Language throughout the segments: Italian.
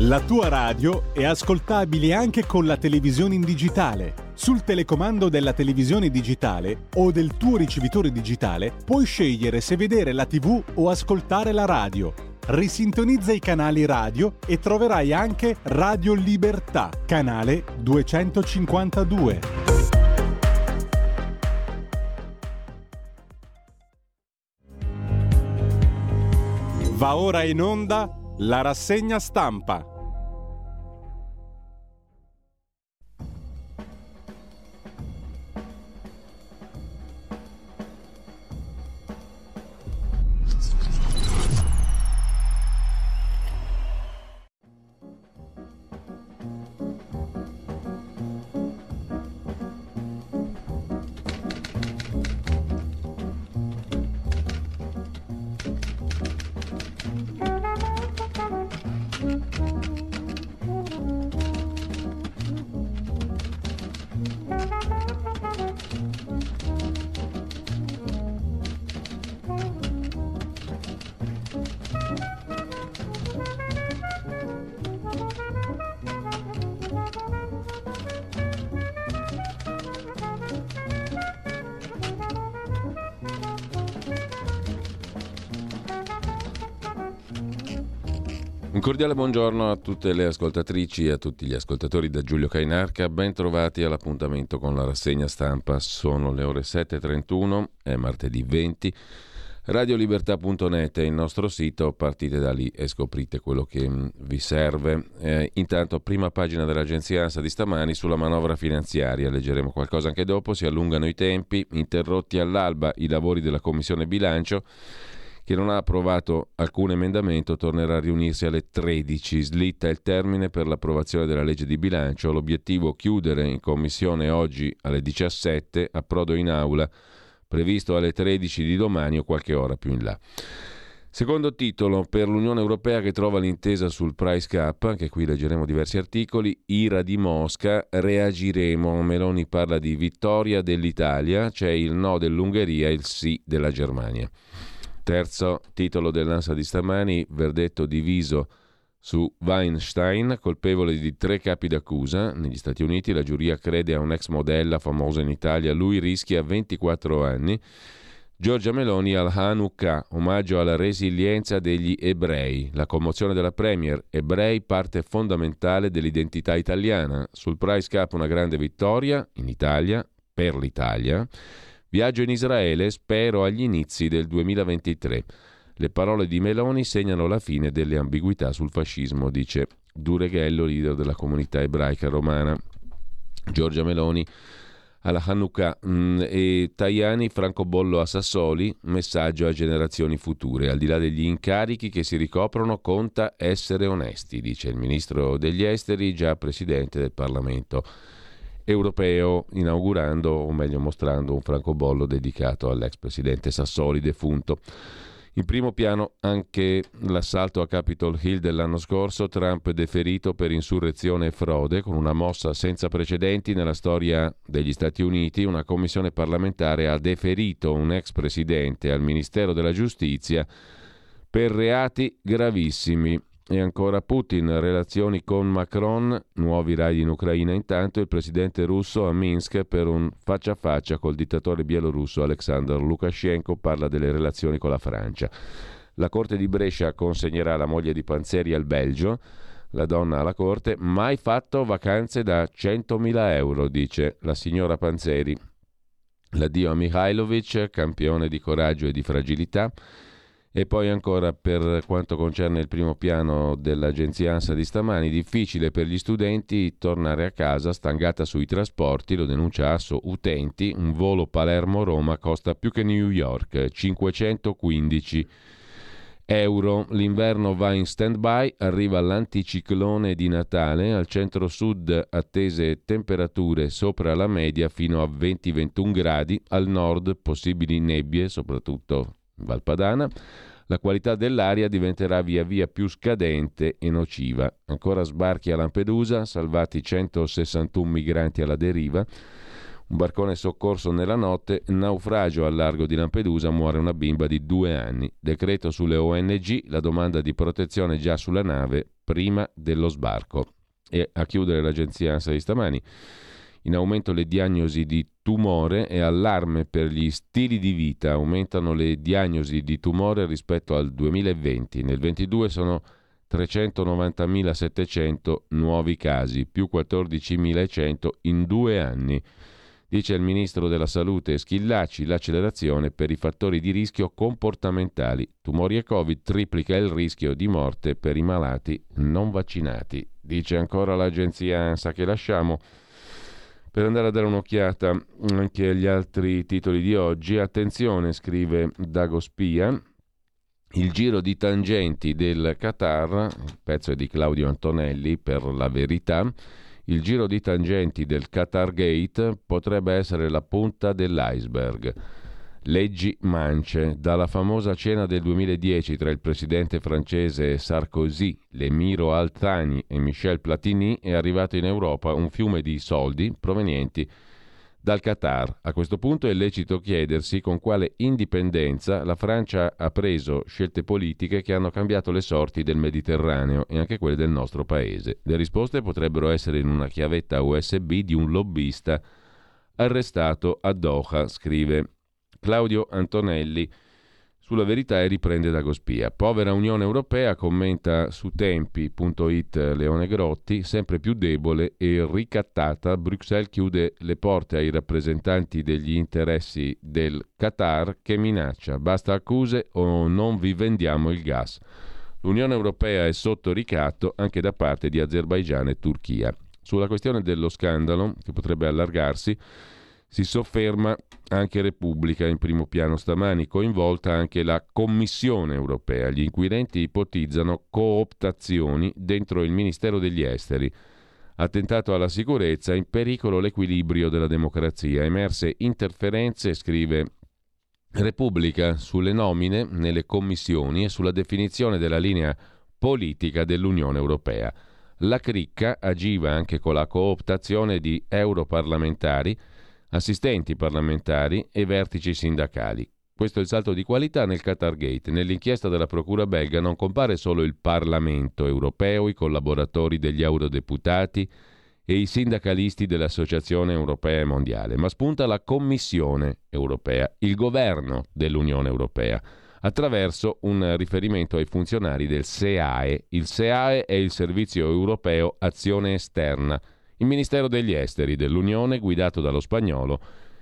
La tua radio è ascoltabile anche con la televisione in digitale. Sul telecomando della televisione digitale o del tuo ricevitore digitale puoi scegliere se vedere la TV o ascoltare la radio. Risintonizza i canali radio e troverai anche Radio Libertà, canale 252. Va ora in onda la rassegna stampa. Un cordiale buongiorno a tutte le ascoltatrici e a tutti gli ascoltatori da Giulio Cainarca, ben trovati all'appuntamento con la rassegna stampa. Sono le ore 7.31, è martedì 20, radiolibertà.net è il nostro sito, partite da lì e scoprite quello che vi serve. Intanto prima pagina dell'agenzia ANSA di stamani sulla manovra finanziaria, leggeremo qualcosa anche dopo, si allungano i tempi, interrotti all'alba i lavori della Commissione Bilancio, che non ha approvato alcun emendamento, tornerà a riunirsi alle 13. Slitta il termine per l'approvazione della legge di bilancio. L'obiettivo chiudere in commissione oggi alle 17, approdo in aula previsto alle 13 di domani o qualche ora più in là. Secondo titolo, per l'Unione Europea che trova l'intesa sul price cap, anche qui leggeremo diversi articoli, ira di Mosca, reagiremo. Meloni parla di vittoria dell'Italia, c'è il no dell'Ungheria e il sì della Germania. Terzo titolo dell'ANSA di stamani, verdetto diviso su Weinstein, colpevole di 3 capi d'accusa. Negli Stati Uniti la giuria crede a un ex modella famosa in Italia, lui rischia 24 anni. Giorgia Meloni al Hanukkah, omaggio alla resilienza degli ebrei. La commozione della Premier, ebrei parte fondamentale dell'identità italiana. Sul price cap una grande vittoria in Italia, per l'Italia. Viaggio in Israele, spero agli inizi del 2023. Le parole di Meloni segnano la fine delle ambiguità sul fascismo, dice Dureghello, leader della comunità ebraica romana. Giorgia Meloni alla Hanukkah e Tajani, francobollo a Sassoli, messaggio a generazioni future. Al di là degli incarichi che si ricoprono, conta essere onesti, dice il ministro degli esteri, già presidente del Parlamento europeo, inaugurando, o meglio mostrando, un francobollo dedicato all'ex presidente Sassoli defunto. In primo piano anche l'assalto a Capitol Hill dell'anno scorso, Trump deferito per insurrezione e frode, con una mossa senza precedenti nella storia degli Stati Uniti. Una commissione parlamentare ha deferito un ex presidente al Ministero della Giustizia per reati gravissimi. E ancora Putin, relazioni con Macron, nuovi raid in Ucraina. Intanto il presidente russo a Minsk per un faccia a faccia col dittatore bielorusso Alexander Lukashenko, parla delle relazioni con la Francia. La Corte di Brescia consegnerà la moglie di Panzeri al Belgio, la donna alla Corte, mai fatto vacanze da 100.000 euro, dice la signora Panzeri. L'addio a Mihailovic, campione di coraggio e di fragilità. E poi ancora, per quanto concerne il primo piano dell'agenzia ANSA di stamani, difficile per gli studenti tornare a casa, stangata sui trasporti, lo denuncia Asso Utenti, un volo Palermo-Roma costa più che New York, 515 euro. L'inverno va in stand-by, arriva l'anticiclone di Natale, al centro-sud attese temperature sopra la media fino a 20-21 gradi, al nord possibili nebbie, soprattutto Valpadana. La qualità dell'aria diventerà via via più scadente e nociva. Ancora sbarchi a Lampedusa, salvati 161 migranti alla deriva. Un barcone soccorso nella notte, naufragio al largo di Lampedusa, muore una bimba di 2 anni. Decreto sulle ONG, la domanda di protezione già sulla nave prima dello sbarco. E a chiudere l'agenzia ANSA di stamani, in aumento le diagnosi di tumore e allarme per gli stili di vita. Aumentano le diagnosi di tumore rispetto al 2020. Nel 2022 sono 390.700 nuovi casi, più 14.100 in 2 anni. Dice il ministro della Salute Schillaci, l'accelerazione per i fattori di rischio comportamentali. Tumori e Covid triplica il rischio di morte per i malati non vaccinati. Dice ancora l'agenzia ANSA, che lasciamo per andare a dare un'occhiata anche agli altri titoli di oggi. Attenzione, scrive Dago Spia, il giro di tangenti del Qatar, il pezzo è di Claudio Antonelli per La Verità. Il giro di tangenti del Qatar Gate potrebbe essere la punta dell'iceberg. Leggi mance. Dalla famosa cena del 2010 tra il presidente francese Sarkozy, l'emiro Al Thani e Michel Platini è arrivato in Europa un fiume di soldi provenienti dal Qatar. A questo punto è lecito chiedersi con quale indipendenza la Francia ha preso scelte politiche che hanno cambiato le sorti del Mediterraneo e anche quelle del nostro paese. Le risposte potrebbero essere in una chiavetta USB di un lobbista arrestato a Doha, scrive Claudio Antonelli sulla Verità e riprende da Gospia. Povera Unione Europea, commenta su tempi.it Leone Grotti, sempre più debole e ricattata. Bruxelles chiude le porte ai rappresentanti degli interessi del Qatar che minaccia: basta accuse o non vi vendiamo il gas. L'Unione Europea è sotto ricatto anche da parte di Azerbaigian e Turchia. Sulla questione dello scandalo, che potrebbe allargarsi, si sofferma anche Repubblica in primo piano stamani, coinvolta anche la Commissione europea. Gli inquirenti ipotizzano cooptazioni dentro il Ministero degli Esteri. Attentato alla sicurezza, in pericolo l'equilibrio della democrazia. Emerse interferenze, scrive Repubblica, sulle nomine nelle commissioni e sulla definizione della linea politica dell'Unione Europea. La cricca agiva anche con la cooptazione di europarlamentari, assistenti parlamentari e vertici sindacali. Questo è il salto di qualità nel Qatar Gate. Nell'inchiesta della Procura belga non compare solo il Parlamento europeo, i collaboratori degli eurodeputati e i sindacalisti dell'Associazione Europea e Mondiale, ma spunta la Commissione Europea, il governo dell'Unione Europea, attraverso un riferimento ai funzionari del SEAE. Il SEAE è il Servizio Europeo Azione Esterna, il Ministero degli Esteri dell'Unione, guidato dallo spagnolo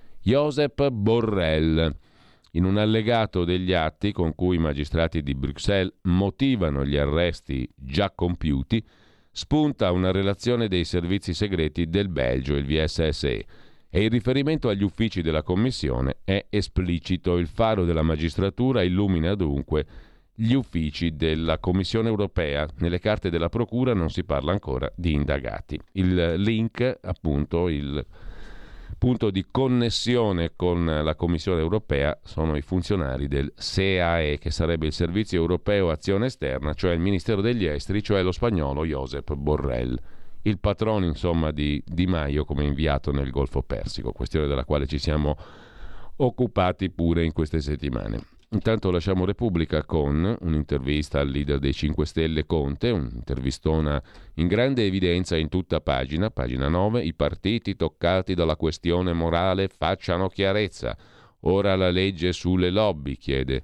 Josep Borrell. In un allegato degli atti con cui i magistrati di Bruxelles motivano gli arresti già compiuti, spunta una relazione dei servizi segreti del Belgio, il VSSE, e il riferimento agli uffici della Commissione è esplicito. Il faro della magistratura illumina dunque gli uffici della Commissione europea. Nelle carte della Procura non si parla ancora di indagati. Il link, appunto, il punto di connessione con la Commissione europea sono i funzionari del SEAE, che sarebbe il Servizio Europeo Azione Esterna, cioè il Ministero degli Esteri, cioè lo spagnolo Josep Borrell, il patrono insomma di Di Maio come inviato nel Golfo Persico, questione della quale ci siamo occupati pure in queste settimane. Intanto lasciamo Repubblica con un'intervista al leader dei 5 Stelle Conte, un'intervistona in grande evidenza in tutta pagina 9, i partiti toccati dalla questione morale facciano chiarezza, ora la legge sulle lobby, chiede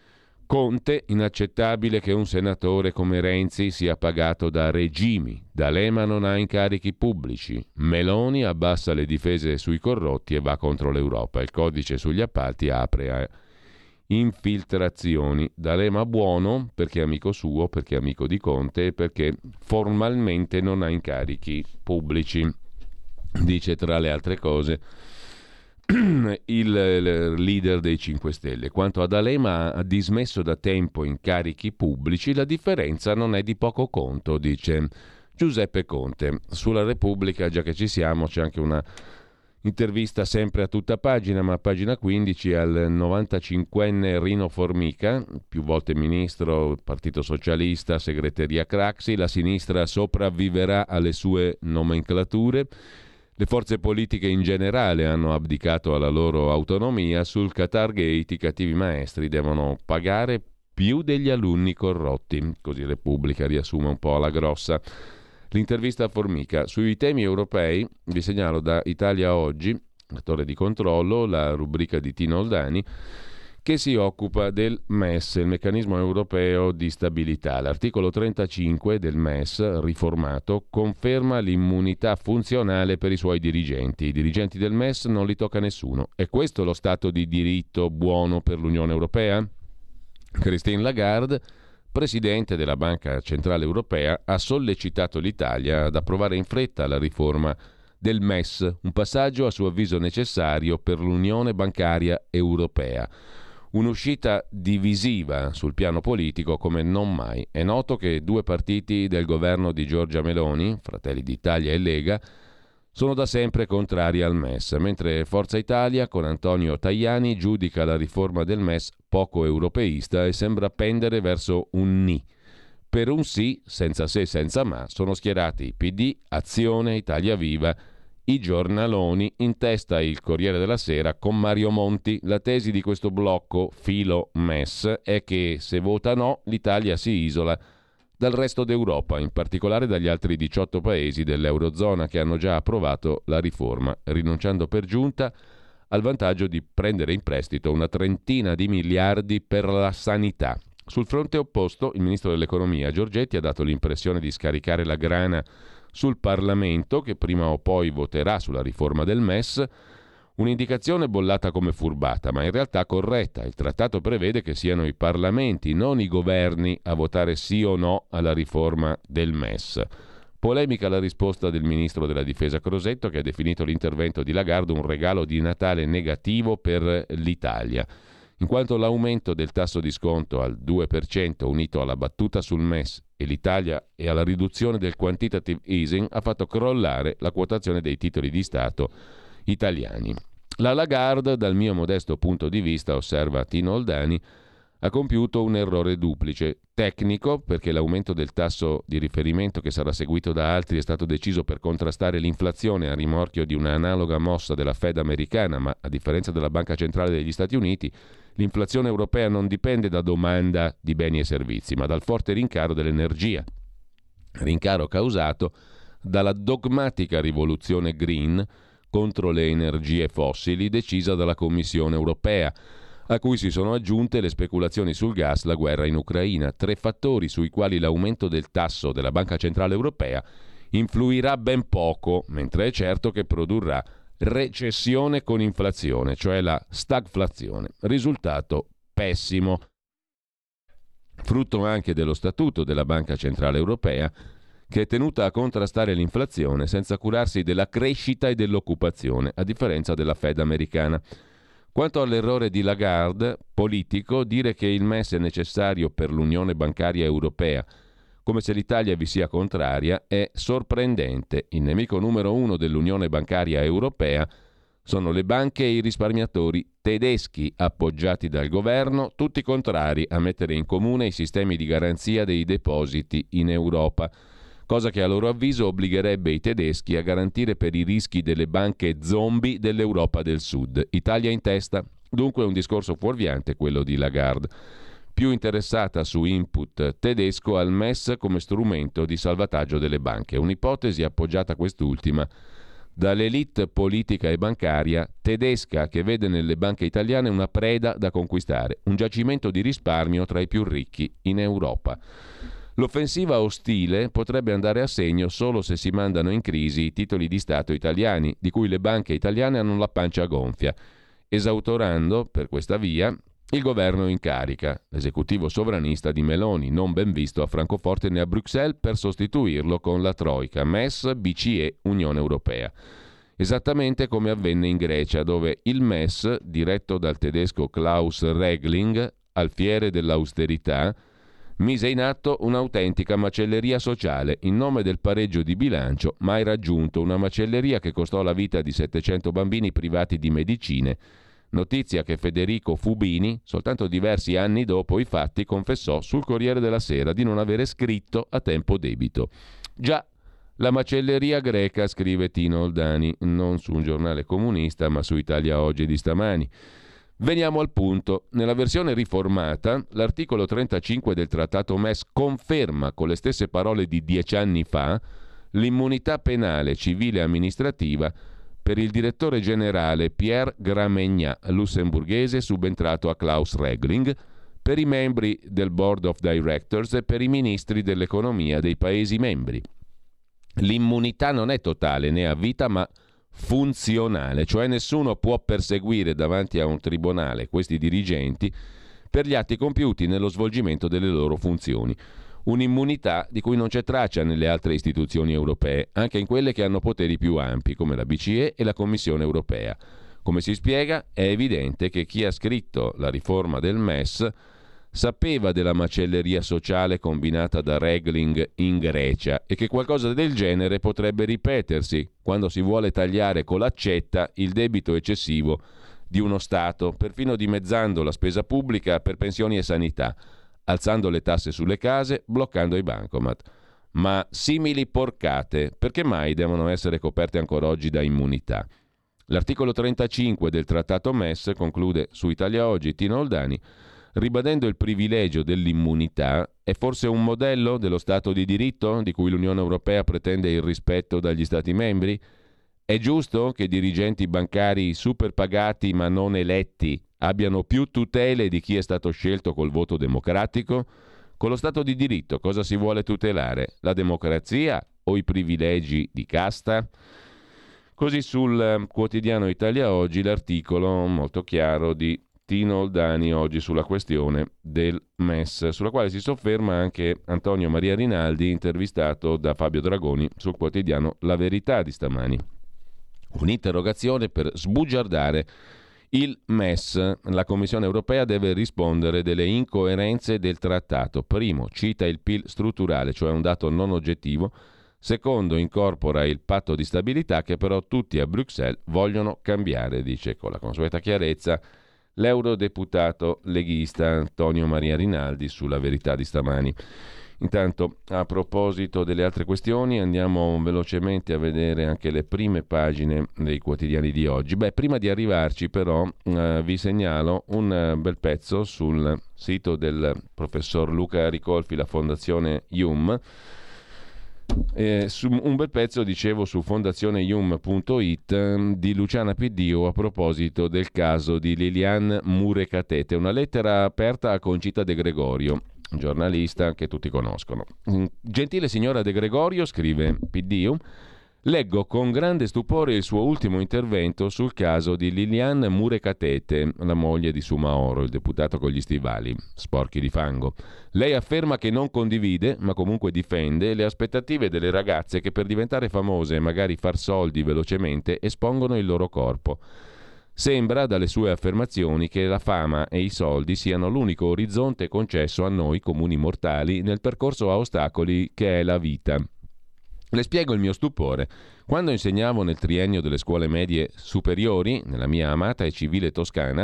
Conte. Inaccettabile che un senatore come Renzi sia pagato da regimi, D'Alema non ha incarichi pubblici, Meloni abbassa le difese sui corrotti e va contro l'Europa, il codice sugli appalti apre a infiltrazioni. D'Alema buono perché è amico suo, perché è amico di Conte e perché formalmente non ha incarichi pubblici, dice tra le altre cose il leader dei 5 Stelle. Quanto a D'Alema, ha dismesso da tempo incarichi pubblici, la differenza non è di poco conto, dice Giuseppe Conte. Sulla Repubblica, già che ci siamo, c'è anche una intervista sempre a tutta pagina, ma a pagina 15 al 95enne Rino Formica, più volte ministro, Partito Socialista, segreteria Craxi. La sinistra sopravviverà alle sue nomenclature. Le forze politiche in generale hanno abdicato alla loro autonomia. Sul Qatargate i cattivi maestri devono pagare più degli alunni corrotti. Così Repubblica riassume un po' alla grossa l'intervista a Formica. Sui temi europei vi segnalo da Italia Oggi, la torre di controllo, la rubrica di Tino Oldani, che si occupa del MES, il meccanismo europeo di stabilità. L'articolo 35 del MES, riformato, conferma l'immunità funzionale per i suoi dirigenti. I dirigenti del MES non li tocca nessuno. È questo lo stato di diritto buono per l'Unione Europea? Christine Lagarde, presidente della Banca Centrale Europea, ha sollecitato l'Italia ad approvare in fretta la riforma del MES, un passaggio a suo avviso necessario per l'Unione Bancaria Europea. Un'uscita divisiva sul piano politico come non mai. È noto che due partiti del governo di Giorgia Meloni, Fratelli d'Italia e Lega, sono da sempre contrari al MES, mentre Forza Italia con Antonio Tajani giudica la riforma del MES poco europeista e sembra pendere verso un ni. Per un sì, senza se, senza ma, sono schierati PD, Azione, Italia Viva, i giornaloni, in testa il Corriere della Sera con Mario Monti. La tesi di questo blocco filo MES è che se vota no l'Italia si isola dal resto d'Europa, in particolare dagli altri 18 paesi dell'Eurozona che hanno già approvato la riforma, rinunciando per giunta al vantaggio di prendere in prestito una trentina di miliardi per la sanità. Sul fronte opposto, il ministro dell'Economia Giorgetti ha dato l'impressione di scaricare la grana sul Parlamento, che prima o poi voterà sulla riforma del MES, un'indicazione bollata come furbata, ma in realtà corretta. Il trattato prevede che siano i parlamenti, non i governi, a votare sì o no alla riforma del MES. Polemica la risposta del ministro della Difesa Crosetto, che ha definito l'intervento di Lagarde un regalo di Natale negativo per l'Italia, in quanto l'aumento del tasso di sconto al 2% unito alla battuta sul MES e l'Italia e alla riduzione del quantitative easing ha fatto crollare la quotazione dei titoli di Stato italiani. La Lagarde, dal mio modesto punto di vista, osserva Tino Oldani, ha compiuto un errore duplice, tecnico, perché l'aumento del tasso di riferimento che sarà seguito da altri è stato deciso per contrastare l'inflazione a rimorchio di una analoga mossa della Fed americana, ma a differenza della Banca Centrale degli Stati Uniti, l'inflazione europea non dipende da domanda di beni e servizi, ma dal forte rincaro dell'energia. Rincaro causato dalla dogmatica rivoluzione green contro le energie fossili decisa dalla Commissione europea, a cui si sono aggiunte le speculazioni sul gas, la guerra in Ucraina, tre fattori sui quali l'aumento del tasso della Banca Centrale Europea influirà ben poco, mentre è certo che produrrà recessione con inflazione, cioè la stagflazione. Risultato pessimo. Frutto anche dello statuto della Banca Centrale Europea, che è tenuta a contrastare l'inflazione senza curarsi della crescita e dell'occupazione, a differenza della Fed americana. Quanto all'errore di Lagarde, politico, dire che il MES è necessario per l'Unione Bancaria Europea, come se l'Italia vi sia contraria, è sorprendente. Il nemico numero uno dell'Unione Bancaria Europea sono le banche e i risparmiatori tedeschi, appoggiati dal governo, tutti contrari a mettere in comune i sistemi di garanzia dei depositi in Europa, cosa che a loro avviso obbligherebbe i tedeschi a garantire per i rischi delle banche zombie dell'Europa del Sud. Italia in testa. Dunque un discorso fuorviante quello di Lagarde, più interessata su input tedesco al MES come strumento di salvataggio delle banche. Un'ipotesi appoggiata quest'ultima dall'elite politica e bancaria tedesca, che vede nelle banche italiane una preda da conquistare, un giacimento di risparmio tra i più ricchi in Europa. L'offensiva ostile potrebbe andare a segno solo se si mandano in crisi i titoli di Stato italiani, di cui le banche italiane hanno la pancia gonfia, esautorando per questa via il governo in carica, l'esecutivo sovranista di Meloni, non ben visto a Francoforte né a Bruxelles, per sostituirlo con la Troika, MES, BCE, Unione Europea. Esattamente come avvenne in Grecia, dove il MES, diretto dal tedesco Klaus Regling, alfiere dell'austerità, mise in atto un'autentica macelleria sociale in nome del pareggio di bilancio mai raggiunto, una macelleria che costò la vita di 700 bambini privati di medicine, notizia che Federico Fubini, soltanto diversi anni dopo i fatti, confessò sul Corriere della Sera di non avere scritto a tempo debito. Già, La macelleria greca, scrive Tino Oldani, non su un giornale comunista ma su Italia Oggi di stamani. Veniamo al punto. Nella versione riformata, l'articolo 35 del Trattato MES conferma con le stesse parole di 10 anni fa l'immunità penale, civile e amministrativa per il direttore generale Pierre Gramegna, lussemburghese subentrato a Klaus Regling, per i membri del Board of Directors e per i ministri dell'economia dei Paesi membri. L'immunità non è totale né a vita ma funzionale, cioè nessuno può perseguire davanti a un tribunale questi dirigenti per gli atti compiuti nello svolgimento delle loro funzioni. Un'immunità di cui non c'è traccia nelle altre istituzioni europee, anche in quelle che hanno poteri più ampi, come la BCE e la Commissione europea. Come si spiega? È evidente che chi ha scritto la riforma del MES sapeva della macelleria sociale combinata da Regling in Grecia e che qualcosa del genere potrebbe ripetersi quando si vuole tagliare con l'accetta il debito eccessivo di uno Stato, perfino dimezzando la spesa pubblica per pensioni e sanità, alzando le tasse sulle case, bloccando i bancomat. Ma simili porcate, perché mai devono essere coperte ancora oggi da immunità? L'articolo 35 del Trattato MES, conclude su Italia Oggi Tino Oldani, ribadendo il privilegio dell'immunità, è forse un modello dello Stato di diritto di cui l'Unione Europea pretende il rispetto dagli Stati membri? È giusto che dirigenti bancari superpagati ma non eletti abbiano più tutele di chi è stato scelto col voto democratico? Con lo Stato di diritto cosa si vuole tutelare? La democrazia o i privilegi di casta? Così sul quotidiano Italia Oggi l'articolo molto chiaro di Tino Oldani oggi sulla questione del MES, sulla quale si sofferma anche Antonio Maria Rinaldi, intervistato da Fabio Dragoni sul quotidiano La Verità di stamani. Un'interrogazione per sbugiardare il MES. La Commissione europea deve rispondere delle incoerenze del trattato. Primo, cita il PIL strutturale, cioè un dato non oggettivo. Secondo, incorpora il patto di stabilità che però tutti a Bruxelles vogliono cambiare, dice con la consueta chiarezza l'eurodeputato leghista Antonio Maria Rinaldi sulla Verità di stamani. Intanto, a proposito delle altre questioni, andiamo velocemente a vedere anche le prime pagine dei quotidiani di oggi. Prima di arrivarci però vi segnalo un bel pezzo sul sito del professor Luca Ricolfi, la Fondazione IUM. Un bel pezzo, dicevo, su fondazioneium.it di Luciana Piddio a proposito del caso di Liliane Murekatete, una lettera aperta a Concita De Gregorio, giornalista che tutti conoscono. Gentile signora De Gregorio, scrive Piddio, leggo con grande stupore il suo ultimo intervento sul caso di Liliane Murekatete, la moglie di Sumaoro, il deputato con gli stivali sporchi di fango. Lei afferma che non condivide, ma comunque difende, le aspettative delle ragazze che per diventare famose e magari far soldi velocemente espongono il loro corpo. Sembra, dalle sue affermazioni, che la fama e i soldi siano l'unico orizzonte concesso a noi comuni mortali nel percorso a ostacoli che è la vita. Le spiego il mio stupore. Quando insegnavo nel triennio delle scuole medie superiori, nella mia amata e civile Toscana,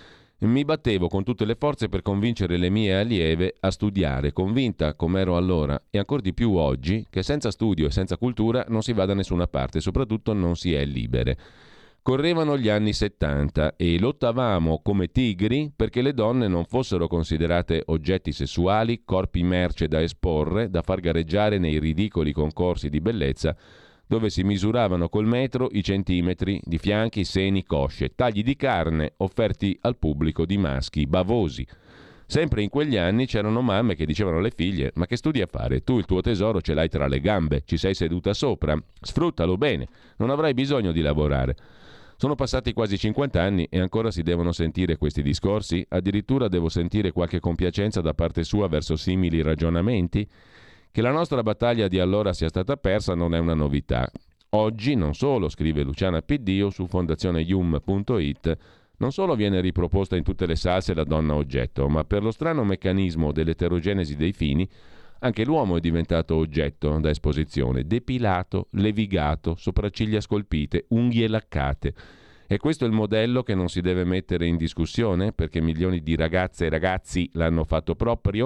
mi battevo con tutte le forze per convincere le mie allieve a studiare, convinta, come ero allora, e ancor di più oggi, che senza studio e senza cultura non si va da nessuna parte, soprattutto non si è libere. Correvano gli anni 70 e lottavamo come tigri perché le donne non fossero considerate oggetti sessuali, corpi merce da esporre, da far gareggiare nei ridicoli concorsi di bellezza dove si misuravano col metro i centimetri di fianchi, seni, cosce, tagli di carne offerti al pubblico di maschi bavosi. Sempre in quegli anni c'erano mamme che dicevano alle figlie: ma che studi a fare? Tu il tuo tesoro ce l'hai tra le gambe, ci sei seduta sopra, sfruttalo bene, non avrai bisogno di lavorare. Sono passati quasi 50 anni e ancora si devono sentire questi discorsi? Addirittura devo sentire qualche compiacenza da parte sua verso simili ragionamenti? Che la nostra battaglia di allora sia stata persa non è una novità. Oggi non solo, scrive Luciana Piddio su fondazioneium.it, non solo viene riproposta in tutte le salse la donna oggetto, ma per lo strano meccanismo dell'eterogenesi dei fini, anche l'uomo è diventato oggetto da esposizione, depilato, levigato, sopracciglia scolpite, unghie laccate. E questo è il modello che non si deve mettere in discussione perché milioni di ragazze e ragazzi l'hanno fatto proprio?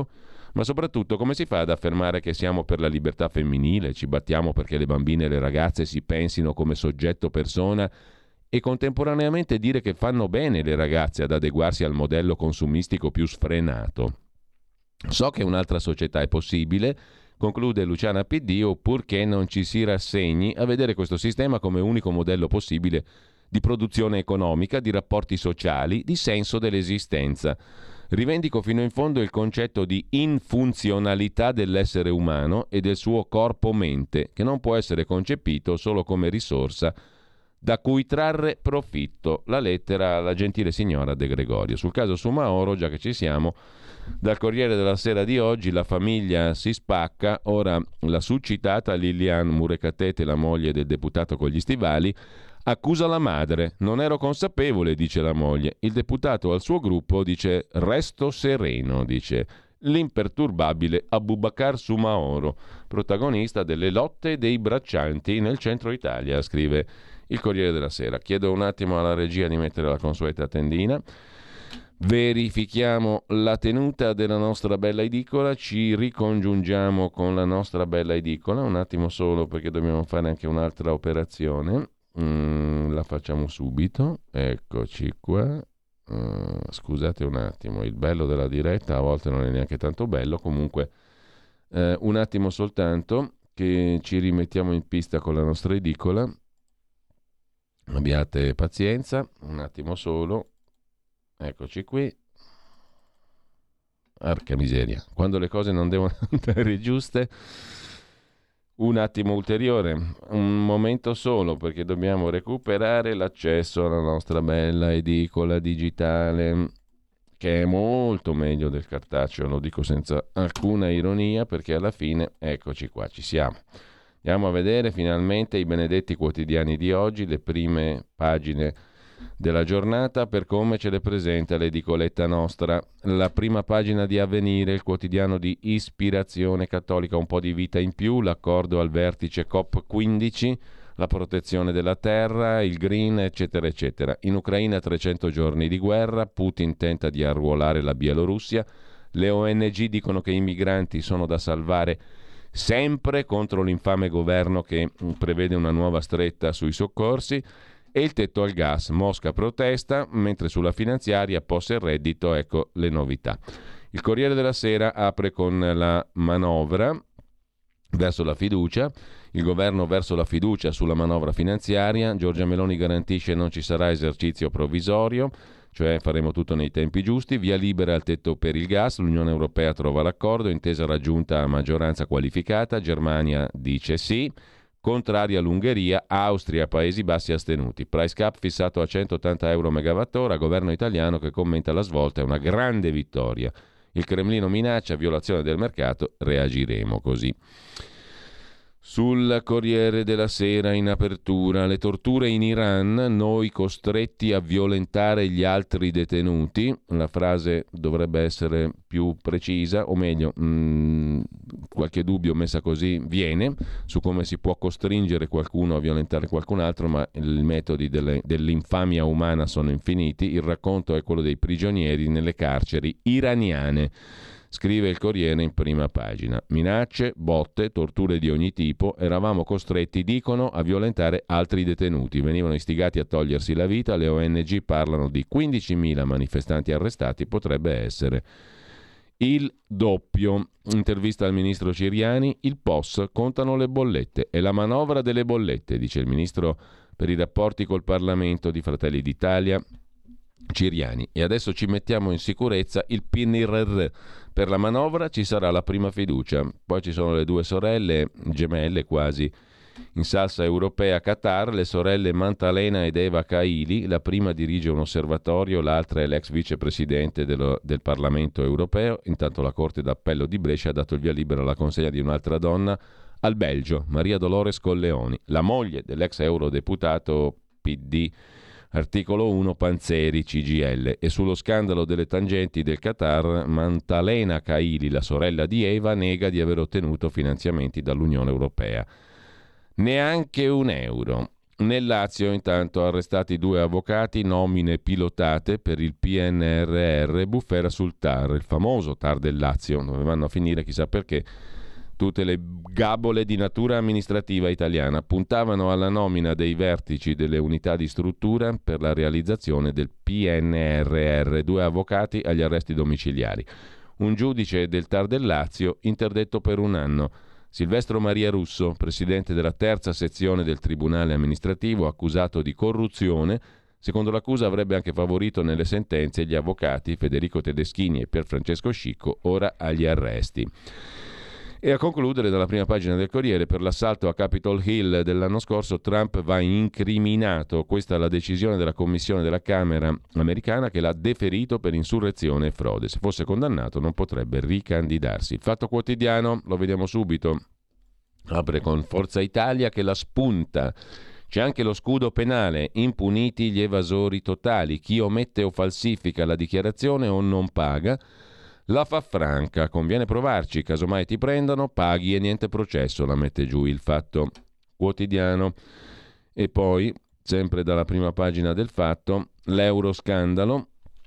Ma soprattutto, come si fa ad affermare che siamo per la libertà femminile, ci battiamo perché le bambine e le ragazze si pensino come soggetto persona e contemporaneamente dire che fanno bene le ragazze ad adeguarsi al modello consumistico più sfrenato? So che un'altra società è possibile, conclude Luciana PD, purché non ci si rassegni a vedere questo sistema come unico modello possibile di produzione economica, di rapporti sociali, di senso dell'esistenza. Rivendico fino in fondo il concetto di infunzionalità dell'essere umano e del suo corpo-mente, che non può essere concepito solo come risorsa da cui trarre profitto. La lettera alla gentile signora De Gregorio. Sul caso Soumahoro, già che ci siamo, dal Corriere della Sera di oggi, la famiglia si spacca. Ora la succitata Liliane Murekatete, la moglie del deputato con gli stivali, accusa la madre. Non ero consapevole, dice la moglie. Il deputato al suo gruppo dice resto sereno, dice l'imperturbabile Abubakar Soumahoro, protagonista delle lotte dei braccianti nel centro Italia, scrive il Corriere della Sera. Chiedo un attimo alla regia di mettere la consueta tendina. Verifichiamo la tenuta della nostra bella edicola, ci ricongiungiamo con la nostra bella edicola, un attimo solo perché dobbiamo fare anche un'altra operazione. La facciamo subito, eccoci qua. Scusate un attimo, il bello della diretta a volte non è neanche tanto bello, comunque un attimo soltanto che ci rimettiamo in pista con la nostra edicola. Abbiate pazienza, un attimo solo. Eccoci qui. Arca miseria, quando le cose non devono andare giuste. Un attimo ulteriore, un momento solo, perché dobbiamo recuperare l'accesso alla nostra bella edicola digitale, che è molto meglio del cartaceo, lo dico senza alcuna ironia, perché alla fine, eccoci qua, ci siamo. Andiamo a vedere finalmente i benedetti quotidiani di oggi, le prime pagine della giornata per come ce le presenta l'edicoletta nostra. La prima pagina di Avvenire, il quotidiano di ispirazione cattolica, un po' di vita in più, l'accordo al vertice COP15, la protezione della terra, il green, eccetera eccetera. In Ucraina 300 giorni di guerra, Putin tenta di arruolare la Bielorussia, le ONG dicono che i migranti sono da salvare sempre contro l'infame governo che prevede una nuova stretta sui soccorsi. E il tetto al gas, Mosca protesta, mentre sulla finanziaria posta il reddito, ecco le novità. Il Corriere della Sera apre con la manovra verso la fiducia, il governo verso la fiducia sulla manovra finanziaria, Giorgia Meloni garantisce non ci sarà esercizio provvisorio, cioè faremo tutto nei tempi giusti, via libera al tetto per il gas, l'Unione Europea trova l'accordo, intesa raggiunta a maggioranza qualificata, Germania dice sì, contraria l'Ungheria, Austria, Paesi Bassi astenuti. Price cap fissato a 180 euro megawattora, governo italiano che commenta la svolta, è una grande vittoria. Il Cremlino minaccia violazione del mercato, reagiremo così. Sul Corriere della Sera in apertura, le torture in Iran, noi costretti a violentare gli altri detenuti. La frase dovrebbe essere più precisa, o meglio, qualche dubbio messa così viene su come si può costringere qualcuno a violentare qualcun altro, ma i metodi dell'infamia umana sono infiniti. Il racconto è quello dei prigionieri nelle carceri iraniane. Scrive il Corriere in prima pagina. Minacce, botte, torture di ogni tipo. Eravamo costretti, dicono, a violentare altri detenuti. Venivano istigati a togliersi la vita. Le ONG parlano di 15.000 manifestanti arrestati. Potrebbe essere il doppio. Intervista al ministro Ciriani. Il POS contano le bollette. È la manovra delle bollette, dice il ministro per i rapporti col Parlamento di Fratelli d'Italia Ciriani. E adesso ci mettiamo in sicurezza il PNRR. Per la manovra ci sarà la prima fiducia, poi ci sono le due sorelle gemelle quasi in salsa europea a Qatar, le sorelle Mantalena ed Eva Kaili. La prima dirige un osservatorio, l'altra è l'ex vicepresidente del Parlamento europeo. Intanto la Corte d'Appello di Brescia ha dato il via libera alla consegna di un'altra donna al Belgio, Maria Dolores Colleoni, la moglie dell'ex eurodeputato PD Articolo 1 Panzeri CGIL. E sullo scandalo delle tangenti del Qatar, Mantalena Kaili, la sorella di Eva, nega di aver ottenuto finanziamenti dall'Unione Europea. Neanche un euro. Nel Lazio, intanto, arrestati 2 avvocati, nomine pilotate per il PNRR, bufera sul TAR, il famoso TAR del Lazio, dove vanno a finire chissà perché tutte le gabole di natura amministrativa italiana. Puntavano alla nomina dei vertici delle unità di struttura per la realizzazione del PNRR, 2 avvocati agli arresti domiciliari. Un giudice del TAR del Lazio interdetto per 1 anno. Silvestro Maria Russo, presidente della 3ª sezione del Tribunale amministrativo, accusato di corruzione, secondo l'accusa avrebbe anche favorito nelle sentenze gli avvocati Federico Tedeschini e Pierfrancesco Scicco, ora agli arresti. E a concludere dalla prima pagina del Corriere, per l'assalto a Capitol Hill dell'anno scorso Trump va incriminato. Questa è la decisione della commissione della Camera americana che l'ha deferito per insurrezione e frode. Se fosse condannato non potrebbe ricandidarsi. Il Fatto Quotidiano, lo vediamo subito, apre con Forza Italia che la spunta. C'è anche lo scudo penale, impuniti gli evasori totali, chi omette o falsifica la dichiarazione o non paga. La fa franca, conviene provarci, casomai ti prendono, paghi e niente processo, la mette giù il Fatto Quotidiano. E poi, sempre dalla prima pagina del Fatto, l'euroscandalo,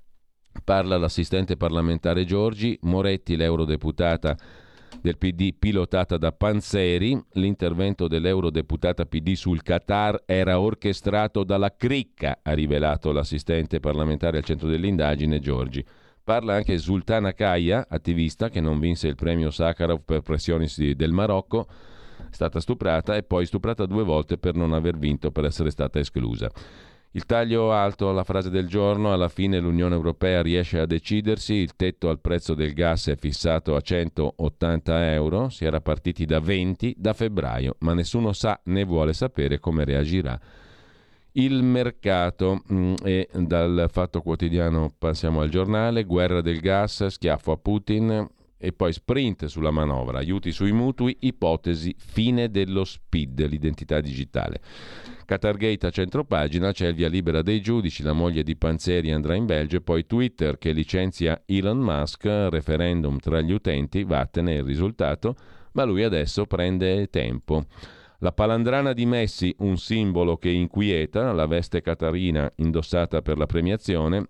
parla l'assistente parlamentare Giorgi, Moretti, l'eurodeputata del PD pilotata da Panzeri, l'intervento dell'eurodeputata PD sul Qatar era orchestrato dalla cricca, ha rivelato l'assistente parlamentare al centro dell'indagine Giorgi. Parla anche Sultana Kaya, attivista che non vinse il premio Sakharov per pressioni del Marocco, è stata stuprata e poi stuprata 2 volte per non aver vinto, per essere stata esclusa. Il taglio alto alla frase del giorno, alla fine l'Unione Europea riesce a decidersi, il tetto al prezzo del gas è fissato a 180 euro, si era partiti da 20 da febbraio, ma nessuno sa né vuole sapere come reagirà il mercato. E dal Fatto Quotidiano passiamo al Giornale, guerra del gas, schiaffo a Putin e poi sprint sulla manovra, aiuti sui mutui, ipotesi fine dello SPID, l'identità digitale. Qatargate a centropagina, c'è il via libera dei giudici, la moglie di Panzeri andrà in Belgio e poi Twitter che licenzia Elon Musk, referendum tra gli utenti, vattene il risultato, ma lui adesso prende tempo. La palandrana di Messi, un simbolo che inquieta, la veste qatarina indossata per la premiazione,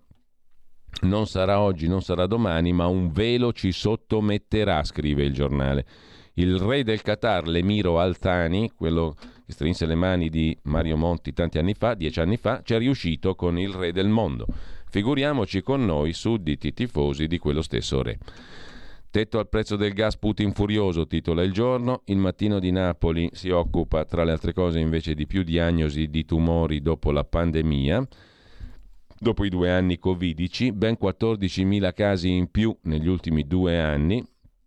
non sarà oggi, non sarà domani, ma un velo ci sottometterà, scrive il Giornale. Il re del Qatar, l'emiro Al Thani, quello che strinse le mani di Mario Monti tanti anni fa, 10 anni fa, ci è riuscito con il re del mondo. Figuriamoci con noi, sudditi tifosi di quello stesso re. Tetto al prezzo del gas, Putin furioso, titola il Giorno. Il Mattino di Napoli si occupa, tra le altre cose, invece di più diagnosi di tumori dopo la pandemia, dopo i 2 anni covidici, ben 14.000 casi in più negli ultimi 2 anni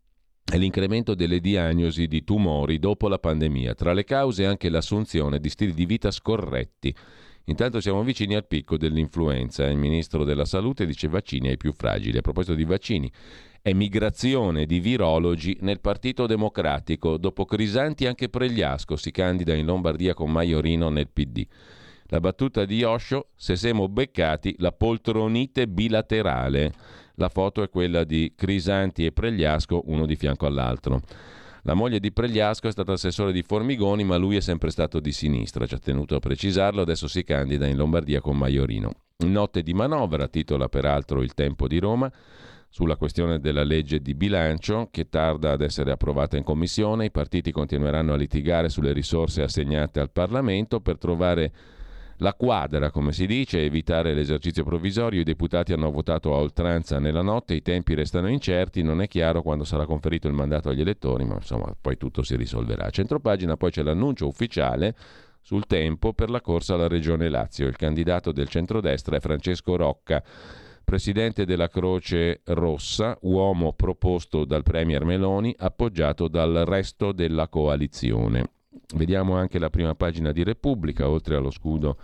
e l'incremento delle diagnosi di tumori dopo la pandemia. Tra le cause anche l'assunzione di stili di vita scorretti. Intanto siamo vicini al picco dell'influenza. Il ministro della Salute dice vaccini ai più fragili. A proposito di vaccini, emigrazione di virologi nel Partito Democratico. Dopo Crisanti anche Pregliasco si candida in Lombardia con Maiorino nel PD. La battuta di Osho, se siamo beccati, la poltronite bilaterale. La foto è quella di Crisanti e Pregliasco, uno di fianco all'altro. La moglie di Pregliasco è stata assessore di Formigoni, ma lui è sempre stato di sinistra, ci ha tenuto a precisarlo, adesso si candida in Lombardia con Maiorino. Notte di manovra, titola peraltro Il Tempo di Roma, sulla questione della legge di bilancio che tarda ad essere approvata in commissione. I partiti continueranno a litigare sulle risorse assegnate al Parlamento per trovare la quadra, come si dice, evitare l'esercizio provvisorio. I deputati hanno votato a oltranza nella notte, i tempi restano incerti, non è chiaro quando sarà conferito il mandato agli elettori, ma insomma poi tutto si risolverà. A centropagina poi c'è l'annuncio ufficiale sul Tempo per la corsa alla Regione Lazio. Il candidato del centrodestra è Francesco Rocca, presidente della Croce Rossa, uomo proposto dal premier Meloni, appoggiato dal resto della coalizione. Vediamo anche la prima pagina di Repubblica, oltre allo scudo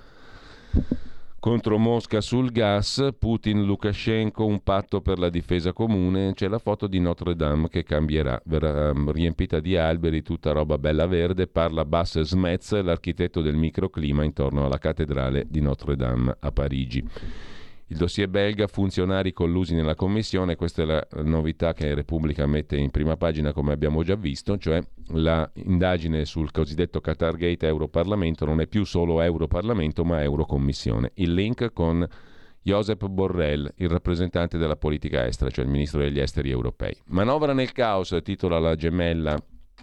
contro Mosca sul gas, Putin-Lukashenko, un patto per la difesa comune, c'è la foto di Notre Dame che cambierà, verrà riempita di alberi, tutta roba bella verde, parla Bas Smets, l'architetto del microclima intorno alla cattedrale di Notre Dame a Parigi. Il dossier belga, funzionari collusi nella commissione, questa è la novità che Repubblica mette in prima pagina, come abbiamo già visto, cioè la indagine sul cosiddetto Qatargate Europarlamento non è più solo Europarlamento ma Eurocommissione. Il link con Josep Borrell, il rappresentante della politica estera, cioè il ministro degli esteri europei. Manovra nel caos, titola la gemella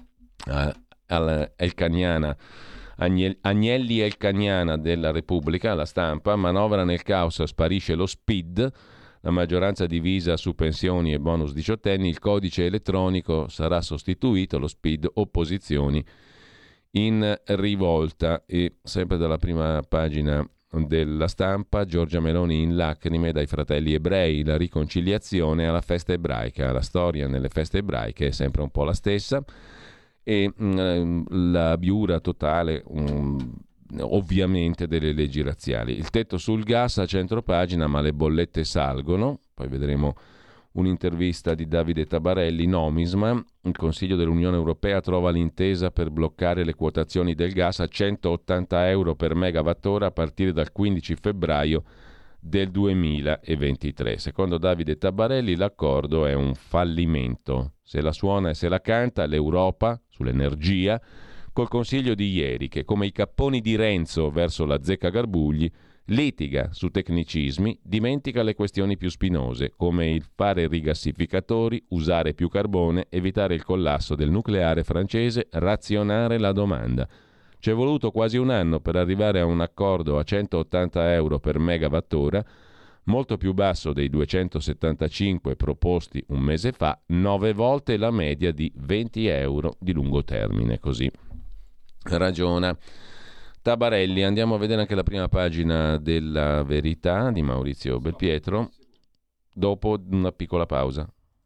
elcaniana, Agnelli Elcaniana della Repubblica, La Stampa. Manovra nel caos, sparisce lo SPID, la maggioranza divisa su pensioni e bonus diciottenni, il codice elettronico sarà sostituito, lo SPID, opposizioni in rivolta. E sempre dalla prima pagina della Stampa, Giorgia Meloni in lacrime dai fratelli ebrei, la riconciliazione alla festa ebraica. La storia nelle feste ebraiche è sempre un po' la stessa e la biura totale ovviamente delle leggi razziali. Il tetto sul gas a centropagina, ma le bollette salgono. Poi vedremo un'intervista di Davide Tabarelli, Nomisma. Il Consiglio dell'Unione Europea trova l'intesa per bloccare le quotazioni del gas a 180 euro per megawattora a partire dal 15 febbraio del 2023. Secondo Davide Tabarelli l'accordo è un fallimento. Se la suona e se la canta l'Europa sull'energia col Consiglio di ieri che, come i capponi di Renzo verso la zecca Garbugli, litiga su tecnicismi, dimentica le questioni più spinose, come il fare rigassificatori, usare più carbone, evitare il collasso del nucleare francese, razionare la domanda. C'è voluto quasi un anno per arrivare a un accordo a 180 euro per megawattora, molto più basso dei 275 proposti un mese fa, 9 volte la media di 20 euro di lungo termine. Così ragiona Tabarelli. Andiamo a vedere anche la prima pagina della Verità di Maurizio Belpietro dopo una piccola pausa.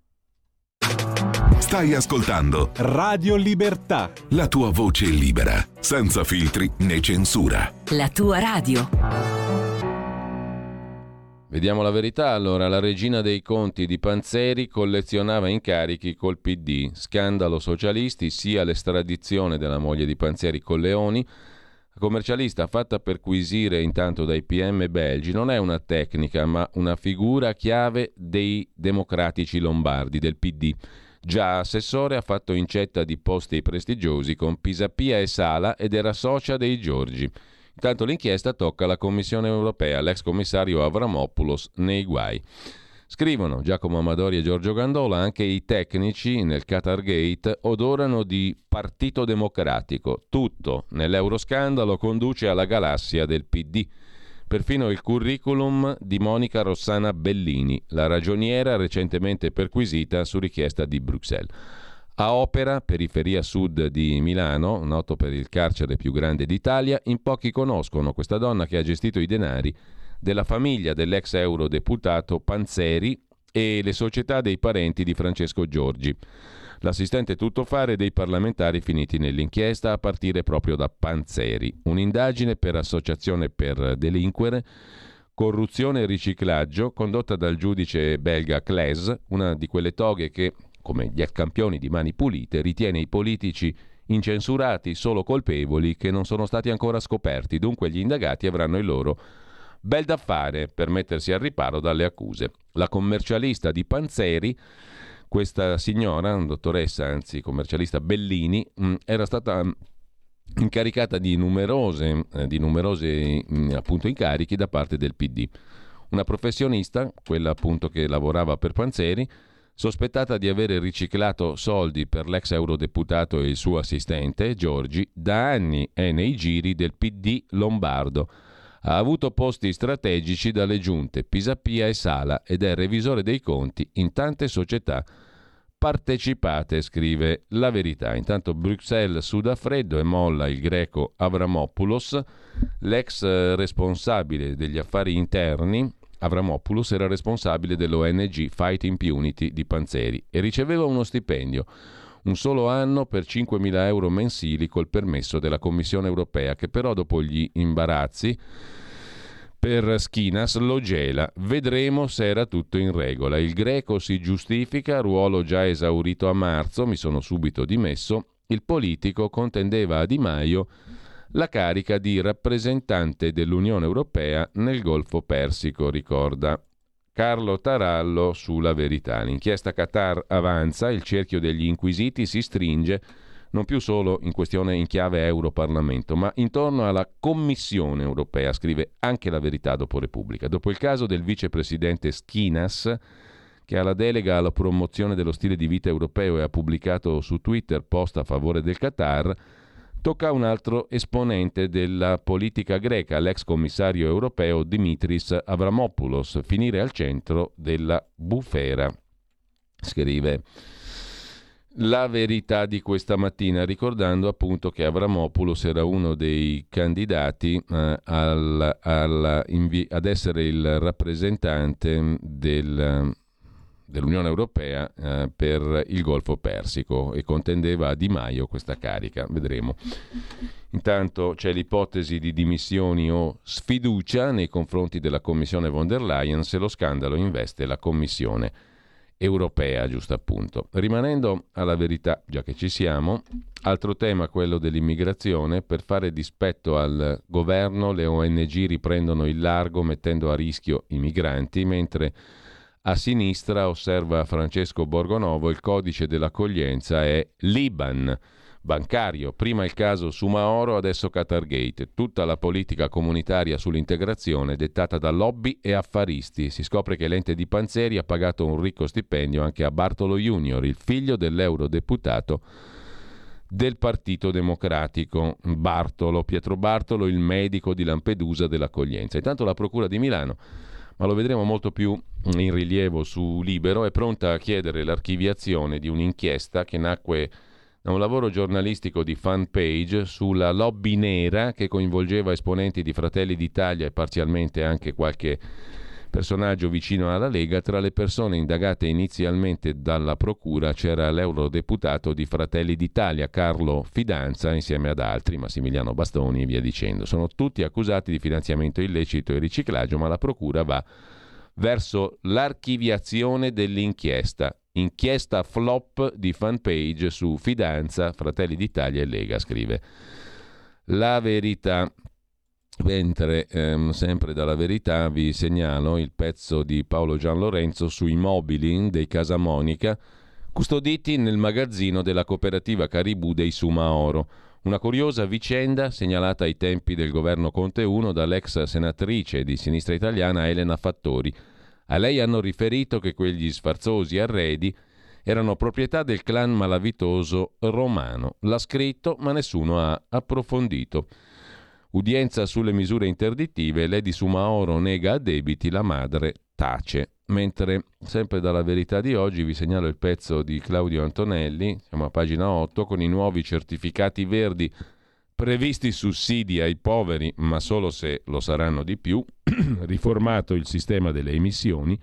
Stai ascoltando Radio Libertà, la tua voce libera, senza filtri né censura. La tua radio. Vediamo la Verità. Allora, la regina dei conti di Panzeri collezionava incarichi col PD. Scandalo socialisti, sia l'estradizione della moglie di Panzeri Colleoni. La commercialista fatta perquisire intanto dai PM belgi non è una tecnica, ma una figura chiave dei democratici lombardi, del PD. Già assessore, ha fatto incetta di posti prestigiosi con Pisapia e Sala ed era socia dei Giorgi. Intanto l'inchiesta tocca la Commissione europea, l'ex commissario Avramopoulos nei guai. Scrivono Giacomo Amadori e Giorgio Gandola, anche i tecnici nel Qatargate odorano di partito democratico. Tutto nell'euroscandalo conduce alla galassia del PD. Perfino il curriculum di Monica Rossana Bellini, la ragioniera recentemente perquisita su richiesta di Bruxelles. A Opera, periferia sud di Milano, noto per il carcere più grande d'Italia, in pochi conoscono questa donna che ha gestito i denari della famiglia dell'ex eurodeputato Panzeri e le società dei parenti di Francesco Giorgi. L'assistente tuttofare dei parlamentari finiti nell'inchiesta a partire proprio da Panzeri. Un'indagine per associazione per delinquere, corruzione e riciclaggio condotta dal giudice belga Claes, una di quelle toghe che, come gli campioni di Mani Pulite, ritiene i politici incensurati solo colpevoli che non sono stati ancora scoperti. Dunque gli indagati avranno il loro bel da fare per mettersi al riparo dalle accuse. La commercialista di Panzeri, questa signora, dottoressa, anzi commercialista Bellini, era stata incaricata di numerose appunto incarichi da parte del PD. Una professionista, quella appunto che lavorava per Panzeri, sospettata di aver riciclato soldi per l'ex eurodeputato e il suo assistente, Giorgi, da anni è nei giri del PD lombardo. Ha avuto posti strategici dalle giunte Pisapia e Sala ed è revisore dei conti in tante società partecipate, scrive La Verità. Intanto Bruxelles suda freddo e molla il greco Avramopoulos, l'ex responsabile degli affari interni. Avramopoulos era responsabile dell'ONG Fight Impunity di Panzeri e riceveva uno stipendio, un solo anno per 5.000 euro mensili col permesso della Commissione europea, che però dopo gli imbarazzi per Schinas lo gela. Vedremo se era tutto in regola. Il greco si giustifica, ruolo già esaurito a marzo, mi sono subito dimesso. Il politico contendeva a Di Maio la carica di rappresentante dell'Unione Europea nel Golfo Persico, ricorda Carlo Tarallo sulla Verità. L'inchiesta Qatar avanza, il cerchio degli inquisiti si stringe non più solo in questione in chiave Europarlamento, ma intorno alla Commissione europea, scrive anche la Verità dopo Repubblica. Dopo il caso del vicepresidente Schinas, che ha la delega alla promozione dello stile di vita europeo e ha pubblicato su Twitter post a favore del Qatar, tocca a un altro esponente della politica greca, l'ex commissario europeo Dimitris Avramopoulos, finire al centro della bufera, scrive la Verità di questa mattina, ricordando appunto che Avramopoulos era uno dei candidati ad essere il rappresentante dell'Unione Europea per il Golfo Persico e contendeva a Di Maio questa carica, vedremo. Intanto c'è l'ipotesi di dimissioni o sfiducia nei confronti della Commissione von der Leyen se lo scandalo investe la Commissione europea, giusto appunto. Rimanendo alla Verità, già che ci siamo, altro tema, quello dell'immigrazione. Per fare dispetto al governo le ONG riprendono il largo mettendo a rischio i migranti, mentre a sinistra, osserva Francesco Borgonovo, il codice dell'accoglienza è l'IBAN bancario, prima il caso Sumaoro, adesso Qatargate, tutta la politica comunitaria sull'integrazione dettata da lobby e affaristi. Si scopre che l'ente di Panzeri ha pagato un ricco stipendio anche a Bartolo Junior, il figlio dell'eurodeputato del Partito Democratico, Pietro Bartolo, il medico di Lampedusa dell'accoglienza. Intanto la Procura di Milano, ma lo vedremo molto più in rilievo su Libero, è pronta a chiedere l'archiviazione di un'inchiesta che nacque da un lavoro giornalistico di Fanpage sulla lobby nera che coinvolgeva esponenti di Fratelli d'Italia e parzialmente anche qualche personaggio vicino alla Lega. Tra le persone indagate inizialmente dalla Procura c'era l'eurodeputato di Fratelli d'Italia Carlo Fidanza, insieme ad altri, Massimiliano Bastoni e via dicendo. Sono tutti accusati di finanziamento illecito e riciclaggio, ma la Procura va verso l'archiviazione dell'inchiesta. Inchiesta flop di Fanpage su Fidanza, Fratelli d'Italia e Lega, scrive la Verità. Mentre sempre dalla Verità vi segnalo il pezzo di Paolo Gianlorenzo sui mobili dei Casa Monica custoditi nel magazzino della cooperativa Caribou dei Sumaoro. Una curiosa vicenda segnalata ai tempi del governo Conte 1 dall'ex senatrice di Sinistra Italiana Elena Fattori. A lei hanno riferito che quegli sfarzosi arredi erano proprietà del clan malavitoso romano. L'ha scritto, ma nessuno ha approfondito. Udienza sulle misure interdittive, Lady Sumaoro nega addebiti, la madre tace. Mentre, sempre dalla Verità di oggi, vi segnalo il pezzo di Claudio Antonelli, siamo a pagina 8, con i nuovi certificati verdi previsti sussidi ai poveri, ma solo se lo saranno di più, riformato il sistema delle emissioni,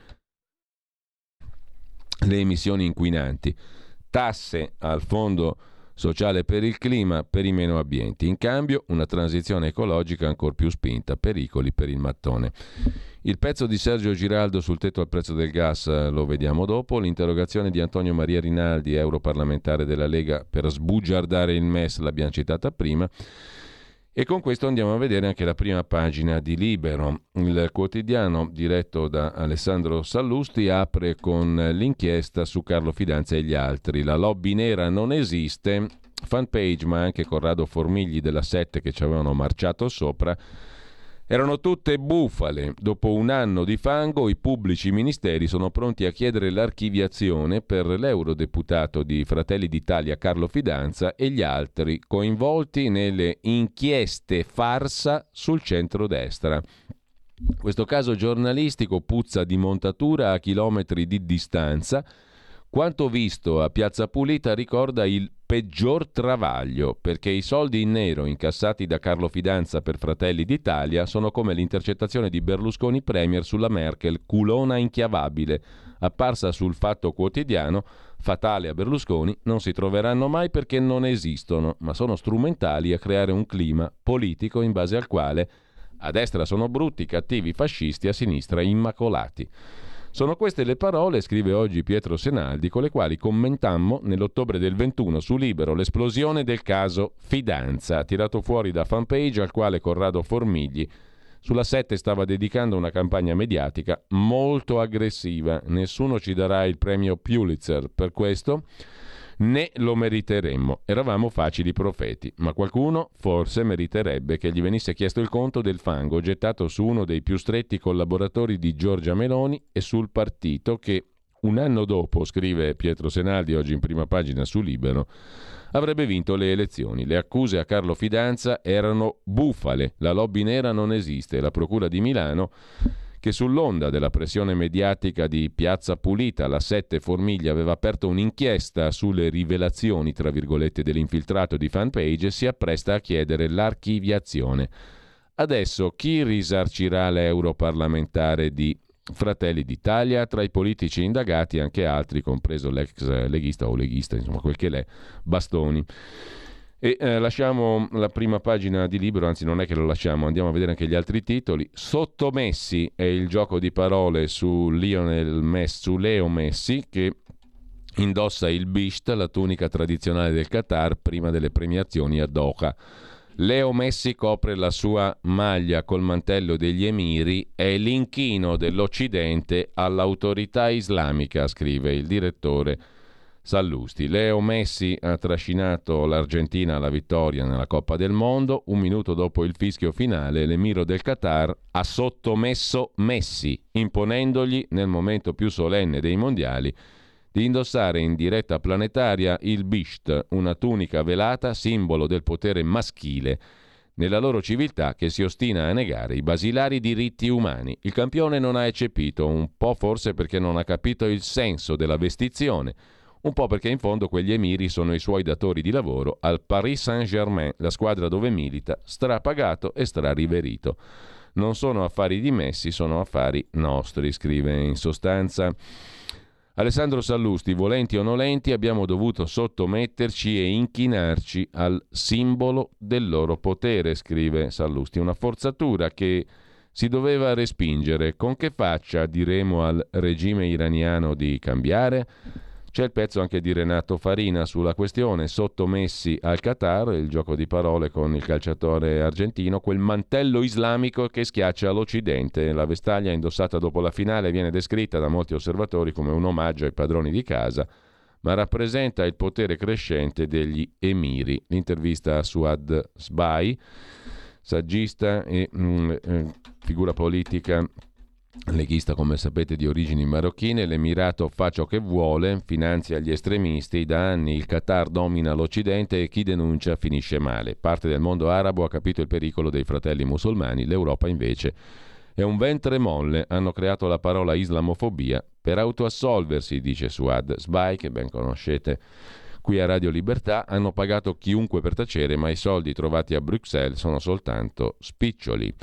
le emissioni inquinanti, tasse al Fondo Sociale per il Clima per i meno abbienti. In cambio, una transizione ecologica ancor più spinta, pericoli per il mattone. Il pezzo di Sergio Giraldo sul tetto al prezzo del gas lo vediamo dopo. L'interrogazione di Antonio Maria Rinaldi, europarlamentare della Lega, per sbugiardare il MES, l'abbiamo citata prima. E con questo andiamo a vedere anche la prima pagina di Libero. Il quotidiano, diretto da Alessandro Sallusti, apre con l'inchiesta su Carlo Fidanza e gli altri. La lobby nera non esiste. Fanpage, ma anche Corrado Formigli della Sette, che ci avevano marciato sopra, erano tutte bufale. Dopo un anno di fango, i pubblici ministeri sono pronti a chiedere l'archiviazione per l'eurodeputato di Fratelli d'Italia Carlo Fidanza e gli altri coinvolti nelle inchieste farsa sul centrodestra. Questo caso giornalistico puzza di montatura a chilometri di distanza. Quanto visto a Piazza Pulita ricorda il peggior travaglio, perché i soldi in nero incassati da Carlo Fidanza per Fratelli d'Italia sono come l'intercettazione di Berlusconi Premier sulla Merkel, culona inchiavabile, apparsa sul Fatto Quotidiano, fatale a Berlusconi. Non si troveranno mai perché non esistono, ma sono strumentali a creare un clima politico in base al quale a destra sono brutti, cattivi, fascisti, a sinistra immacolati. Sono queste le parole, scrive oggi Pietro Senaldi, con le quali commentammo nell'ottobre del 21 su Libero l'esplosione del caso Fidanza, tirato fuori da Fanpage, al quale Corrado Formigli sulla 7 stava dedicando una campagna mediatica molto aggressiva. Nessuno ci darà il premio Pulitzer per questo, né lo meriteremmo. Eravamo facili profeti, ma qualcuno forse meriterebbe che gli venisse chiesto il conto del fango gettato su uno dei più stretti collaboratori di Giorgia Meloni e sul partito che un anno dopo, scrive Pietro Senaldi oggi in prima pagina su Libero, avrebbe vinto le elezioni. Le accuse a Carlo Fidanza erano bufale, la lobby nera non esiste. La Procura di Milano, che sull'onda della pressione mediatica di Piazza Pulita, la 7 Formiglia aveva aperto un'inchiesta sulle rivelazioni, tra virgolette, dell'infiltrato di Fanpage, si appresta a chiedere l'archiviazione. Adesso chi risarcirà l'europarlamentare di Fratelli d'Italia? Tra i politici indagati anche altri, compreso l'ex leghista o leghista, insomma quel che l'è, Bastoni. E lasciamo la prima pagina di Libero, anzi non è che lo lasciamo, andiamo a vedere anche gli altri titoli. Sottomessi è il gioco di parole su Leo Messi, che indossa il bisht, la tunica tradizionale del Qatar, prima delle premiazioni a Doha. Leo Messi copre la sua maglia col mantello degli emiri, è l'inchino dell'Occidente all'autorità islamica, scrive il direttore Sallusti. Leo Messi ha trascinato l'Argentina alla vittoria nella Coppa del Mondo. Un minuto dopo il fischio finale, l'emiro del Qatar ha sottomesso Messi, imponendogli, nel momento più solenne dei mondiali, di indossare in diretta planetaria il bisht, una tunica velata, simbolo del potere maschile nella loro civiltà, che si ostina a negare i basilari diritti umani. Il campione non ha eccepito, un po' forse perché non ha capito il senso della vestizione, un po' perché in fondo quegli emiri sono i suoi datori di lavoro al Paris Saint-Germain, la squadra dove milita, strapagato e strariverito. Non sono affari di Messi, sono affari nostri, scrive in sostanza Alessandro Sallusti. Volenti o nolenti abbiamo dovuto sottometterci e inchinarci al simbolo del loro potere, scrive Sallusti. Una forzatura che si doveva respingere. Con che faccia diremo al regime iraniano di cambiare? C'è il pezzo anche di Renato Farina sulla questione. Sottomessi al Qatar, il gioco di parole con il calciatore argentino, quel mantello islamico che schiaccia l'Occidente. La vestaglia indossata dopo la finale viene descritta da molti osservatori come un omaggio ai padroni di casa, ma rappresenta il potere crescente degli emiri. L'intervista a Suad Sbai, saggista e figura politica leghista, come sapete, di origini marocchine. L'Emirato fa ciò che vuole, finanzia gli estremisti. Da anni il Qatar domina l'Occidente e chi denuncia finisce male. Parte del mondo arabo ha capito il pericolo dei fratelli musulmani, l'Europa invece è un ventre molle. Hanno creato la parola islamofobia per autoassolversi, dice Suad Sbai, che ben conoscete qui a Radio Libertà. Hanno pagato chiunque per tacere, ma i soldi trovati a Bruxelles sono soltanto spiccioli.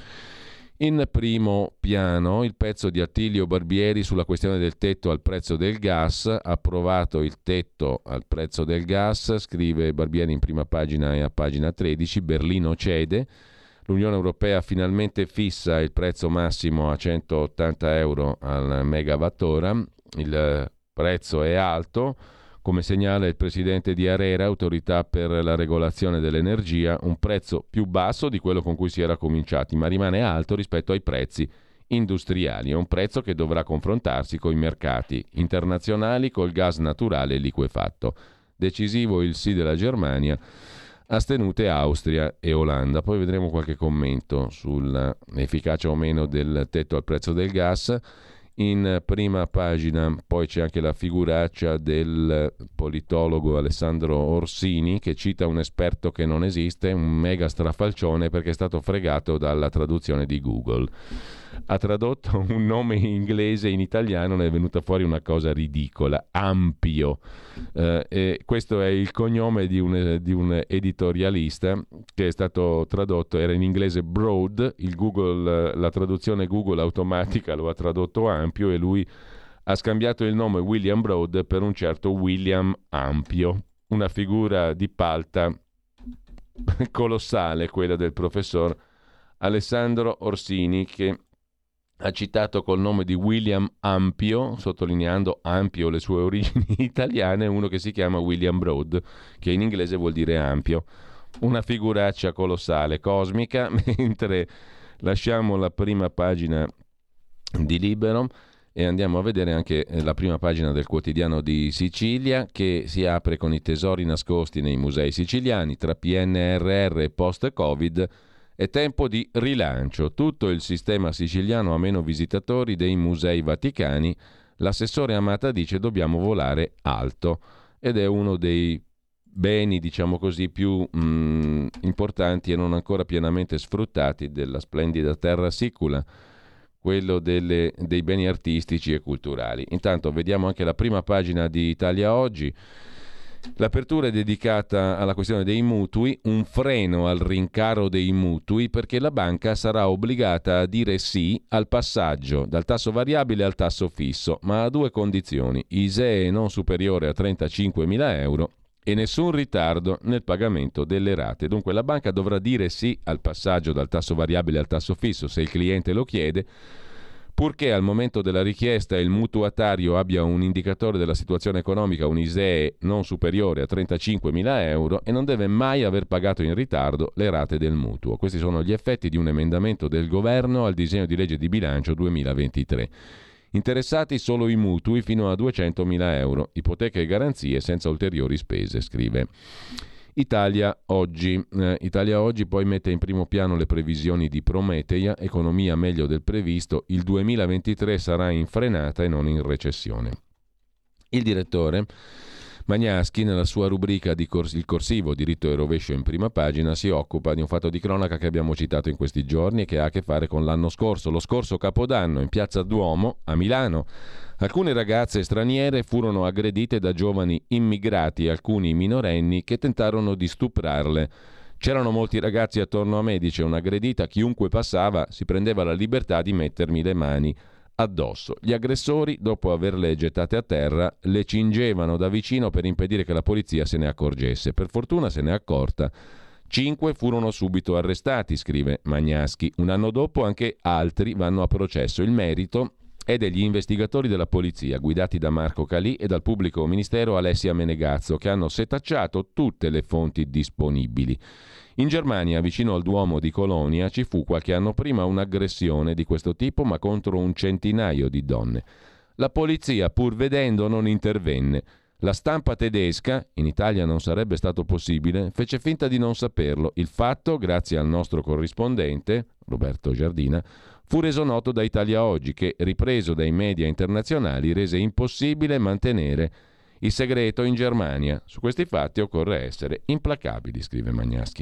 In primo piano il pezzo di Attilio Barbieri sulla questione del tetto al prezzo del gas. Approvato il tetto al prezzo del gas, scrive Barbieri in prima pagina e a pagina 13. Berlino cede, l'Unione Europea finalmente fissa il prezzo massimo a 180 euro al megawattora. Il prezzo è alto, come segnala il presidente di ARERA, Autorità per la regolazione dell'energia, un prezzo più basso di quello con cui si era cominciati, ma rimane alto rispetto ai prezzi industriali. È un prezzo che dovrà confrontarsi con i mercati internazionali col gas naturale liquefatto. Decisivo il sì della Germania, astenute Austria e Olanda. Poi vedremo qualche commento sull'efficacia o meno del tetto al prezzo del gas. In prima pagina poi c'è anche la figuraccia del politologo Alessandro Orsini, che cita un esperto che non esiste, un mega strafalcione perché è stato fregato dalla traduzione di Google. Ha tradotto un nome inglese in italiano, ne è venuta fuori una cosa ridicola, Ampio. E questo è il cognome di un editorialista che è stato tradotto, era in inglese Broad, la traduzione Google automatica lo ha tradotto Ampio, e lui ha scambiato il nome William Broad per un certo William Ampio. Una figura di palta colossale quella del professor Alessandro Orsini, che ha citato col nome di William Ampio, sottolineando ampio le sue origini italiane, uno che si chiama William Broad, che in inglese vuol dire ampio. Una figuraccia colossale, cosmica, mentre lasciamo la prima pagina di Libero e andiamo a vedere anche la prima pagina del Quotidiano di Sicilia, che si apre con i tesori nascosti nei musei siciliani. Tra PNRR e post-Covid è tempo di rilancio. Tutto il sistema siciliano ha meno visitatori dei musei vaticani. L'assessore Amata dice dobbiamo volare alto, ed è uno dei beni, diciamo così, più importanti e non ancora pienamente sfruttati della splendida terra sicula, quello dei beni artistici e culturali. Intanto vediamo anche la prima pagina di Italia Oggi. L'apertura è dedicata alla questione dei mutui, un freno al rincaro dei mutui perché la banca sarà obbligata a dire sì al passaggio dal tasso variabile al tasso fisso, ma a due condizioni: ISEE non superiore a 35.000 euro e nessun ritardo nel pagamento delle rate. Dunque la banca dovrà dire sì al passaggio dal tasso variabile al tasso fisso se il cliente lo chiede, purché al momento della richiesta il mutuatario abbia un indicatore della situazione economica, un ISEE non superiore a 35.000 euro e non deve mai aver pagato in ritardo le rate del mutuo. Questi sono gli effetti di un emendamento del governo al disegno di legge di bilancio 2023. Interessati solo i mutui fino a 200.000 euro, ipoteche e garanzie senza ulteriori spese, scrive Italia Oggi. Italia Oggi poi mette in primo piano le previsioni di Prometeia, economia meglio del previsto, il 2023 sarà in frenata e non in recessione. Il direttore Magnaschi, nella sua rubrica di Il Corsivo, diritto e rovescio in prima pagina, si occupa di un fatto di cronaca che abbiamo citato in questi giorni e che ha a che fare con l'anno scorso. Lo scorso Capodanno in Piazza Duomo a Milano alcune ragazze straniere furono aggredite da giovani immigrati, alcuni minorenni, che tentarono di stuprarle. C'erano molti ragazzi attorno a me, dice un'aggredita, chiunque passava si prendeva la libertà di mettermi le mani addosso. Gli aggressori, dopo averle gettate a terra, le cingevano da vicino per impedire che la polizia se ne accorgesse. Per fortuna se ne è accorta. 5 furono subito arrestati, scrive Magnaschi. Un anno dopo anche altri vanno a processo. Il merito è degli investigatori della polizia, guidati da Marco Calì e dal pubblico ministero Alessia Menegazzo, che hanno setacciato tutte le fonti disponibili. In Germania, vicino al Duomo di Colonia, ci fu qualche anno prima un'aggressione di questo tipo, ma contro un centinaio di donne. La polizia, pur vedendo, non intervenne. La stampa tedesca, in Italia non sarebbe stato possibile, fece finta di non saperlo. Il fatto, grazie al nostro corrispondente, Roberto Giardina, fu reso noto da Italia Oggi, che, ripreso dai media internazionali, rese impossibile mantenere il segreto in Germania. Su questi fatti occorre essere implacabili, scrive Magnaschi.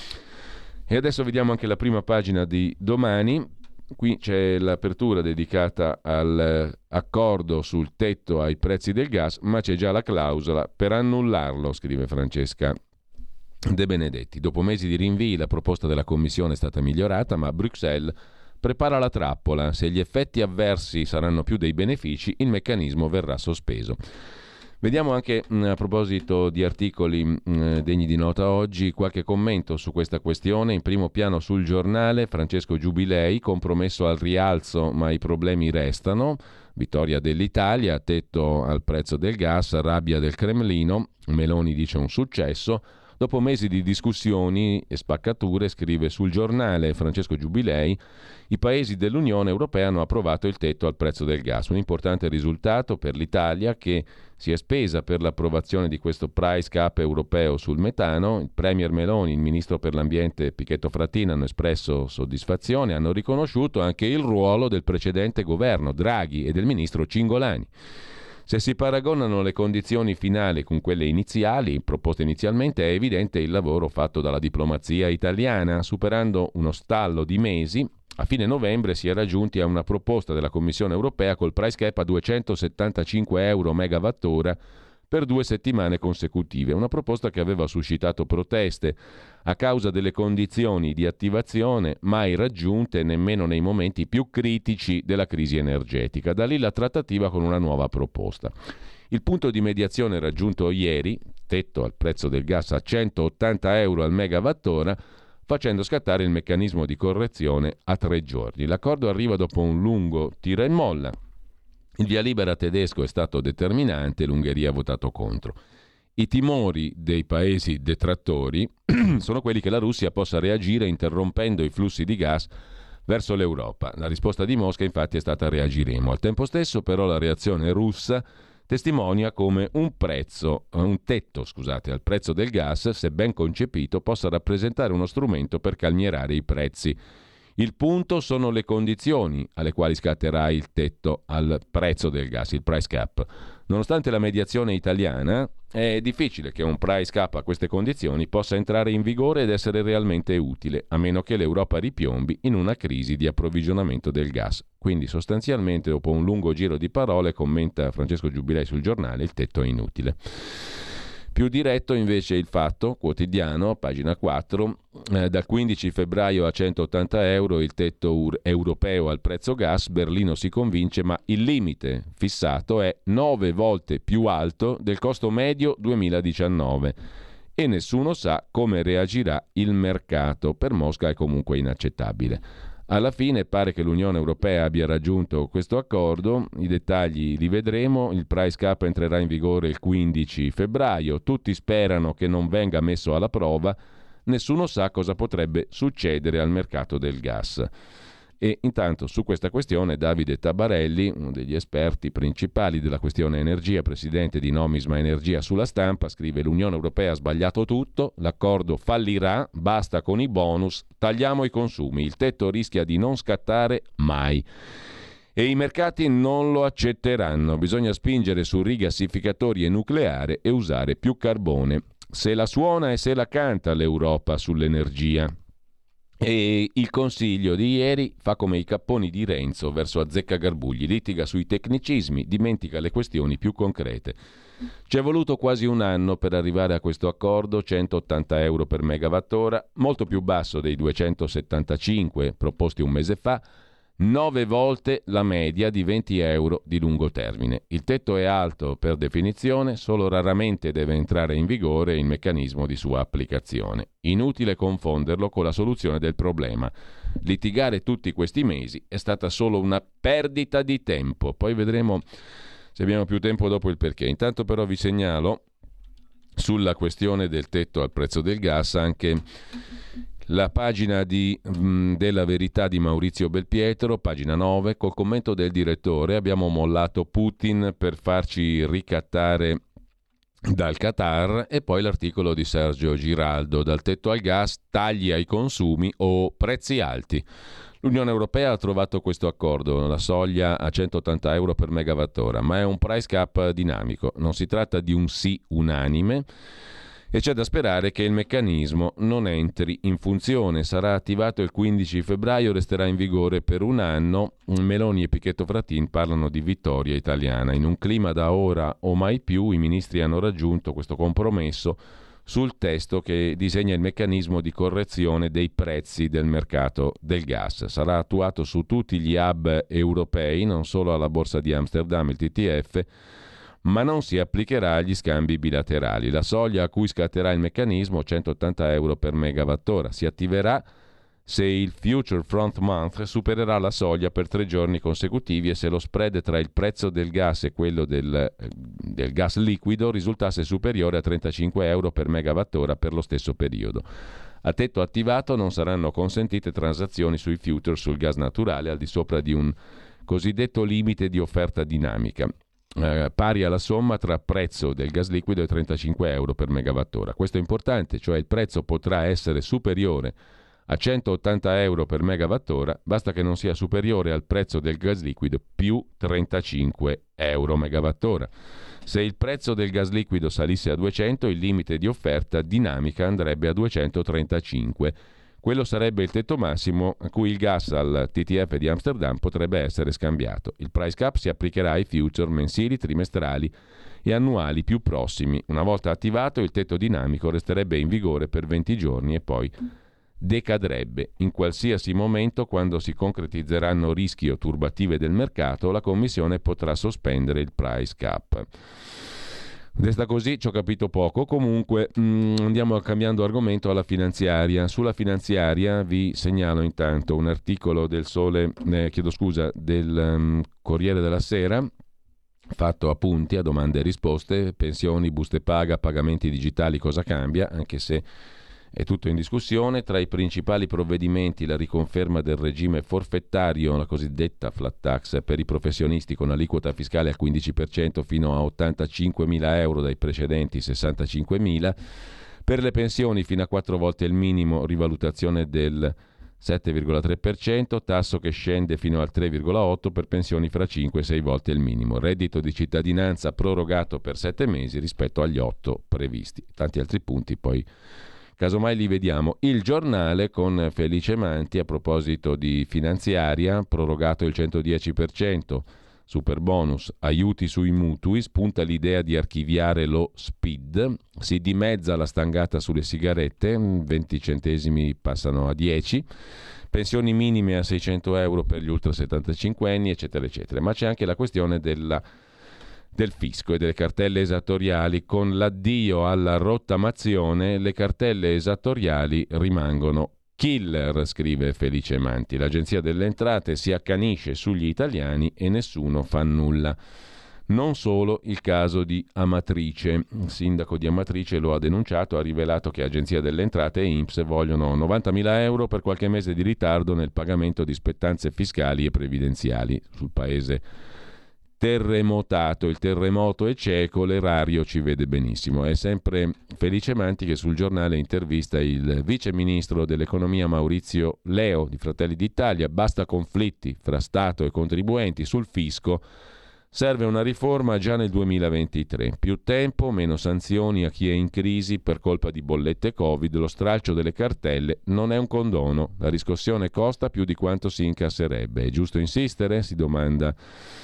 E adesso vediamo anche la prima pagina di Domani. Qui c'è l'apertura dedicata all'accordo sul tetto ai prezzi del gas, ma c'è già la clausola per annullarlo, scrive Francesca De Benedetti. Dopo mesi di rinvii la proposta della Commissione è stata migliorata, ma Bruxelles prepara la trappola. Se gli effetti avversi saranno più dei benefici, il meccanismo verrà sospeso. Vediamo anche, a proposito di articoli degni di nota oggi, qualche commento su questa questione. In primo piano sul Giornale, Francesco Giubilei, compromesso al rialzo ma i problemi restano. Vittoria dell'Italia, tetto al prezzo del gas, rabbia del Cremlino, Meloni dice un successo. Dopo mesi di discussioni e spaccature, scrive sul Giornale Francesco Giubilei, i paesi dell'Unione Europea hanno approvato il tetto al prezzo del gas, un importante risultato per l'Italia che si è spesa per l'approvazione di questo price cap europeo sul metano. Il Premier Meloni, il Ministro per l'Ambiente Pichetto Fratin hanno espresso soddisfazione, hanno riconosciuto anche il ruolo del precedente governo Draghi e del Ministro Cingolani. Se si paragonano le condizioni finali con quelle iniziali, proposte inizialmente, è evidente il lavoro fatto dalla diplomazia italiana. Superando uno stallo di mesi, a fine novembre si era giunti a una proposta della Commissione europea col price cap a 275 euro megawattora per 2 settimane consecutive, una proposta che aveva suscitato proteste a causa delle condizioni di attivazione mai raggiunte nemmeno nei momenti più critici della crisi energetica. Da lì la trattativa con una nuova proposta. Il punto di mediazione raggiunto ieri, tetto al prezzo del gas a 180 euro al megawattora, facendo scattare il meccanismo di correzione a 3 giorni. L'accordo arriva dopo un lungo tira e molla. Il via libera tedesco è stato determinante, l'Ungheria ha votato contro. I timori dei paesi detrattori sono quelli che la Russia possa reagire interrompendo i flussi di gas verso l'Europa. La risposta di Mosca infatti è stata reagiremo. Al tempo stesso però la reazione russa testimonia come un tetto al prezzo del gas, se ben concepito, possa rappresentare uno strumento per calmierare i prezzi. Il punto sono le condizioni alle quali scatterà il tetto al prezzo del gas, il price cap. Nonostante la mediazione italiana, è difficile che un price cap a queste condizioni possa entrare in vigore ed essere realmente utile, a meno che l'Europa ripiombi in una crisi di approvvigionamento del gas. Quindi sostanzialmente, dopo un lungo giro di parole, commenta Francesco Giubilei sul Giornale, il tetto è inutile. Più diretto invece il Fatto Quotidiano, pagina 4, dal 15 febbraio a 180 euro il tetto europeo al prezzo gas, Berlino si convince, ma il limite fissato è 9 volte più alto del costo medio 2019 e nessuno sa come reagirà il mercato. Per Mosca è comunque inaccettabile. Alla fine pare che l'Unione Europea abbia raggiunto questo accordo, i dettagli li vedremo, il price cap entrerà in vigore il 15 febbraio, tutti sperano che non venga messo alla prova, nessuno sa cosa potrebbe succedere al mercato del gas. E intanto su questa questione Davide Tabarelli, uno degli esperti principali della questione energia, presidente di Nomisma Energia sulla Stampa, scrive: l'Unione Europea ha sbagliato tutto, l'accordo fallirà, basta con i bonus, tagliamo i consumi, il tetto rischia di non scattare mai. E i mercati non lo accetteranno, bisogna spingere su rigassificatori e nucleare e usare più carbone. Se la suona e se la canta l'Europa sull'energia. E il Consiglio di ieri fa come i capponi di Renzo verso Azzeccagarbugli, litiga sui tecnicismi, dimentica le questioni più concrete. Ci è voluto quasi un anno per arrivare a questo accordo, 180 euro per megawattora, molto più basso dei 275 proposti un mese fa, 9 volte la media di 20 euro di lungo termine. Il tetto è alto per definizione, solo raramente deve entrare in vigore il meccanismo di sua applicazione. Inutile confonderlo con la soluzione del problema. Litigare tutti questi mesi è stata solo una perdita di tempo. Poi vedremo se abbiamo più tempo dopo il perché. Intanto però vi segnalo sulla questione del tetto al prezzo del gas anche la pagina della Verità di Maurizio Belpietro, pagina 9, col commento del direttore: abbiamo mollato Putin per farci ricattare dal Qatar, e poi l'articolo di Sergio Giraldo, dal tetto al gas, tagli ai consumi o prezzi alti. L'Unione Europea ha trovato questo accordo, la soglia a 180 euro per megawattora, ma è un price cap dinamico, non si tratta di un sì unanime. E c'è da sperare che il meccanismo non entri in funzione. Sarà attivato il 15 febbraio, resterà in vigore per un anno. Meloni e Pichetto Fratin parlano di vittoria italiana. In un clima da ora o mai più, i ministri hanno raggiunto questo compromesso sul testo che disegna il meccanismo di correzione dei prezzi del mercato del gas. Sarà attuato su tutti gli hub europei, non solo alla borsa di Amsterdam, il TTF, ma non si applicherà agli scambi bilaterali. La soglia a cui scatterà il meccanismo, 180 euro per megawattora, si attiverà se il Future Front Month supererà la soglia per 3 giorni consecutivi e se lo spread tra il prezzo del gas e quello del gas liquido risultasse superiore a 35 euro per megawattora per lo stesso periodo. A tetto attivato non saranno consentite transazioni sui future sul gas naturale al di sopra di un cosiddetto limite di offerta dinamica, pari alla somma tra prezzo del gas liquido e 35 euro per megawattora. Questo è importante, cioè il prezzo potrà essere superiore a 180 euro per megawattora, basta che non sia superiore al prezzo del gas liquido più 35 euro megawattora. Se il prezzo del gas liquido salisse a 200, il limite di offerta dinamica andrebbe a 235. Quello sarebbe il tetto massimo a cui il gas al TTF di Amsterdam potrebbe essere scambiato. Il price cap si applicherà ai future mensili, trimestrali e annuali più prossimi. Una volta attivato, il tetto dinamico resterebbe in vigore per 20 giorni e poi decadrebbe. In qualsiasi momento, quando si concretizzeranno rischi o turbative del mercato, la Commissione potrà sospendere il price cap. Desta così, ci ho capito poco. Comunque andiamo cambiando argomento alla finanziaria. Sulla finanziaria vi segnalo intanto un articolo del del Corriere della Sera, fatto a punti, a domande e risposte: pensioni, buste paga, pagamenti digitali, cosa cambia? Anche se è tutto in discussione. Tra i principali provvedimenti la riconferma del regime forfettario, la cosiddetta flat tax, per i professionisti con aliquota fiscale al 15% fino a 85.000 euro dai precedenti 65.000. Per le pensioni fino a 4 volte il minimo, rivalutazione del 7,3%, tasso che scende fino al 3,8% per pensioni fra 5 e 6 volte il minimo. Reddito di cittadinanza prorogato per 7 mesi rispetto agli 8 previsti. Tanti altri punti poi casomai li vediamo. Il Giornale con Felice Manti a proposito di finanziaria: prorogato il 110%, super bonus, aiuti sui mutui, spunta l'idea di archiviare lo SPID, si dimezza la stangata sulle sigarette, 20 centesimi passano a 10, pensioni minime a 600 euro per gli ultra 75enni, eccetera eccetera. Ma c'è anche la questione del fisco e delle cartelle esattoriali. Con l'addio alla rottamazione, le cartelle esattoriali rimangono killer, scrive Felice Manti. L'Agenzia delle Entrate si accanisce sugli italiani e nessuno fa nulla. Non solo il caso di Amatrice. Il sindaco di Amatrice lo ha denunciato, ha rivelato che Agenzia delle Entrate e INPS vogliono 90.000 euro per qualche mese di ritardo nel pagamento di spettanze fiscali e previdenziali. Sul paese terremotato, il terremoto è cieco, l'erario ci vede benissimo. È sempre Felice Manti che sul Giornale intervista il vice ministro dell'economia Maurizio Leo di Fratelli d'Italia. Basta conflitti fra Stato e contribuenti sul fisco, serve una riforma già nel 2023. Più tempo, meno sanzioni a chi è in crisi per colpa di bollette Covid, lo stralcio delle cartelle non è un condono, la riscossione costa più di quanto si incasserebbe. È giusto insistere? Si domanda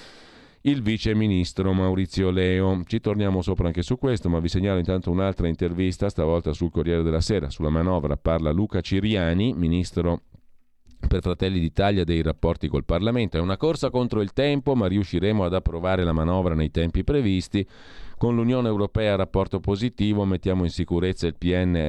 il vice ministro Maurizio Leo. Ci torniamo sopra anche su questo, ma vi segnalo intanto un'altra intervista, stavolta sul Corriere della Sera. Sulla manovra parla Luca Ciriani, ministro per Fratelli d'Italia dei rapporti col Parlamento. È una corsa contro il tempo, ma riusciremo ad approvare la manovra nei tempi previsti. Con l'Unione Europea rapporto positivo, mettiamo in sicurezza il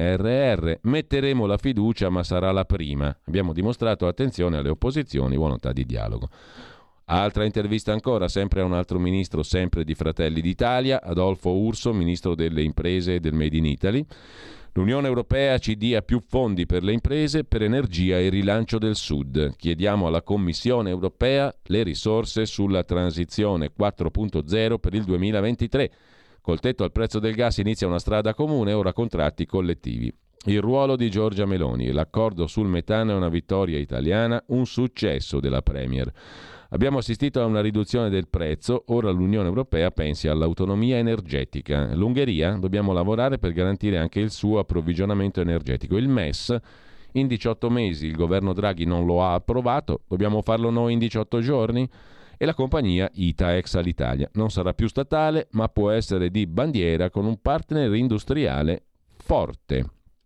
PNRR, metteremo la fiducia, ma sarà la prima. Abbiamo dimostrato attenzione alle opposizioni, volontà di dialogo. Altra intervista ancora, sempre a un altro ministro, sempre di Fratelli d'Italia, Adolfo Urso, ministro delle imprese e del Made in Italy. L'Unione Europea ci dia più fondi per le imprese, per energia e rilancio del Sud. Chiediamo alla Commissione Europea le risorse sulla transizione 4.0 per il 2023. Col tetto al prezzo del gas inizia una strada comune, ora contratti collettivi. Il ruolo di Giorgia Meloni. L'accordo sul metano è una vittoria italiana, un successo della Premier. Abbiamo assistito a una riduzione del prezzo, ora l'Unione Europea pensi all'autonomia energetica. L'Ungheria, dobbiamo lavorare per garantire anche il suo approvvigionamento energetico. Il MES, in 18 mesi il governo Draghi non lo ha approvato, dobbiamo farlo noi in 18 giorni? E la compagnia ITA ex Alitalia non sarà più statale, ma può essere di bandiera con un partner industriale forte.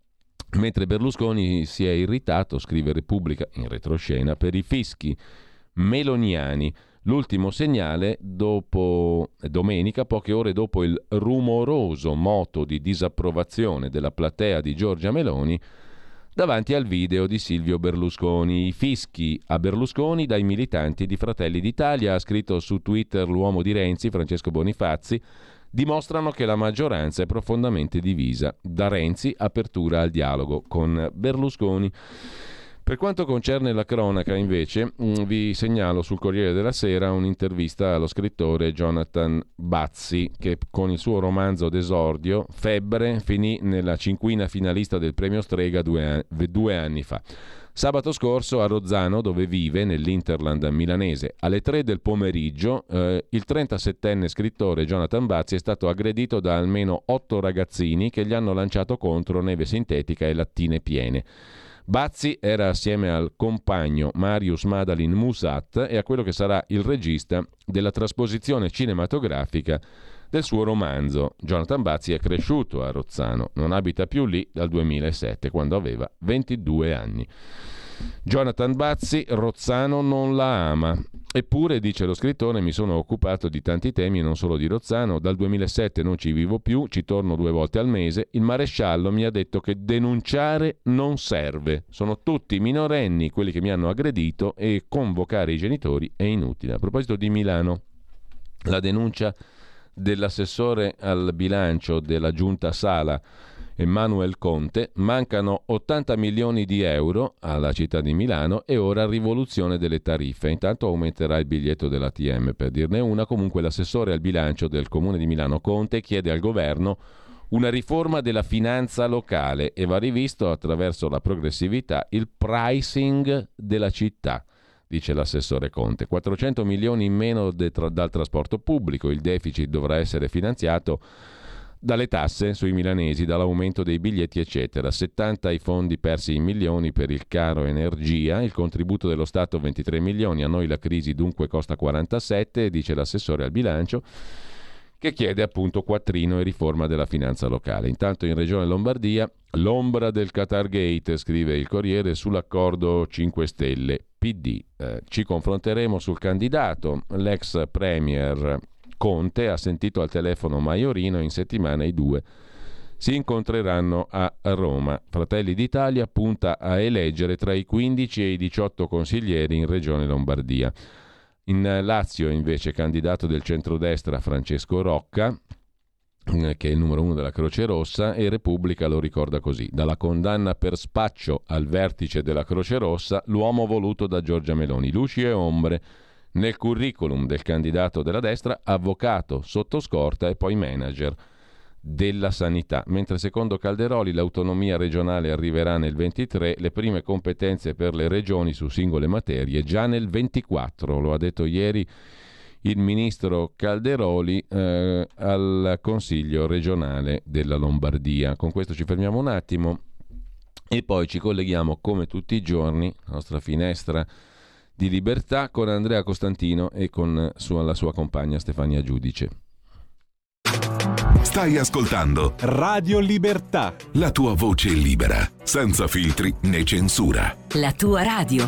Mentre Berlusconi si è irritato, scrive Repubblica in retroscena, per i fischi meloniani. L'ultimo segnale dopo domenica, poche ore dopo il rumoroso moto di disapprovazione della platea di Giorgia Meloni davanti al video di Silvio Berlusconi. I fischi a Berlusconi dai militanti di Fratelli d'Italia, ha scritto su Twitter l'uomo di Renzi, Francesco Bonifazzi, dimostrano che la maggioranza è profondamente divisa. Da Renzi, apertura al dialogo con Berlusconi. Per quanto concerne la cronaca, invece, vi segnalo sul Corriere della Sera un'intervista allo scrittore Jonathan Bazzi, che con il suo romanzo d'esordio, Febbre, finì nella cinquina finalista del premio Strega 2 anni fa. Sabato scorso a Rozzano, dove vive, nell'Interland milanese, alle 3 del pomeriggio, il 37enne scrittore Jonathan Bazzi è stato aggredito da almeno 8 ragazzini che gli hanno lanciato contro neve sintetica e lattine piene. Bazzi era assieme al compagno Marius Madalin Musat e a quello che sarà il regista della trasposizione cinematografica del suo romanzo. Jonathan Bazzi è cresciuto a Rozzano, non abita più lì dal 2007, quando aveva 22 anni. Jonathan Bazzi, Rozzano non la ama. Eppure, dice lo scrittore, mi sono occupato di tanti temi e non solo di Rozzano. Dal 2007 non ci vivo più, ci torno 2 volte al mese. Il maresciallo mi ha detto che denunciare non serve. Sono tutti minorenni quelli che mi hanno aggredito e convocare i genitori è inutile. A proposito di Milano, la denuncia dell'assessore al bilancio della giunta Sala, Emmanuel Conte: mancano 80 milioni di euro alla città di Milano e ora rivoluzione delle tariffe. Intanto aumenterà il biglietto dell'ATM, per dirne una. Comunque l'assessore al bilancio del comune di Milano, Conte, chiede al governo una riforma della finanza locale e va rivisto attraverso la progressività il pricing della città. Dice l'assessore Conte, 400 milioni in meno dal trasporto pubblico, il deficit dovrà essere finanziato dalle tasse sui milanesi, dall'aumento dei biglietti eccetera. 70 i fondi persi in milioni per il caro energia, il contributo dello Stato 23 milioni, a noi la crisi dunque costa 47, dice l'assessore al bilancio, che chiede appunto quattrino e riforma della finanza locale. Intanto in Regione Lombardia l'ombra del Qatargate, scrive il Corriere, sull'accordo 5 Stelle PD. Ci confronteremo sul candidato. L'ex premier Conte ha sentito al telefono Maiorino, in settimana i due si incontreranno a Roma. Fratelli d'Italia punta a eleggere tra i 15 e i 18 consiglieri in Regione Lombardia. In Lazio invece candidato del centrodestra Francesco Rocca, che è il numero 1 della Croce Rossa, e Repubblica lo ricorda così: dalla condanna per spaccio al vertice della Croce Rossa, l'uomo voluto da Giorgia Meloni, luci e ombre nel curriculum del candidato della destra, avvocato sotto scorta e poi manager della sanità. Mentre secondo Calderoli l'autonomia regionale arriverà nel 23, le prime competenze per le regioni su singole materie già nel 24, lo ha detto ieri il ministro Calderoli al Consiglio regionale della Lombardia. Con questo ci fermiamo un attimo e poi ci colleghiamo come tutti i giorni, la nostra finestra di libertà, con Andrea Costantino e con la sua compagna Stefania Giudice. Stai ascoltando Radio Libertà, la tua voce libera, senza filtri né censura. La tua radio.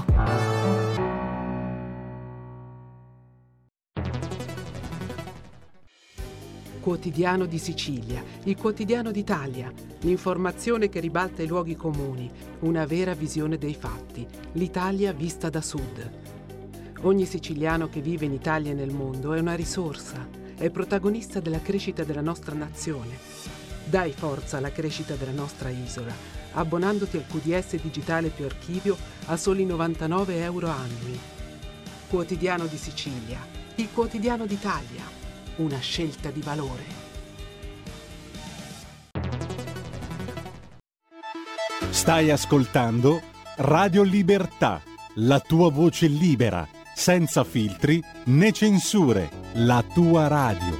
Quotidiano di Sicilia, il quotidiano d'Italia, l'informazione che ribalta i luoghi comuni, una vera visione dei fatti, l'Italia vista da sud. Ogni siciliano che vive in Italia e nel mondo è una risorsa, è protagonista della crescita della nostra nazione. Dai forza alla crescita della nostra isola, abbonandoti al QDS digitale più archivio a soli 99 euro annui. Quotidiano di Sicilia, il quotidiano d'Italia. Una scelta di valore. Stai ascoltando Radio Libertà, la tua voce libera, senza filtri né censure, la tua radio.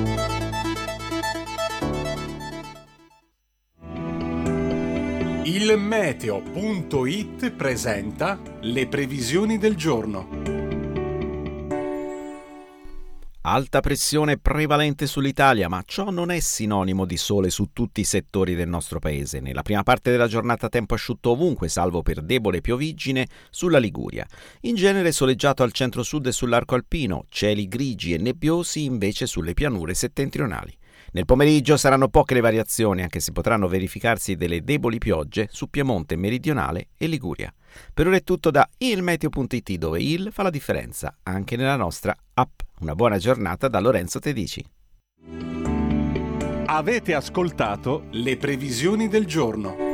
Il meteo.it presenta le previsioni del giorno. Alta pressione prevalente sull'Italia, ma ciò non è sinonimo di sole su tutti i settori del nostro paese. Nella prima parte della giornata tempo asciutto ovunque, salvo per debole pioviggine sulla Liguria. In genere soleggiato al centro-sud e sull'arco alpino, cieli grigi e nebbiosi invece sulle pianure settentrionali. Nel pomeriggio saranno poche le variazioni, anche se potranno verificarsi delle deboli piogge su Piemonte meridionale e Liguria. Per ora è tutto da ilmeteo.it, dove il fa la differenza anche nella nostra app. Una buona giornata da Lorenzo Tedici. Avete ascoltato le previsioni del giorno.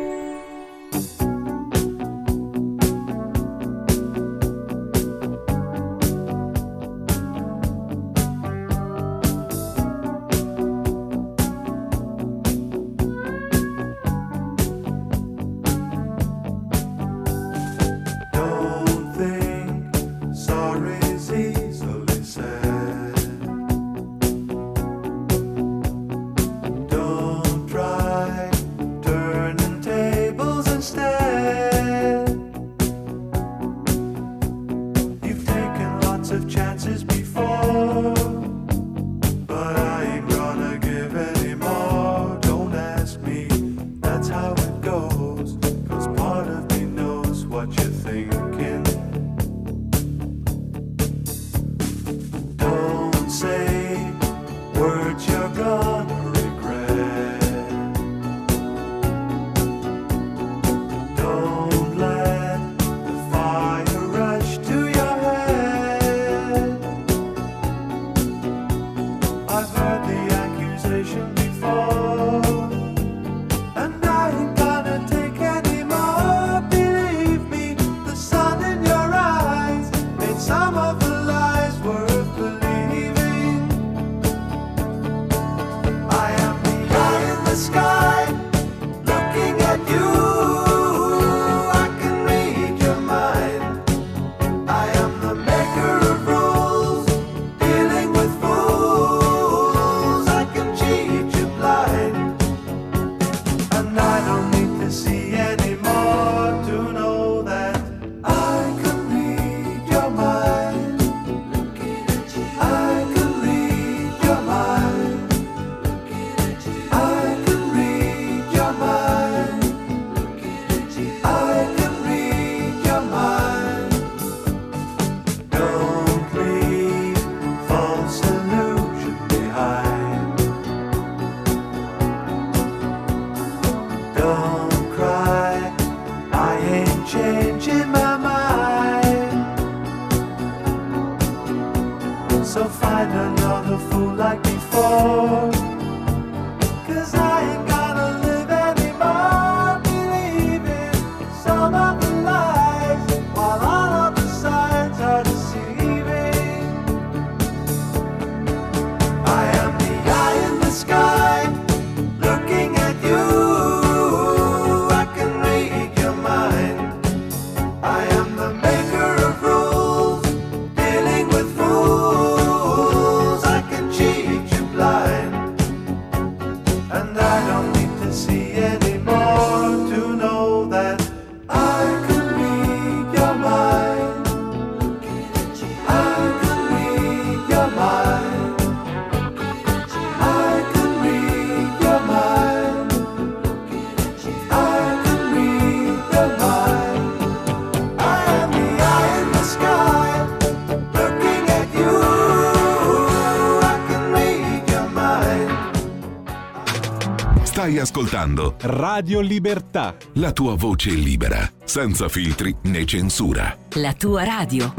Stai ascoltando Radio Libertà. la tua voce libera, senza filtri né censura. La tua radio.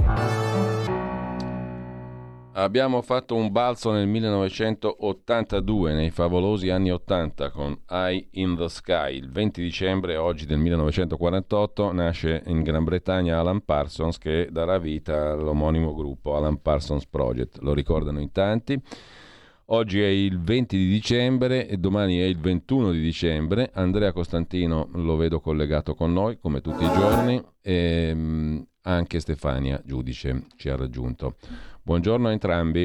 Abbiamo fatto un balzo nel 1982, nei favolosi anni 80, con Eye in the Sky. Il 20 dicembre oggi del 1948 nasce in Gran Bretagna Alan Parsons, che darà vita all'omonimo gruppo Alan Parsons Project. Lo ricordano in tanti. Oggi è il 20 di dicembre e domani è il 21 di dicembre. Andrea Costantino lo vedo collegato con noi, come tutti i giorni, e anche Stefania Giudice ci ha raggiunto. Buongiorno a entrambi.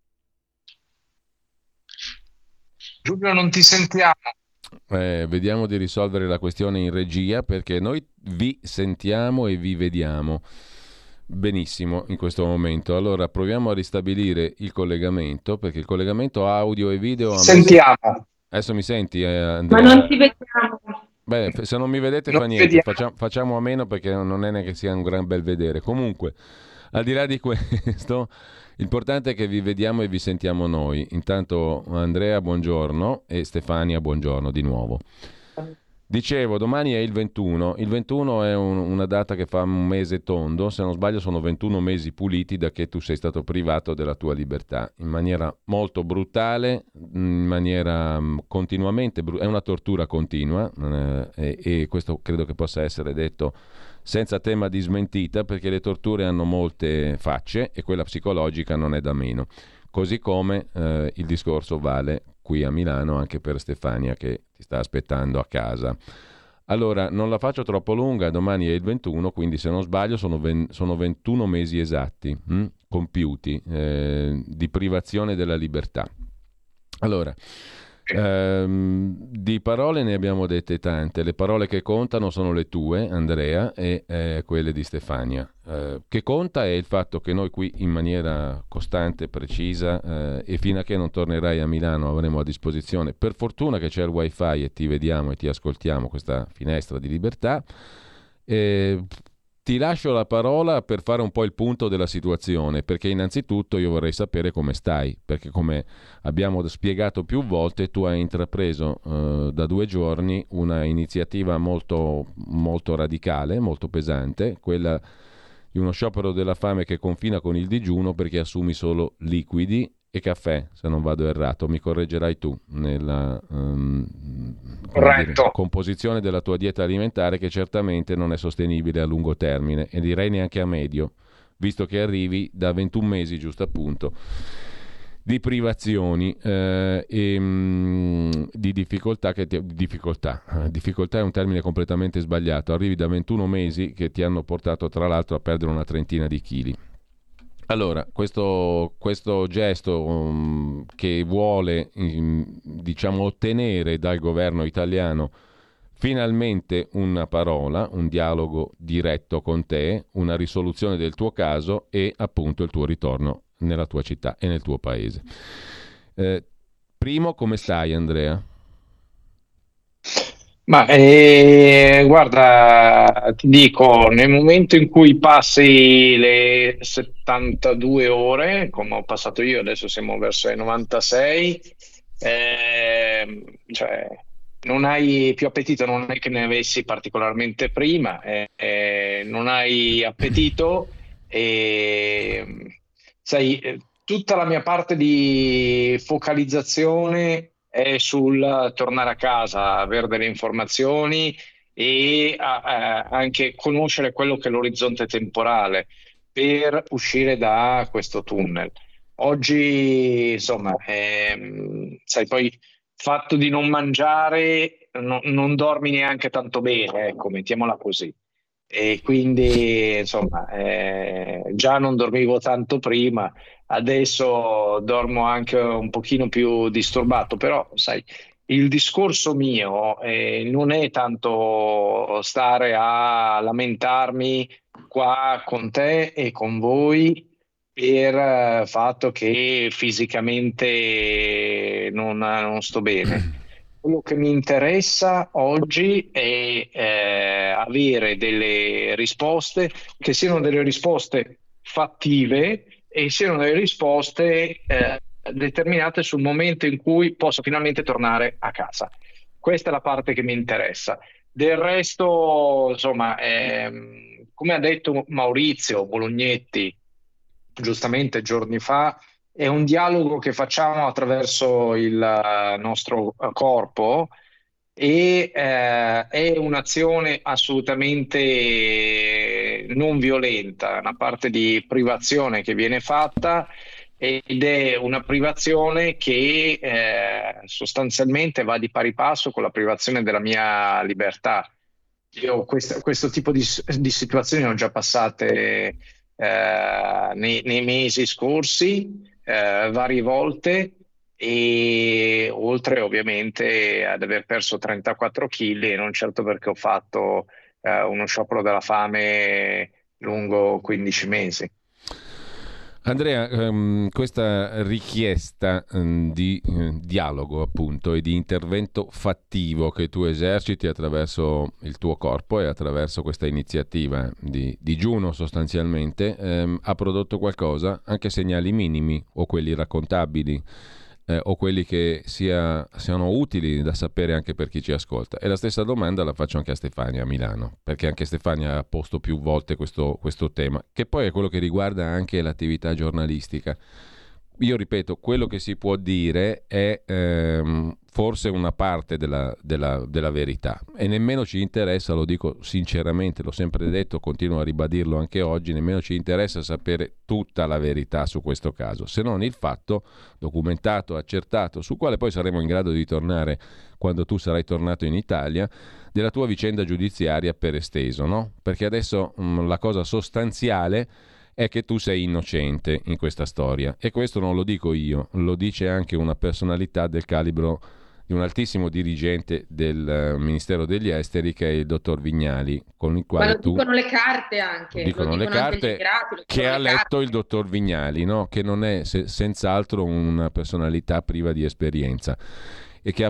Giulio, non ti sentiamo. Vediamo di risolvere la questione in regia, perché noi vi sentiamo e vi vediamo benissimo in questo momento. Allora proviamo a ristabilire il collegamento, perché il collegamento audio e video... Sentiamo. Adesso mi senti, Andrea? Ma non ti vediamo. Beh, se non mi vedete Non fa niente, vediamo. facciamo a meno, perché non è neanche che sia un gran bel vedere. Comunque, al di là di questo, l'importante è che vi vediamo e vi sentiamo noi. Intanto Andrea, buongiorno, e Stefania, buongiorno di nuovo. Dicevo, domani è il 21. Il 21 è una data che fa un mese tondo. Se non sbaglio sono 21 mesi puliti da che tu sei stato privato della tua libertà, in maniera molto brutale, in maniera continuamente è una tortura continua, e questo credo che possa essere detto senza tema di smentita, perché le torture hanno molte facce e quella psicologica non è da meno. Così come il discorso vale qui a Milano anche per Stefania, che ti sta aspettando a casa. Allora, non la faccio troppo lunga, domani è il 21, quindi se non sbaglio sono 21 mesi esatti, compiuti, di privazione della libertà. Allora, di parole ne abbiamo dette tante. Le parole che contano sono le tue, Andrea, e quelle di Stefania. Che conta è il fatto che noi qui in maniera costante, precisa, e fino a che non tornerai a Milano avremo a disposizione, per fortuna che c'è il wifi e ti vediamo e ti ascoltiamo, questa finestra di libertà. Ti lascio la parola per fare un po' il punto della situazione, perché innanzitutto io vorrei sapere come stai, perché come abbiamo spiegato più volte tu hai intrapreso da 2 giorni una iniziativa molto, molto radicale, molto pesante, quella di uno sciopero della fame che confina con il digiuno, perché assumi solo liquidi e caffè, se non vado errato. Mi correggerai tu nella composizione della tua dieta alimentare, che certamente non è sostenibile a lungo termine e direi neanche a medio, visto che arrivi da 21 mesi, giusto appunto, di privazioni e di difficoltà. Difficoltà è un termine completamente sbagliato. Arrivi da 21 mesi che ti hanno portato tra l'altro a perdere una trentina di chili. Allora, questo gesto che vuole, diciamo, ottenere dal governo italiano finalmente una parola, un dialogo diretto con te, una risoluzione del tuo caso e appunto il tuo ritorno nella tua città e nel tuo paese. Primo, come stai, Andrea? Ma guarda, ti dico, nel momento in cui passi le 72 ore, come ho passato io, adesso siamo verso i 96, cioè non hai più appetito, non è che ne avessi particolarmente prima, non hai appetito e sai, tutta la mia parte di focalizzazione è sul tornare a casa, avere delle informazioni e anche conoscere quello che è l'orizzonte temporale per uscire da questo tunnel. Oggi, insomma, sai, poi fatto di non mangiare, non dormi neanche tanto bene, ecco, mettiamola così. E quindi, insomma, già non dormivo tanto prima, adesso dormo anche un pochino più disturbato, però sai, il discorso mio non è tanto stare a lamentarmi qua con te e con voi per il fatto che fisicamente non sto bene. Quello che mi interessa oggi è avere delle risposte che siano delle risposte fattive e siano delle risposte determinate sul momento in cui posso finalmente tornare a casa. questa è la parte che mi interessa. Del resto, insomma, come ha detto Maurizio Bolognetti giustamente giorni fa, è un dialogo che facciamo attraverso il nostro corpo e è un'azione assolutamente non violenta, una parte di privazione che viene fatta ed è una privazione che sostanzialmente va di pari passo con la privazione della mia libertà. Io questo tipo di situazioni ho già passate nei mesi scorsi varie volte e oltre ovviamente ad aver perso 34 kg e non certo perché ho fatto uno sciopero della fame lungo 15 mesi. Andrea, questa richiesta di dialogo appunto e di intervento fattivo che tu eserciti attraverso il tuo corpo e attraverso questa iniziativa di digiuno sostanzialmente ha prodotto qualcosa, anche segnali minimi o quelli raccontabili o quelli che siano utili da sapere anche per chi ci ascolta. E la stessa domanda la faccio anche a Stefania a Milano, perché anche Stefania ha posto più volte questo tema, che poi è quello che riguarda anche l'attività giornalistica. Io ripeto, quello che si può dire è forse una parte della verità e nemmeno ci interessa, lo dico sinceramente, l'ho sempre detto, continuo a ribadirlo anche oggi, nemmeno ci interessa sapere tutta la verità su questo caso, se non il fatto documentato, accertato, sul quale poi saremo in grado di tornare quando tu sarai tornato in Italia, della tua vicenda giudiziaria per esteso, no? Perché adesso la cosa sostanziale è che tu sei innocente in questa storia e questo non lo dico io, lo dice anche una personalità del calibro di un altissimo dirigente del Ministero degli Esteri che è il dottor Vignali, con il quale Ma lo dicono le carte anche, lo dicono le anche gli carte emigrati, lo che dicono ha le letto carte. il dottor Vignali, no? Che non è senz'altro una personalità priva di esperienza e che ha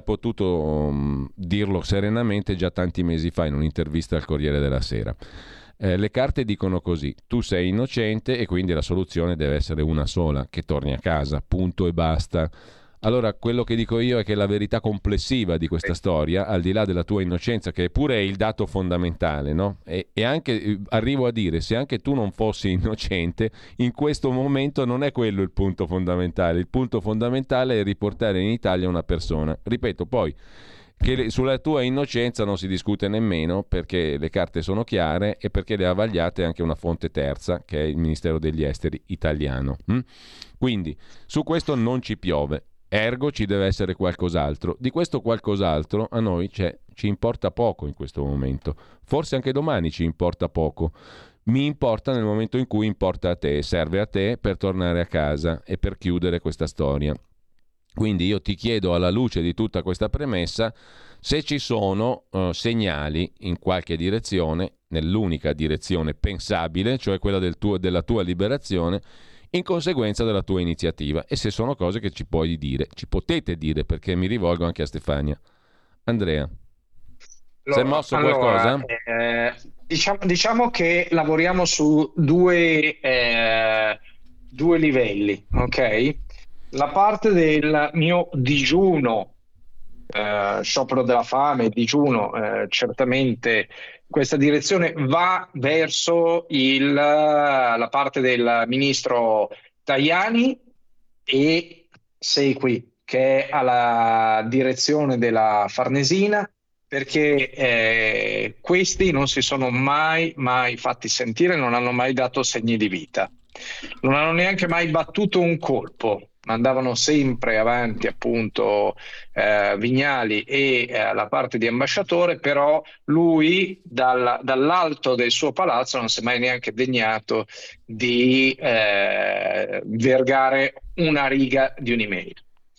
potuto dirlo serenamente già tanti mesi fa in un'intervista al Corriere della Sera. Le carte dicono così: tu sei innocente e quindi la soluzione deve essere una sola, che torni a casa, punto e basta. Allora, quello che dico io è che la verità complessiva di questa storia, al di là della tua innocenza, che pure è il dato fondamentale, no? E anche, arrivo a dire, se anche tu non fossi innocente, in questo momento non è quello il punto fondamentale. Il punto fondamentale è riportare in Italia una persona. Ripeto, poi, che sulla tua innocenza non si discute nemmeno perché le carte sono chiare e perché le ha vagliate anche una fonte terza, che è il Ministero degli Esteri italiano. Quindi, su questo non ci piove. Ergo ci deve essere qualcos'altro. Di questo qualcos'altro a noi ci importa poco in questo momento. Forse anche domani ci importa poco. Mi importa nel momento in cui importa a te, serve a te per tornare a casa e per chiudere questa storia. Quindi io ti chiedo, alla luce di tutta questa premessa, se ci sono segnali in qualche direzione, nell'unica direzione pensabile, cioè quella della tua liberazione, in conseguenza della tua iniziativa, e se sono cose che ci puoi dire, ci potete dire, perché mi rivolgo anche a Stefania. Andrea, si è mosso qualcosa? Diciamo che lavoriamo su due livelli, ok? La parte del mio digiuno, sciopero della fame, digiuno, certamente questa direzione va verso la parte del ministro Tajani e Segui, che è alla direzione della Farnesina, perché questi non si sono mai fatti sentire, non hanno mai dato segni di vita, non hanno neanche mai battuto un colpo. Andavano sempre avanti appunto Vignali e la parte di ambasciatore, però lui dall'alto del suo palazzo non si è mai neanche degnato di vergare una riga di un'email.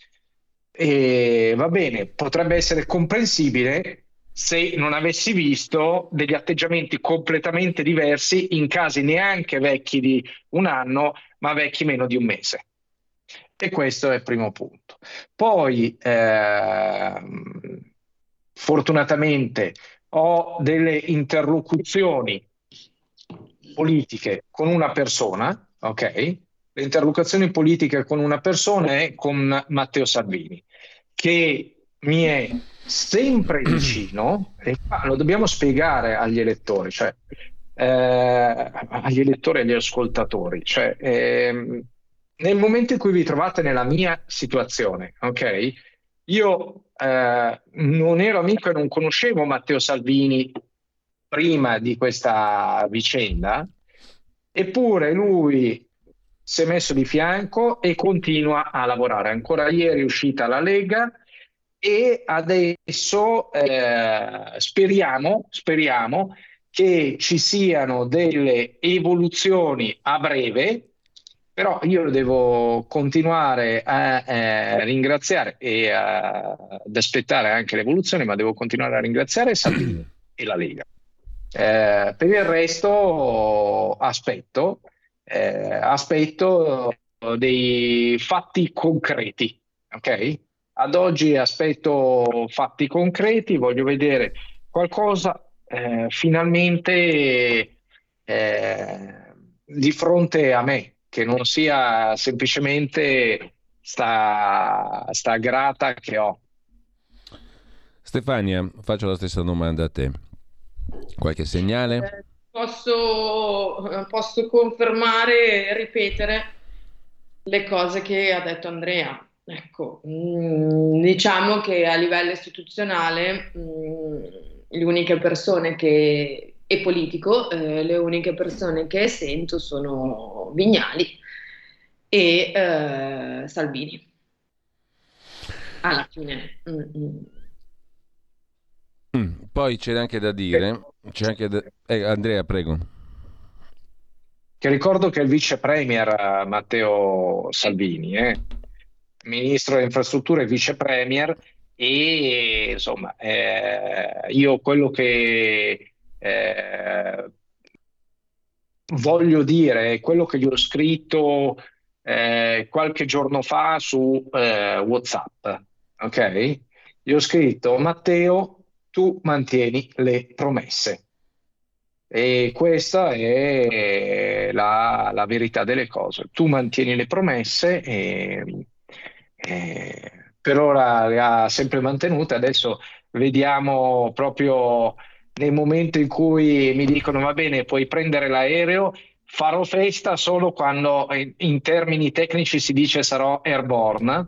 E va bene, potrebbe essere comprensibile se non avessi visto degli atteggiamenti completamente diversi in casi neanche vecchi di un anno, ma vecchi meno di un mese. E questo è il primo punto. Poi, fortunatamente, ho delle interlocuzioni politiche con una persona, ok? Le interlocuzioni politiche con una persona è con Matteo Salvini, che mi è sempre vicino, e lo dobbiamo spiegare agli elettori, cioè agli elettori e agli ascoltatori, cioè nel momento in cui vi trovate nella mia situazione, ok? Io non ero amico e non conoscevo Matteo Salvini prima di questa vicenda, eppure lui si è messo di fianco e continua a lavorare. Ancora ieri è uscita la Lega e adesso speriamo che ci siano delle evoluzioni a breve, però io devo continuare a ringraziare e ad aspettare anche l'evoluzione, ma devo continuare a ringraziare Salvini e la Lega. Per il resto aspetto dei fatti concreti, ok? Ad oggi aspetto fatti concreti, voglio vedere qualcosa finalmente di fronte a me, che non sia semplicemente sta grata che ho. Stefania, faccio la stessa domanda a te. Qualche segnale? Posso confermare e ripetere le cose che ha detto Andrea. Ecco, diciamo che a livello istituzionale, le uniche persone e politico, le uniche persone che sento sono Vignali e Salvini. Alla fine. Poi c'è anche da dire, Andrea, prego. Che ricordo che il vice premier Matteo Salvini, ministro delle infrastrutture e vice premier, e insomma io quello che voglio dire è quello che gli ho scritto qualche giorno fa su WhatsApp, ok? Gli ho scritto: Matteo, tu mantieni le promesse. E questa è la verità delle cose. Tu mantieni le promesse e per ora le ha sempre mantenute. Adesso vediamo proprio nel momento in cui mi dicono: va bene, puoi prendere l'aereo, farò festa solo quando in termini tecnici si dice sarò airborne,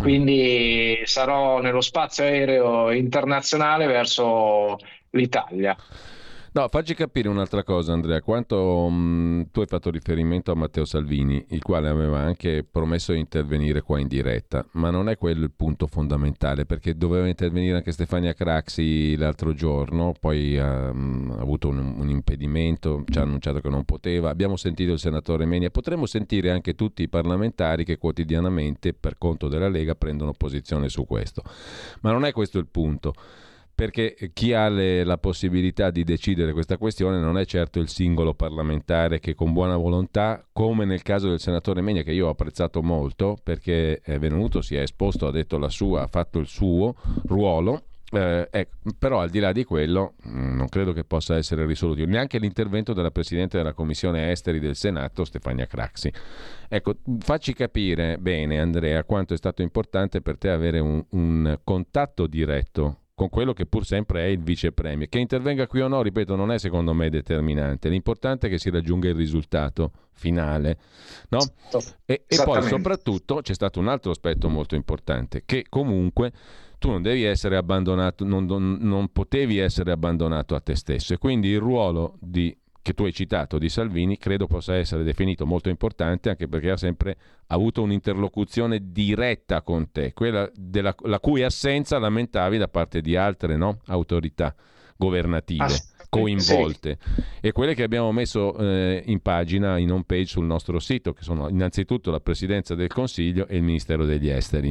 quindi sarò nello spazio aereo internazionale verso l'Italia. No, facci capire un'altra cosa, Andrea. Quanto tu hai fatto riferimento a Matteo Salvini, il quale aveva anche promesso di intervenire qua in diretta, ma non è quello il punto fondamentale, perché doveva intervenire anche Stefania Craxi l'altro giorno, poi ha avuto un impedimento, ci ha annunciato che non poteva. Abbiamo sentito il senatore Menia, potremmo sentire anche tutti i parlamentari che quotidianamente, per conto della Lega, prendono posizione su questo. Ma non è questo il punto. Perché chi ha la possibilità di decidere questa questione non è certo il singolo parlamentare che con buona volontà, come nel caso del senatore Menia, che io ho apprezzato molto perché è venuto, si è esposto, ha detto la sua, ha fatto il suo ruolo, però al di là di quello non credo che possa essere risolutivo neanche l'intervento della Presidente della Commissione Esteri del Senato, Stefania Craxi. Ecco, facci capire bene, Andrea, quanto è stato importante per te avere un contatto diretto con quello che pur sempre è il vice premier. Che intervenga qui o no, ripeto, non è secondo me determinante. L'importante è che si raggiunga il risultato finale, no? E poi soprattutto c'è stato un altro aspetto molto importante, che comunque tu non devi essere abbandonato, non potevi essere abbandonato a te stesso, e quindi il ruolo che tu hai citato di Salvini credo possa essere definito molto importante, anche perché ha sempre avuto un'interlocuzione diretta con te, quella la cui assenza lamentavi da parte di altre, no? Autorità governative coinvolte, sì. E quelle che abbiamo messo in pagina, in home page sul nostro sito, che sono innanzitutto la Presidenza del Consiglio e il Ministero degli Esteri.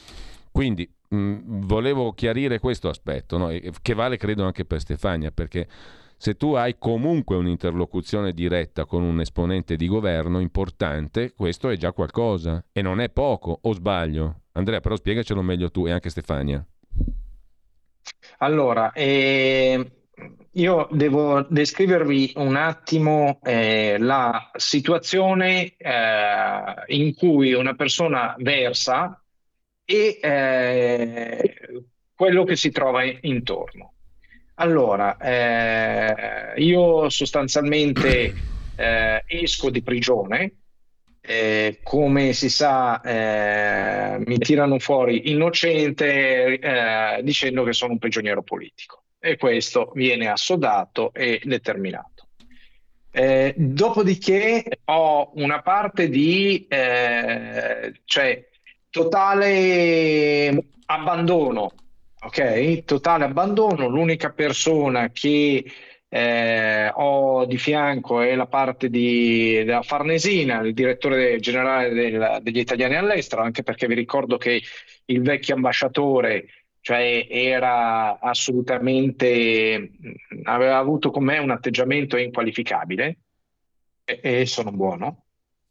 Quindi volevo chiarire questo aspetto, no? Che vale credo anche per Stefania, perché se tu hai comunque un'interlocuzione diretta con un esponente di governo importante, questo è già qualcosa e non è poco, o sbaglio? Andrea, però spiegacelo meglio tu e anche Stefania. Allora, io devo descrivervi un attimo la situazione in cui una persona versa e quello che si trova intorno. Allora, io sostanzialmente esco di prigione, come si sa, mi tirano fuori innocente dicendo che sono un prigioniero politico, e questo viene assodato e determinato. Dopodiché ho una parte di cioè totale abbandono, ok? Totale abbandono. L'unica persona che ho di fianco è la parte della Farnesina, il direttore generale degli italiani all'estero, anche perché vi ricordo che il vecchio ambasciatore, cioè, era assolutamente, aveva avuto con me un atteggiamento inqualificabile, e sono buono.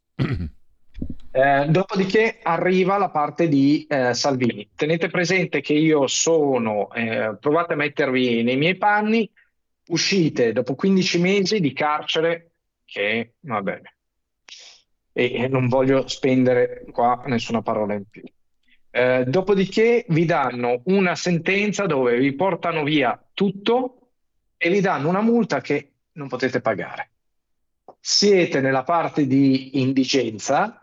Dopodiché arriva la parte di Salvini. Tenete presente che io sono, provate a mettervi nei miei panni, uscite dopo 15 mesi di carcere, che va bene, e non voglio spendere qua nessuna parola in più. Dopodiché vi danno una sentenza dove vi portano via tutto e vi danno una multa che non potete pagare. Siete nella parte di indigenza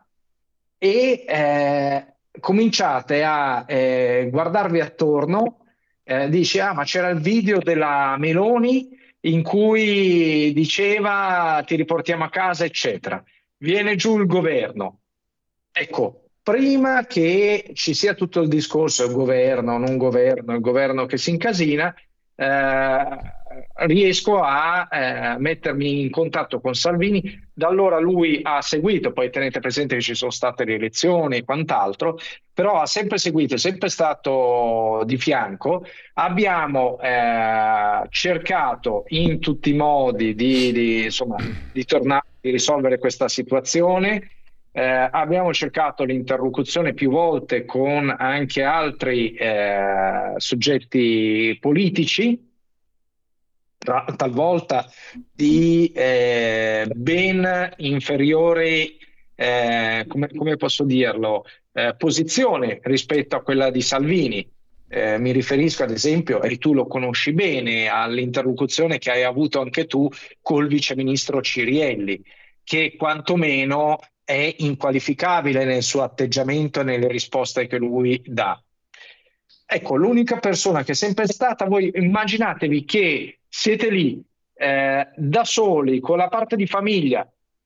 e cominciate a guardarvi attorno. Dice: ah, ma c'era il video della Meloni in cui diceva ti riportiamo a casa, eccetera. Viene giù il governo. Ecco, prima che ci sia tutto il discorso, il governo, non governo, il governo che si incasina, riesco a mettermi in contatto con Salvini. Da allora lui ha seguito, poi tenete presente che ci sono state le elezioni e quant'altro, però ha sempre seguito, è sempre stato di fianco. Abbiamo cercato in tutti i modi di tornare, di risolvere questa situazione. Abbiamo cercato l'interlocuzione più volte con anche altri soggetti politici, talvolta di ben inferiore, come posso dirlo, posizione rispetto a quella di Salvini. Mi riferisco ad esempio, e tu lo conosci bene, all'interlocuzione che hai avuto anche tu col viceministro Cirielli, che quantomeno è inqualificabile nel suo atteggiamento e nelle risposte che lui dà. Ecco, l'unica persona che è sempre stata, voi immaginatevi che siete lì da soli con la parte di famiglia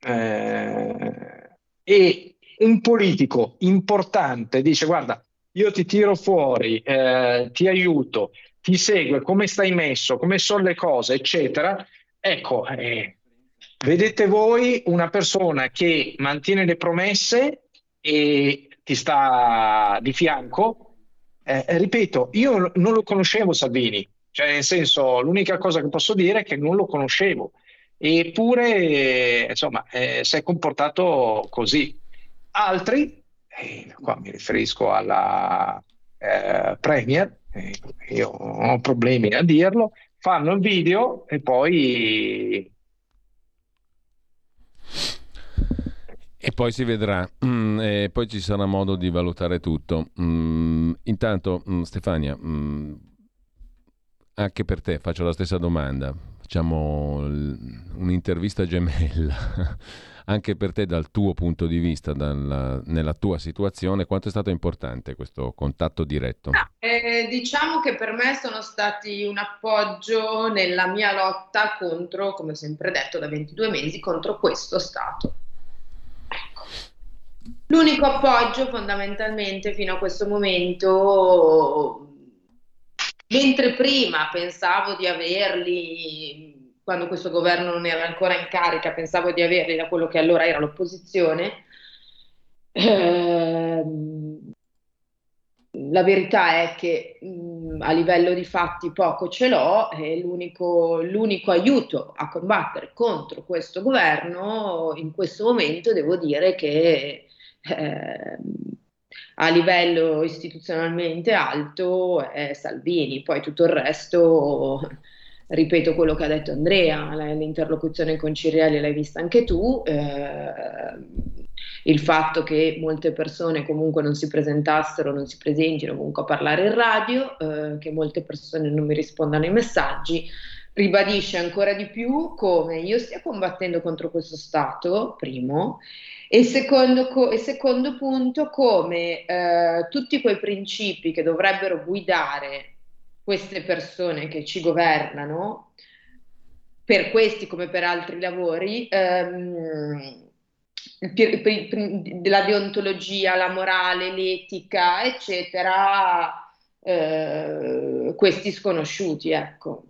e un politico importante dice: guarda, io ti tiro fuori, ti aiuto, ti segue, come stai messo, come sono le cose, eccetera. Ecco, vedete voi una persona che mantiene le promesse e ti sta di fianco. Ripeto, io non lo conoscevo Salvini, cioè nel senso, l'unica cosa che posso dire è che non lo conoscevo, eppure insomma si è comportato così. Altri, qua mi riferisco alla Premier, io non ho problemi a dirlo, fanno il video e poi si vedrà, e poi ci sarà modo di valutare tutto. Intanto, Stefania, anche per te faccio la stessa domanda. Facciamo un'intervista gemella. Anche per te, dal tuo punto di vista, nella tua situazione, quanto è stato importante questo contatto diretto? Diciamo che per me sono stati un appoggio nella mia lotta contro, come ho sempre detto da 22 mesi, contro questo Stato. L'unico appoggio fondamentalmente fino a questo momento, mentre prima pensavo di averli, quando questo governo non era ancora in carica, pensavo di averli da quello che allora era l'opposizione, la verità è che a livello di fatti poco ce l'ho, e l'unico aiuto a combattere contro questo governo in questo momento devo dire che a livello istituzionalmente alto è Salvini. Poi tutto il resto, ripeto quello che ha detto Andrea, l'interlocuzione con Cirielli l'hai vista anche tu, il fatto che molte persone comunque non si presentassero, non si presentino comunque a parlare in radio, che molte persone non mi rispondano ai messaggi, ribadisce ancora di più come io stia combattendo contro questo Stato, primo, e secondo punto come tutti quei principi che dovrebbero guidare queste persone che ci governano, per questi come per altri lavori, la deontologia, la morale, l'etica, eccetera, questi sconosciuti, ecco.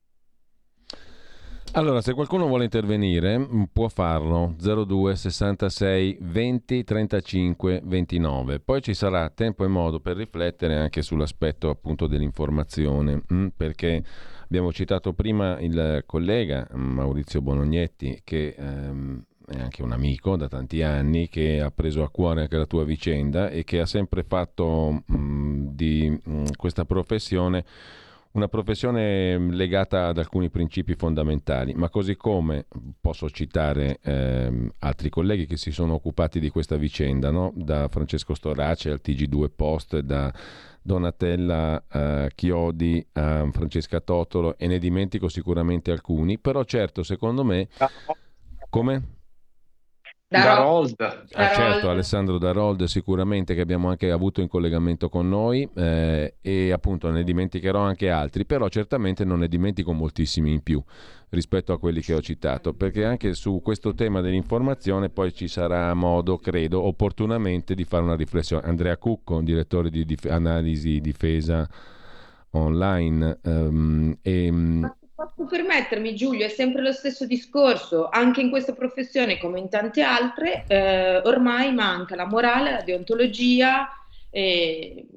Allora, se qualcuno vuole intervenire può farlo 02 66 20 35 29. Poi ci sarà tempo e modo per riflettere anche sull'aspetto appunto dell'informazione, perché abbiamo citato prima il collega Maurizio Bolognetti, che è anche un amico da tanti anni, che ha preso a cuore anche la tua vicenda e che ha sempre fatto di questa professione una professione legata ad alcuni principi fondamentali, ma così come posso citare altri colleghi che si sono occupati di questa vicenda, no? Da Francesco Storace al TG2 Post, da Donatella Chiodi a Francesca Totolo, e ne dimentico sicuramente alcuni, però certo, secondo me... Come? Darold. Certo, Alessandro Darold sicuramente, che abbiamo anche avuto in collegamento con noi, e appunto ne dimenticherò anche altri, però certamente non ne dimentico moltissimi in più rispetto a quelli che ho citato, perché anche su questo tema dell'informazione poi ci sarà modo, credo, opportunamente di fare una riflessione. Andrea Cucco, direttore di analisi difesa online, Posso permettermi, Giulio, è sempre lo stesso discorso, anche in questa professione come in tante altre, ormai manca la morale, la deontologia e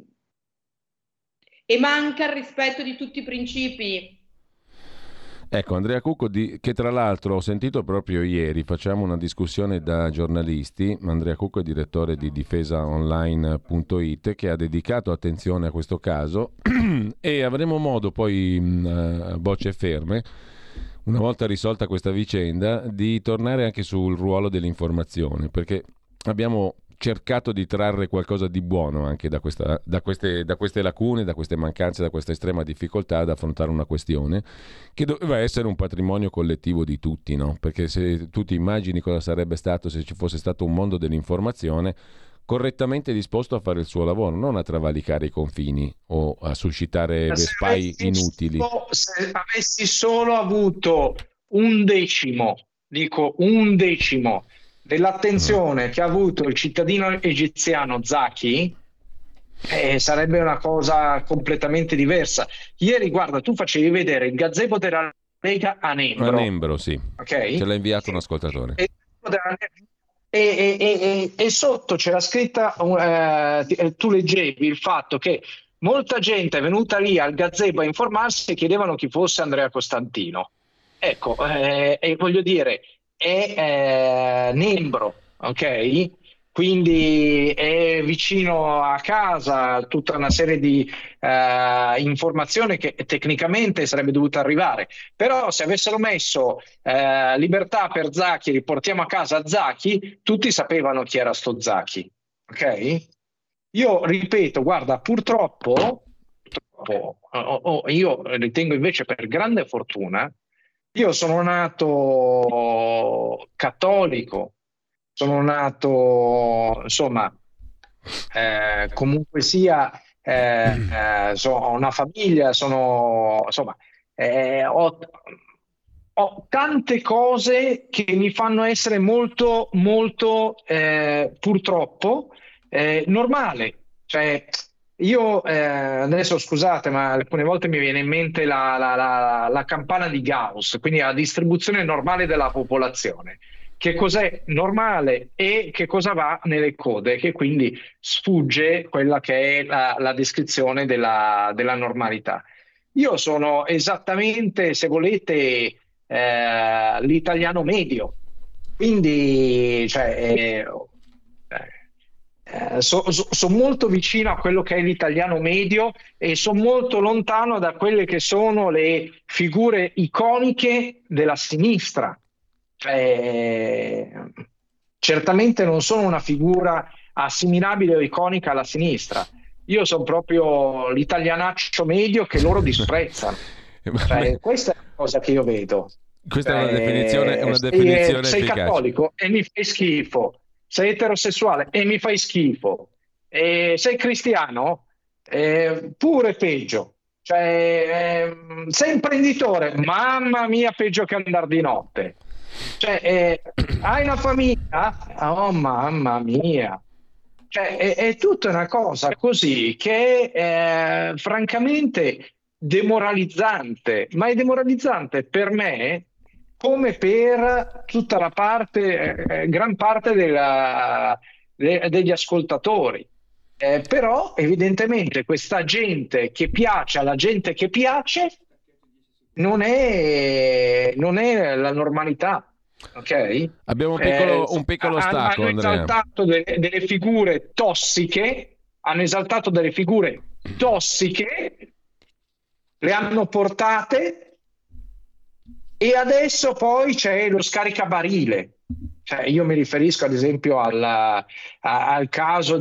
manca il rispetto di tutti i principi. Ecco, Andrea Cucco, che tra l'altro ho sentito proprio ieri, facciamo una discussione da giornalisti. Andrea Cucco è direttore di difesaonline.it, che ha dedicato attenzione a questo caso e avremo modo poi a bocce ferme, una volta risolta questa vicenda, di tornare anche sul ruolo dell'informazione, perché abbiamo cercato di trarre qualcosa di buono anche da queste lacune, da queste mancanze, da questa estrema difficoltà ad affrontare una questione che doveva essere un patrimonio collettivo di tutti, no? Perché se tu ti immagini cosa sarebbe stato se ci fosse stato un mondo dell'informazione correttamente disposto a fare il suo lavoro, non a travalicare i confini o a suscitare vespai inutili. Se avessi solo avuto un decimo dell'attenzione che ha avuto il cittadino egiziano Zaki, sarebbe una cosa completamente diversa. Ieri, guarda, tu facevi vedere il gazebo della Lega a Nembro. A Nembro, sì. Okay? Ce l'ha inviato un ascoltatore. E sotto c'era scritta, tu leggevi il fatto che molta gente è venuta lì al gazebo a informarsi e chiedevano chi fosse Andrea Costantino. Ecco, e voglio dire, è Nembro, ok? Quindi è vicino a casa, tutta una serie di informazioni che tecnicamente sarebbe dovuta arrivare. Però se avessero messo libertà per Zaki, riportiamo a casa Zaki, tutti sapevano chi era sto Zaki, ok? Io ripeto, guarda, purtroppo io ritengo invece per grande fortuna. Io sono nato cattolico, sono nato, insomma, comunque sia, ho una famiglia, insomma, ho tante cose che mi fanno essere molto, molto, purtroppo, normale. Cioè, io adesso scusate, ma alcune volte mi viene in mente la campana di Gauss, quindi la distribuzione normale della popolazione. Che cos'è normale e che cosa va nelle code, che quindi sfugge quella che è la descrizione della normalità. Io sono esattamente, se volete, l'italiano medio, quindi cioè, sono molto vicino a quello che è l'italiano medio e sono molto lontano da quelle che sono le figure iconiche della sinistra. certamente non sono una figura assimilabile o iconica alla sinistra. Io sono proprio l'italianaccio medio che loro disprezzano. Cioè, questa è la cosa che io vedo. Questa è una definizione sei efficace. Cattolico e mi fai schifo, sei eterosessuale e mi fai schifo, sei cristiano, pure peggio. Cioè, sei imprenditore, mamma mia, peggio che andare di notte. Cioè, hai una famiglia? Oh mamma mia. Cioè, è tutta una cosa così che è francamente demoralizzante, ma è demoralizzante per me come per tutta la parte, gran parte degli ascoltatori. Però evidentemente questa gente che piace alla gente che piace non è la normalità. Ok? Abbiamo un piccolo stacco, Hanno Andrea. esaltato delle figure tossiche, le hanno portate e adesso poi c'è lo scaricabarile. Cioè, io mi riferisco ad esempio al caso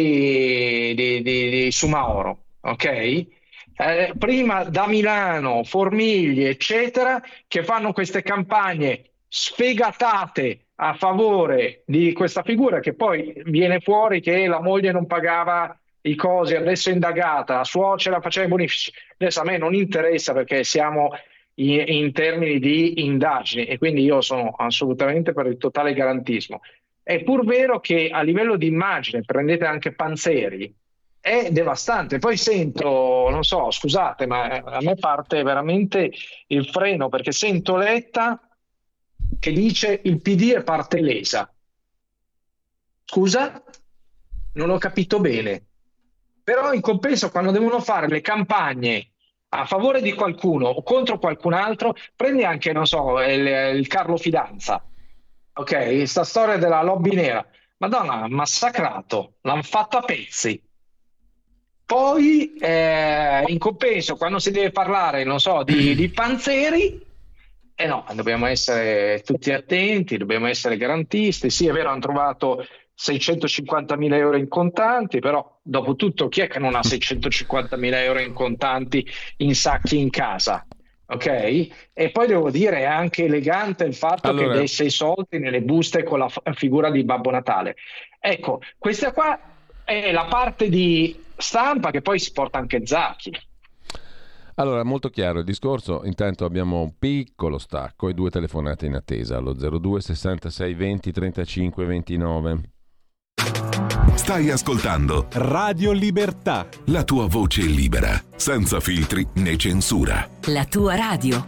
di Sumaoro, ok? Prima da Milano, Formigli, eccetera, che fanno queste campagne sfegatate a favore di questa figura, che poi viene fuori che la moglie non pagava i cosi, adesso è indagata, la suocera faceva i bonifici. Adesso a me non interessa perché siamo in termini di indagini e quindi io sono assolutamente per il totale garantismo. È pur vero che a livello di immagine, prendete anche Panzeri, è devastante. Poi sento, non so, scusate, ma a me parte veramente il freno perché sento Letta che dice il PD è parte lesa. Scusa? Non ho capito bene. Però in compenso quando devono fare le campagne a favore di qualcuno o contro qualcun altro, prendi anche, non so, il Carlo Fidanza, ok? Sta storia della lobby nera. Madonna, massacrato, l'hanno fatto a pezzi. Poi, in compenso, quando si deve parlare, non so, di Panzeri, no, dobbiamo essere tutti attenti, dobbiamo essere garantisti. Sì, è vero, hanno trovato 650.000 euro in contanti, però dopo tutto chi è che non ha 650.000 euro in contanti in sacchi in casa? Ok? E poi devo dire è anche elegante il fatto che desse i soldi nelle buste con la figura di Babbo Natale. Ecco, questa qua è la parte di stampa che poi si porta anche Zacchi. Allora, molto chiaro il discorso. Intanto abbiamo un piccolo stacco e 2 telefonate in attesa allo 02 66 20 35 29. Stai ascoltando Radio Libertà. la tua voce libera, senza filtri né censura. La tua radio.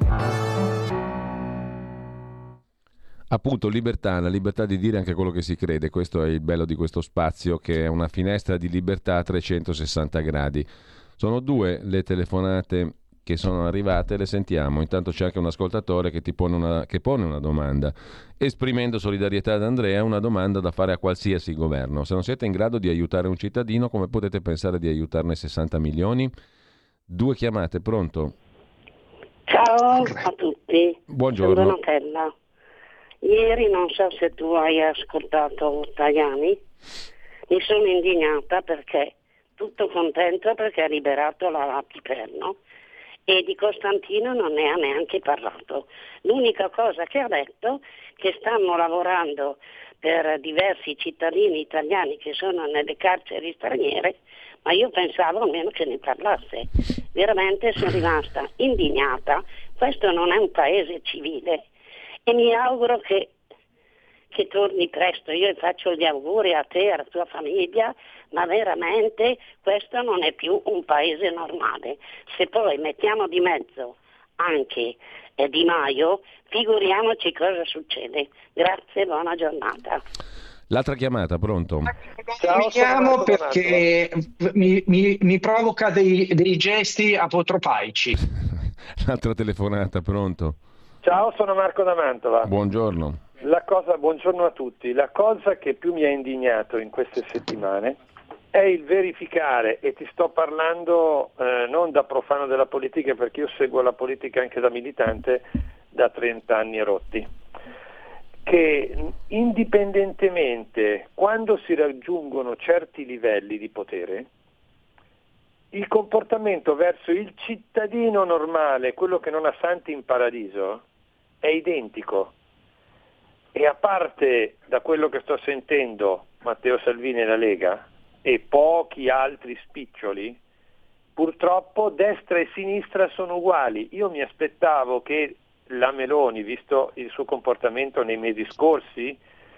Appunto, libertà, la libertà di dire anche quello che si crede. Questo è il bello di questo spazio, che è una finestra di libertà a 360 gradi. Sono 2 le telefonate che sono arrivate, le sentiamo. Intanto c'è anche un ascoltatore che pone una domanda, esprimendo solidarietà ad Andrea, una domanda da fare a qualsiasi governo. Se non siete in grado di aiutare un cittadino, come potete pensare di aiutarne 60 milioni? 2 chiamate, pronto? Ciao a tutti. Buongiorno. Sono Donatella. Ieri non so se tu hai ascoltato Tajani, mi sono indignata perché tutto contento perché ha liberato la Piperno e di Costantino non ne ha neanche parlato. L'unica cosa che ha detto è che stanno lavorando per diversi cittadini italiani che sono nelle carceri straniere, ma io pensavo almeno che ne parlasse. Veramente sono rimasta indignata. Questo non è un paese civile e mi auguro che torni presto. Io faccio gli auguri a te e alla tua famiglia, ma veramente questo non è più un paese normale. Se poi mettiamo di mezzo anche Di Maio, figuriamoci cosa succede. Grazie, buona giornata. L'altra chiamata, pronto? Mi chiamo perché mi provoca dei gesti apotropaici. L'altra telefonata, pronto? Ciao, sono Marco da Mantova. Buongiorno. Buongiorno a tutti. La cosa che più mi ha indignato in queste settimane è il verificare, e ti sto parlando non da profano della politica, perché io seguo la politica anche da militante da 30 anni rotti, che indipendentemente quando si raggiungono certi livelli di potere, il comportamento verso il cittadino normale, quello che non ha santi in paradiso, è identico. E a parte da quello che sto sentendo Matteo Salvini e la Lega e pochi altri spiccioli, purtroppo destra e sinistra sono uguali. Io mi aspettavo che la Meloni, visto il suo comportamento nei mesi scorsi,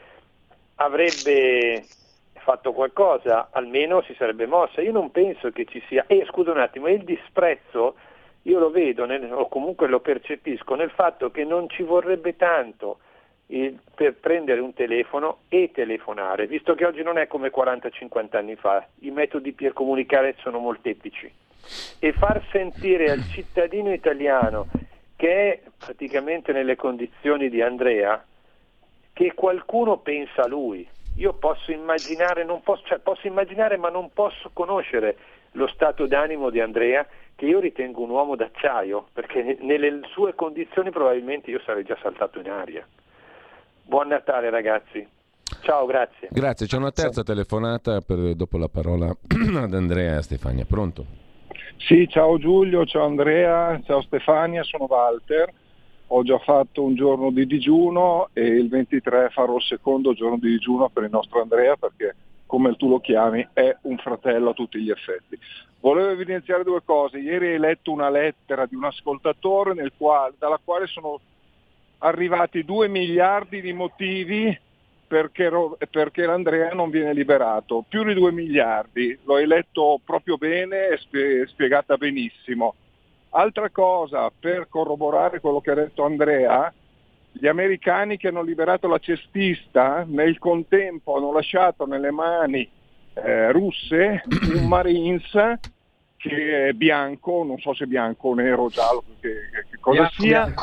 avrebbe fatto qualcosa, almeno si sarebbe mossa. Io non penso che ci sia, scusa un attimo, il disprezzo io lo vedo o comunque lo percepisco nel fatto che non ci vorrebbe tanto per prendere un telefono e telefonare, visto che oggi non è come 40-50 anni fa, i metodi per comunicare sono molteplici, e far sentire al cittadino italiano, che è praticamente nelle condizioni di Andrea, che qualcuno pensa a lui. Io posso immaginare, posso immaginare, ma non posso conoscere lo stato d'animo di Andrea, che io ritengo un uomo d'acciaio, perché nelle sue condizioni probabilmente io sarei già saltato in aria. Buon Natale ragazzi. Ciao, grazie. Grazie, c'è una terza telefonata dopo la parola ad Andrea e a Stefania. Pronto? Sì, ciao Giulio, ciao Andrea, ciao Stefania, sono Walter. Ho già fatto un giorno di digiuno e il 23 farò il secondo giorno di digiuno per il nostro Andrea, perché come tu lo chiami è un fratello a tutti gli effetti. Volevo evidenziare due cose. Ieri hai letto una lettera di un ascoltatore dalla quale sono arrivati 2 miliardi di motivi perché l'Andrea non viene liberato. Più di 2 miliardi, lo hai letto proprio bene e spiegata benissimo. Altra cosa, per corroborare quello che ha detto Andrea, gli americani che hanno liberato la cestista nel contempo hanno lasciato nelle mani russe un Marines che è bianco, non so se bianco o nero o giallo, che cosa sia,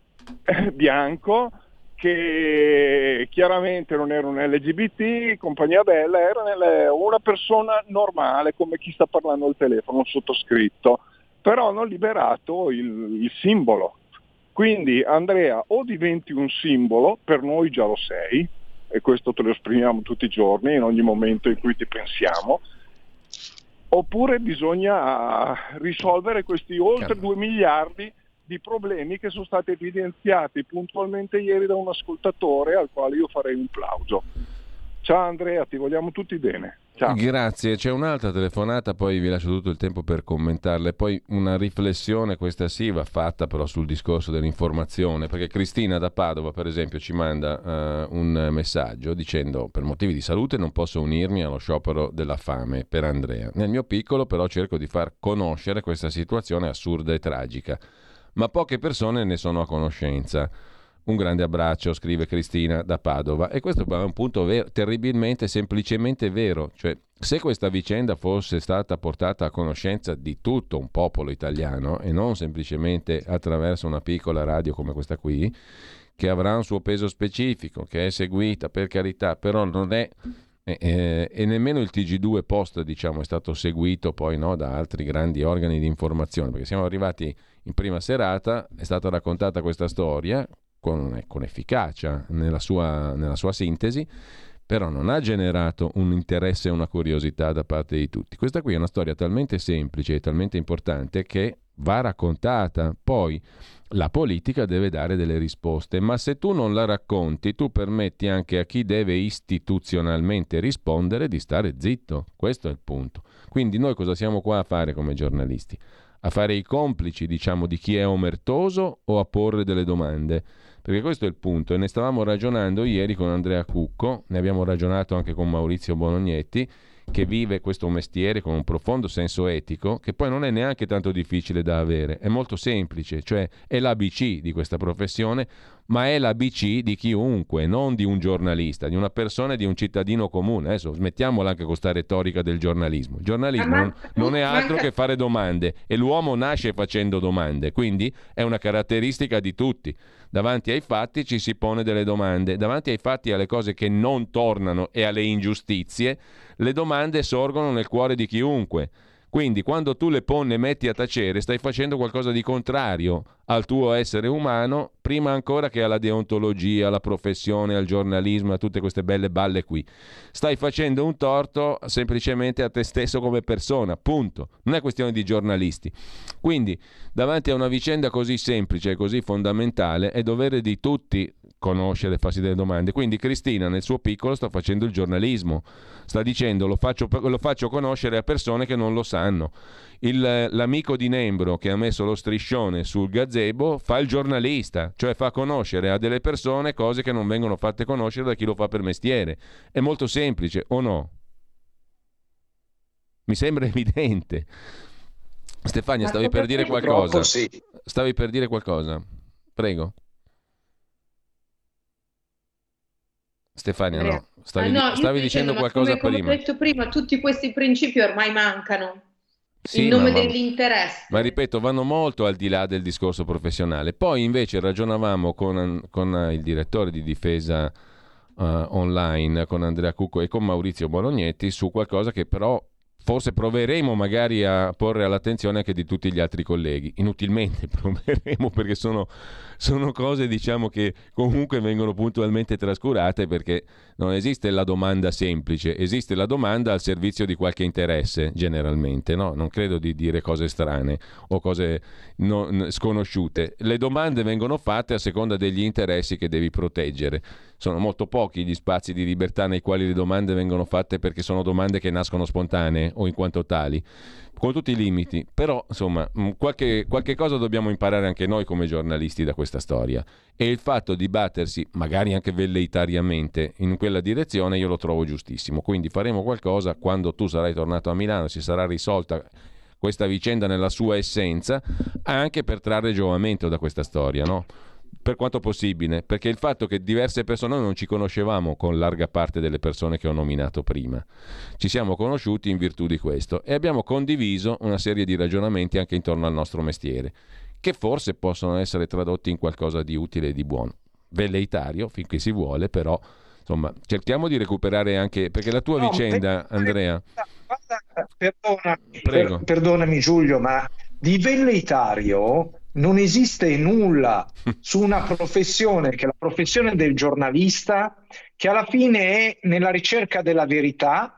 bianco, che chiaramente non era un LGBT, compagnia bella, era una persona normale come chi sta parlando al telefono, un sottoscritto, però hanno liberato il simbolo. Quindi Andrea, o diventi un simbolo, per noi già lo sei, e questo te lo esprimiamo tutti i giorni, in ogni momento in cui ti pensiamo, oppure bisogna risolvere questi oltre 2 miliardi di problemi che sono stati evidenziati puntualmente ieri da un ascoltatore al quale io farei un plauso. Ciao Andrea, ti vogliamo tutti bene. Ciao. Grazie, c'è un'altra telefonata, poi vi lascio tutto il tempo per commentarle, poi una riflessione, questa sì va fatta però sul discorso dell'informazione, perché Cristina da Padova per esempio ci manda un messaggio dicendo: per motivi di salute non posso unirmi allo sciopero della fame per Andrea, nel mio piccolo però cerco di far conoscere questa situazione assurda e tragica, ma poche persone ne sono a conoscenza. Un grande abbraccio, scrive Cristina da Padova. E questo è un punto terribilmente, semplicemente vero. Cioè, se questa vicenda fosse stata portata a conoscenza di tutto un popolo italiano e non semplicemente attraverso una piccola radio come questa qui, che avrà un suo peso specifico, che è seguita, per carità, però non è... e nemmeno il TG2 Post, diciamo, è stato seguito poi, no, da altri grandi organi di informazione, perché siamo arrivati in prima serata, è stata raccontata questa storia con efficacia nella sua sintesi, però non ha generato un interesse e una curiosità da parte di tutti. Questa qui è una storia talmente semplice e talmente importante che va raccontata. Poi la politica deve dare delle risposte, ma se tu non la racconti, tu permetti anche a chi deve istituzionalmente rispondere di stare zitto. Questo è il punto. Quindi noi cosa siamo qua a fare come giornalisti? A fare i complici, diciamo, di chi è omertoso o a porre delle domande? Perché questo è il punto, e ne stavamo ragionando ieri con Andrea Cucco, ne abbiamo ragionato anche con Maurizio Bolognetti, che vive questo mestiere con un profondo senso etico, che poi non è neanche tanto difficile da avere, è molto semplice, cioè è l'ABC di questa professione, ma è l'ABC di chiunque, non di un giornalista, di una persona e di un cittadino comune. Adesso smettiamola anche con questa retorica del giornalismo. Il giornalismo non è altro che fare domande, e l'uomo nasce facendo domande, quindi è una caratteristica di tutti. Davanti ai fatti ci si pone delle domande, davanti ai fatti e alle cose che non tornano e alle ingiustizie, le domande sorgono nel cuore di chiunque. Quindi quando tu le ponne metti a tacere stai facendo qualcosa di contrario al tuo essere umano, prima ancora che alla deontologia, alla professione, al giornalismo, a tutte queste belle balle qui. Stai facendo un torto semplicemente a te stesso come persona, punto. Non è questione di giornalisti. Quindi davanti a una vicenda così semplice e così fondamentale è dovere di tutti conoscere e farsi delle domande. Quindi Cristina nel suo piccolo sta facendo il giornalismo, sta dicendo lo faccio conoscere a persone che non lo sanno. L'amico di Nembro che ha messo lo striscione sul gazebo fa il giornalista, cioè fa conoscere a delle persone cose che non vengono fatte conoscere da chi lo fa per mestiere. È molto semplice, o no? Mi sembra evidente. Stefania, stavi per dire qualcosa? Sì. Stavi per dire qualcosa? Prego. Stefania, no. Stavi dicendo qualcosa come prima. Come ho detto prima, tutti questi principi ormai mancano. Sì, in nome dell'interesse. Ma ripeto, vanno molto al di là del discorso professionale. Poi invece ragionavamo con il direttore di difesa online, con Andrea Cucco e con Maurizio Bolognetti, su qualcosa che però forse proveremo magari a porre all'attenzione anche di tutti gli altri colleghi. Inutilmente proveremo, perché sono cose, diciamo, che comunque vengono puntualmente trascurate, perché non esiste la domanda semplice, esiste la domanda al servizio di qualche interesse, generalmente, no? Non credo di dire cose strane o cose sconosciute. Le domande vengono fatte a seconda degli interessi che devi proteggere. Sono molto pochi gli spazi di libertà nei quali le domande vengono fatte perché sono domande che nascono spontanee o in quanto tali, con tutti i limiti. Però insomma qualche cosa dobbiamo imparare anche noi come giornalisti da questa storia, e il fatto di battersi magari anche velleitariamente in quella direzione io lo trovo giustissimo. Quindi faremo qualcosa quando tu sarai tornato a Milano, si sarà risolta questa vicenda nella sua essenza, anche per trarre giovamento da questa storia, no? Per quanto possibile, perché il fatto che diverse persone, noi non ci conoscevamo con larga parte delle persone che ho nominato prima, ci siamo conosciuti in virtù di questo e abbiamo condiviso una serie di ragionamenti anche intorno al nostro mestiere, che forse possono essere tradotti in qualcosa di utile e di buono, velleitario finché si vuole, però insomma cerchiamo di recuperare anche, perché la tua vicenda, Andrea, perdonami Giulio, ma di velleitario non esiste nulla su una professione che è la professione del giornalista, che alla fine è nella ricerca della verità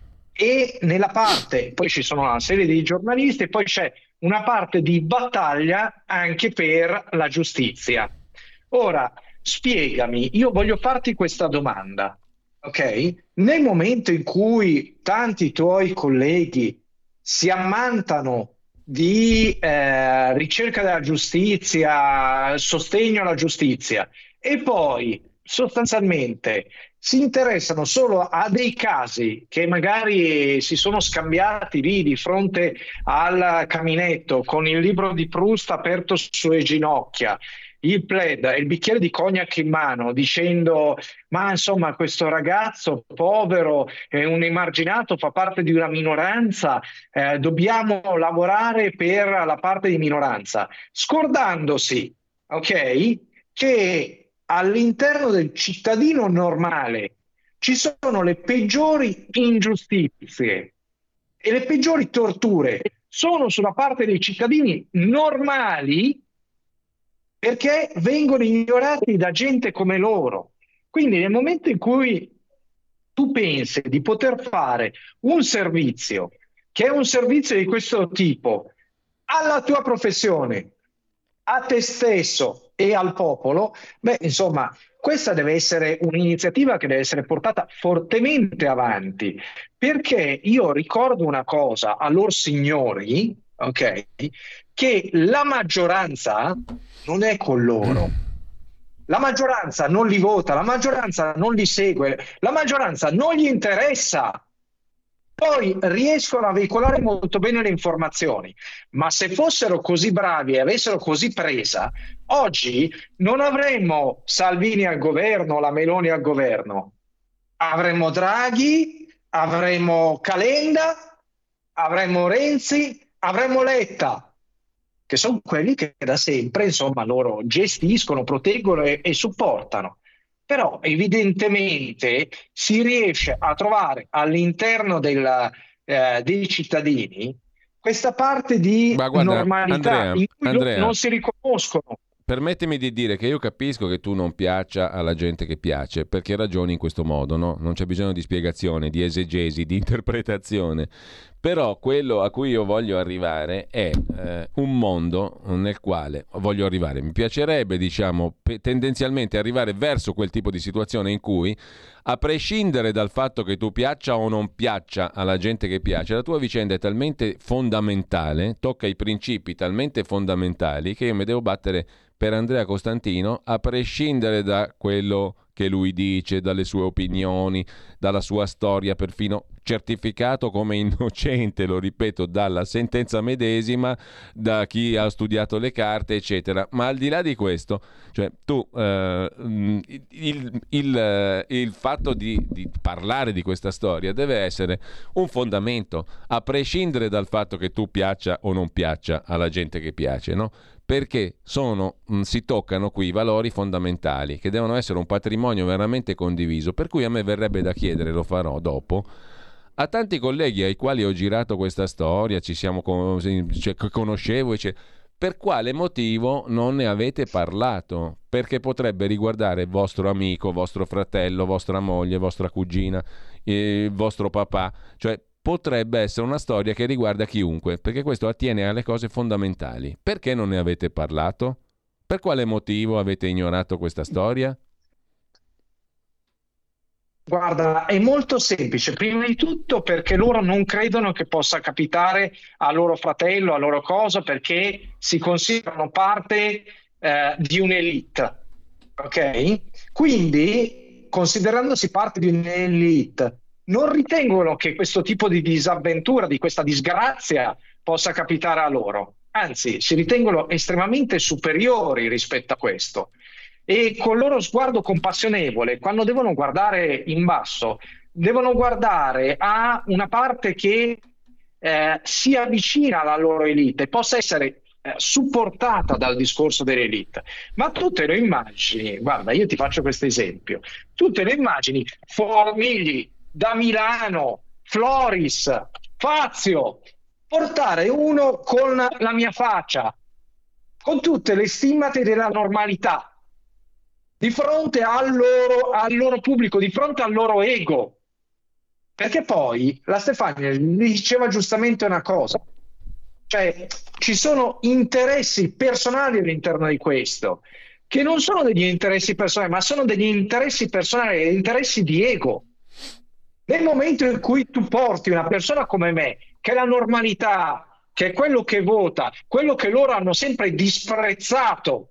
e nella parte, poi ci sono una serie di giornalisti e poi c'è una parte di battaglia anche per la giustizia. Ora, spiegami, io voglio farti questa domanda, ok? Nel momento in cui tanti tuoi colleghi si ammantano di ricerca della giustizia, sostegno alla giustizia, e poi sostanzialmente si interessano solo a dei casi che magari si sono scambiati lì di fronte al caminetto con il libro di Proust aperto sulle ginocchia, il plaid e il bicchiere di cognac in mano, dicendo ma insomma questo ragazzo povero è un emarginato, fa parte di una minoranza, dobbiamo lavorare per la parte di minoranza, scordandosi, ok, che all'interno del cittadino normale ci sono le peggiori ingiustizie e le peggiori torture sono sulla parte dei cittadini normali, perché vengono ignorati da gente come loro. Quindi nel momento in cui tu pensi di poter fare un servizio, che è un servizio di questo tipo, alla tua professione, a te stesso e al popolo, beh, insomma, questa deve essere un'iniziativa che deve essere portata fortemente avanti, perché io ricordo una cosa a loro signori, ok, che la maggioranza non è con loro. La maggioranza non li vota, la maggioranza non li segue, la maggioranza non gli interessa. Poi riescono a veicolare molto bene le informazioni, ma se fossero così bravi e avessero così presa, oggi non avremmo Salvini al governo, la Meloni al governo. Avremmo Draghi, avremmo Calenda, avremmo Renzi, avremmo Letta, che sono quelli che da sempre, insomma, loro gestiscono, proteggono e supportano. Però evidentemente si riesce a trovare all'interno dei cittadini questa parte di normalità in cui Andrea, non si riconoscono. Permettimi di dire che io capisco che tu non piaccia alla gente che piace, perché ragioni in questo modo, no? Non c'è bisogno di spiegazione, di esegesi, di interpretazione. Però quello a cui io voglio arrivare è un mondo nel quale voglio arrivare. Mi piacerebbe, diciamo, tendenzialmente arrivare verso quel tipo di situazione in cui, a prescindere dal fatto che tu piaccia o non piaccia alla gente che piace, la tua vicenda è talmente fondamentale, tocca i principi talmente fondamentali, che io mi devo battere per Andrea Costantino, a prescindere da quello che lui dice, dalle sue opinioni, dalla sua storia, perfino certificato come innocente, lo ripeto, dalla sentenza medesima, da chi ha studiato le carte, eccetera. Ma al di là di questo, cioè tu il fatto di parlare di questa storia deve essere un fondamento, a prescindere dal fatto che tu piaccia o non piaccia alla gente che piace, no? Perché si toccano qui valori fondamentali che devono essere un patrimonio veramente condiviso, per cui a me verrebbe da chiedere, lo farò dopo, a tanti colleghi ai quali ho girato questa storia, conoscevo, per quale motivo non ne avete parlato? Perché potrebbe riguardare vostro amico, vostro fratello, vostra moglie, vostra cugina, vostro papà, cioè potrebbe essere una storia che riguarda chiunque, perché questo attiene alle cose fondamentali. Perché non ne avete parlato? Per quale motivo avete ignorato questa storia? Guarda, è molto semplice. Prima di tutto perché loro non credono che possa capitare a loro fratello, a loro cosa, perché si considerano parte di un'elite. Ok? Quindi, considerandosi parte di un'elite, non ritengono che questo tipo di disavventura, di questa disgrazia possa capitare a loro. Anzi, si ritengono estremamente superiori rispetto a questo. E con il loro sguardo compassionevole, quando devono guardare in basso, devono guardare a una parte che si avvicina alla loro elite e possa essere supportata dal discorso dell'elite. Ma tu te lo immagini, guarda, io ti faccio questo esempio, tu te lo immagini Formigli da Milano, Floris, Fazio, portare uno con la mia faccia, con tutte le stimmate della normalità, di fronte al loro pubblico, di fronte al loro ego. Perché poi la Stefania diceva giustamente una cosa, cioè ci sono interessi personali all'interno di questo, che non sono degli interessi personali, ma sono degli interessi personali, degli interessi di ego. Nel momento in cui tu porti una persona come me, che è la normalità, che è quello che vota, quello che loro hanno sempre disprezzato,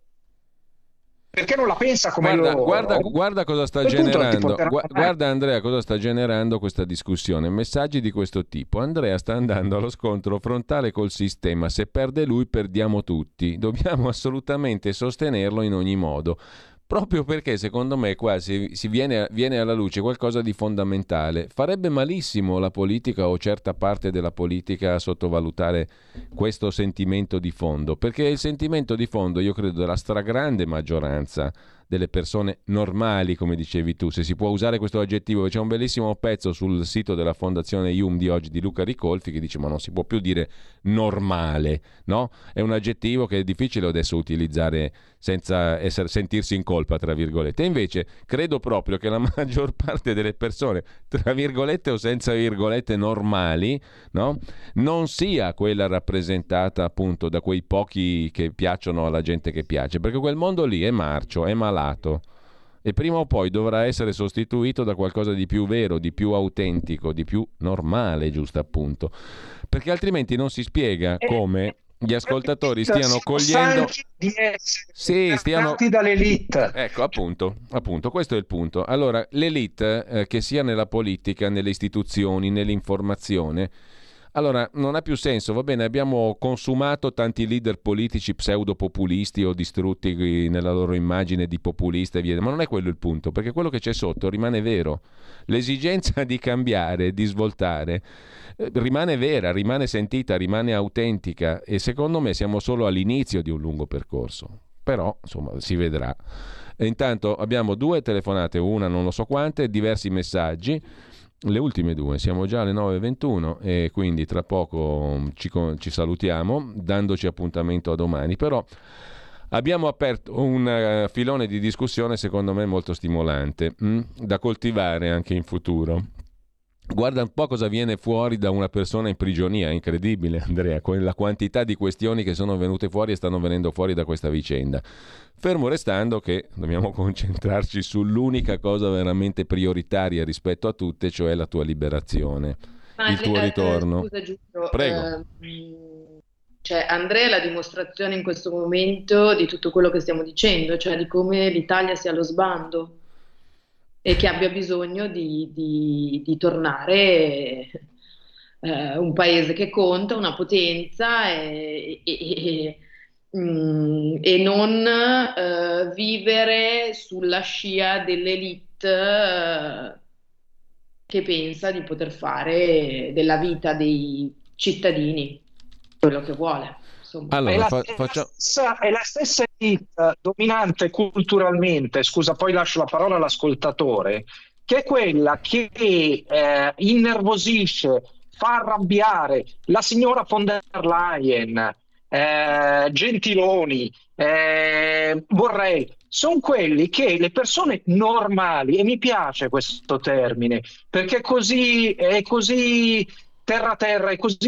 perché non la pensa come loro. Guarda cosa sta generando. Guarda Andrea cosa sta generando questa discussione. Messaggi di questo tipo. Andrea sta andando allo scontro frontale col sistema. Se perde lui, perdiamo tutti. Dobbiamo assolutamente sostenerlo in ogni modo. Proprio perché secondo me qua si viene alla luce qualcosa di fondamentale. Farebbe malissimo la politica o certa parte della politica a sottovalutare questo sentimento di fondo, perché il sentimento di fondo, io credo, della stragrande maggioranza delle persone normali, come dicevi tu, se si può usare questo aggettivo. C'è un bellissimo pezzo sul sito della Fondazione IUM di oggi di Luca Ricolfi che dice ma non si può più dire normale, no? È un aggettivo che è difficile adesso utilizzare senza sentirsi in colpa, tra virgolette. E invece credo proprio che la maggior parte delle persone, tra virgolette o senza virgolette, normali, no? Non sia quella rappresentata appunto da quei pochi che piacciono alla gente che piace, perché quel mondo lì è marcio, è malato e prima o poi dovrà essere sostituito da qualcosa di più vero, di più autentico, di più normale, giusto appunto, perché altrimenti non si spiega come gli ascoltatori stiano cogliendo stiano dall'elite. Ecco, appunto, questo è il punto. Allora, l'elite che sia nella politica, nelle istituzioni, nell'informazione, allora non ha più senso, va bene, abbiamo consumato tanti leader politici pseudopopulisti o distrutti nella loro immagine di populista e via, ma non è quello il punto, perché quello che c'è sotto rimane vero. L'esigenza di cambiare, di svoltare, rimane vera, rimane sentita, rimane autentica e secondo me siamo solo all'inizio di un lungo percorso. Però, insomma, si vedrà. E intanto abbiamo 2 telefonate, una non lo so quante, diversi messaggi. le ultime due. Siamo già alle 9:21 e quindi tra poco ci salutiamo dandoci appuntamento a domani, però abbiamo aperto un filone di discussione secondo me molto stimolante da coltivare anche in futuro. Guarda un po' cosa viene fuori da una persona in prigionia, è incredibile Andrea, la quantità di questioni che sono venute fuori e stanno venendo fuori da questa vicenda. Fermo restando che dobbiamo concentrarci sull'unica cosa veramente prioritaria rispetto a tutte, cioè la tua liberazione, il tuo ritorno. Scusa Giulio, prego. Cioè Andrea è la dimostrazione in questo momento di tutto quello che stiamo dicendo, cioè di come l'Italia sia allo sbando e che abbia bisogno di tornare un paese che conta, una potenza e non vivere sulla scia dell'elite che pensa di poter fare della vita dei cittadini quello che vuole. Allora, è la stessa elite dominante culturalmente, scusa, poi lascio la parola all'ascoltatore, che è quella che innervosisce, fa arrabbiare la signora von der Leyen, Gentiloni, Borrell, sono quelli che le persone normali, e mi piace questo termine, perché è così terra, è così.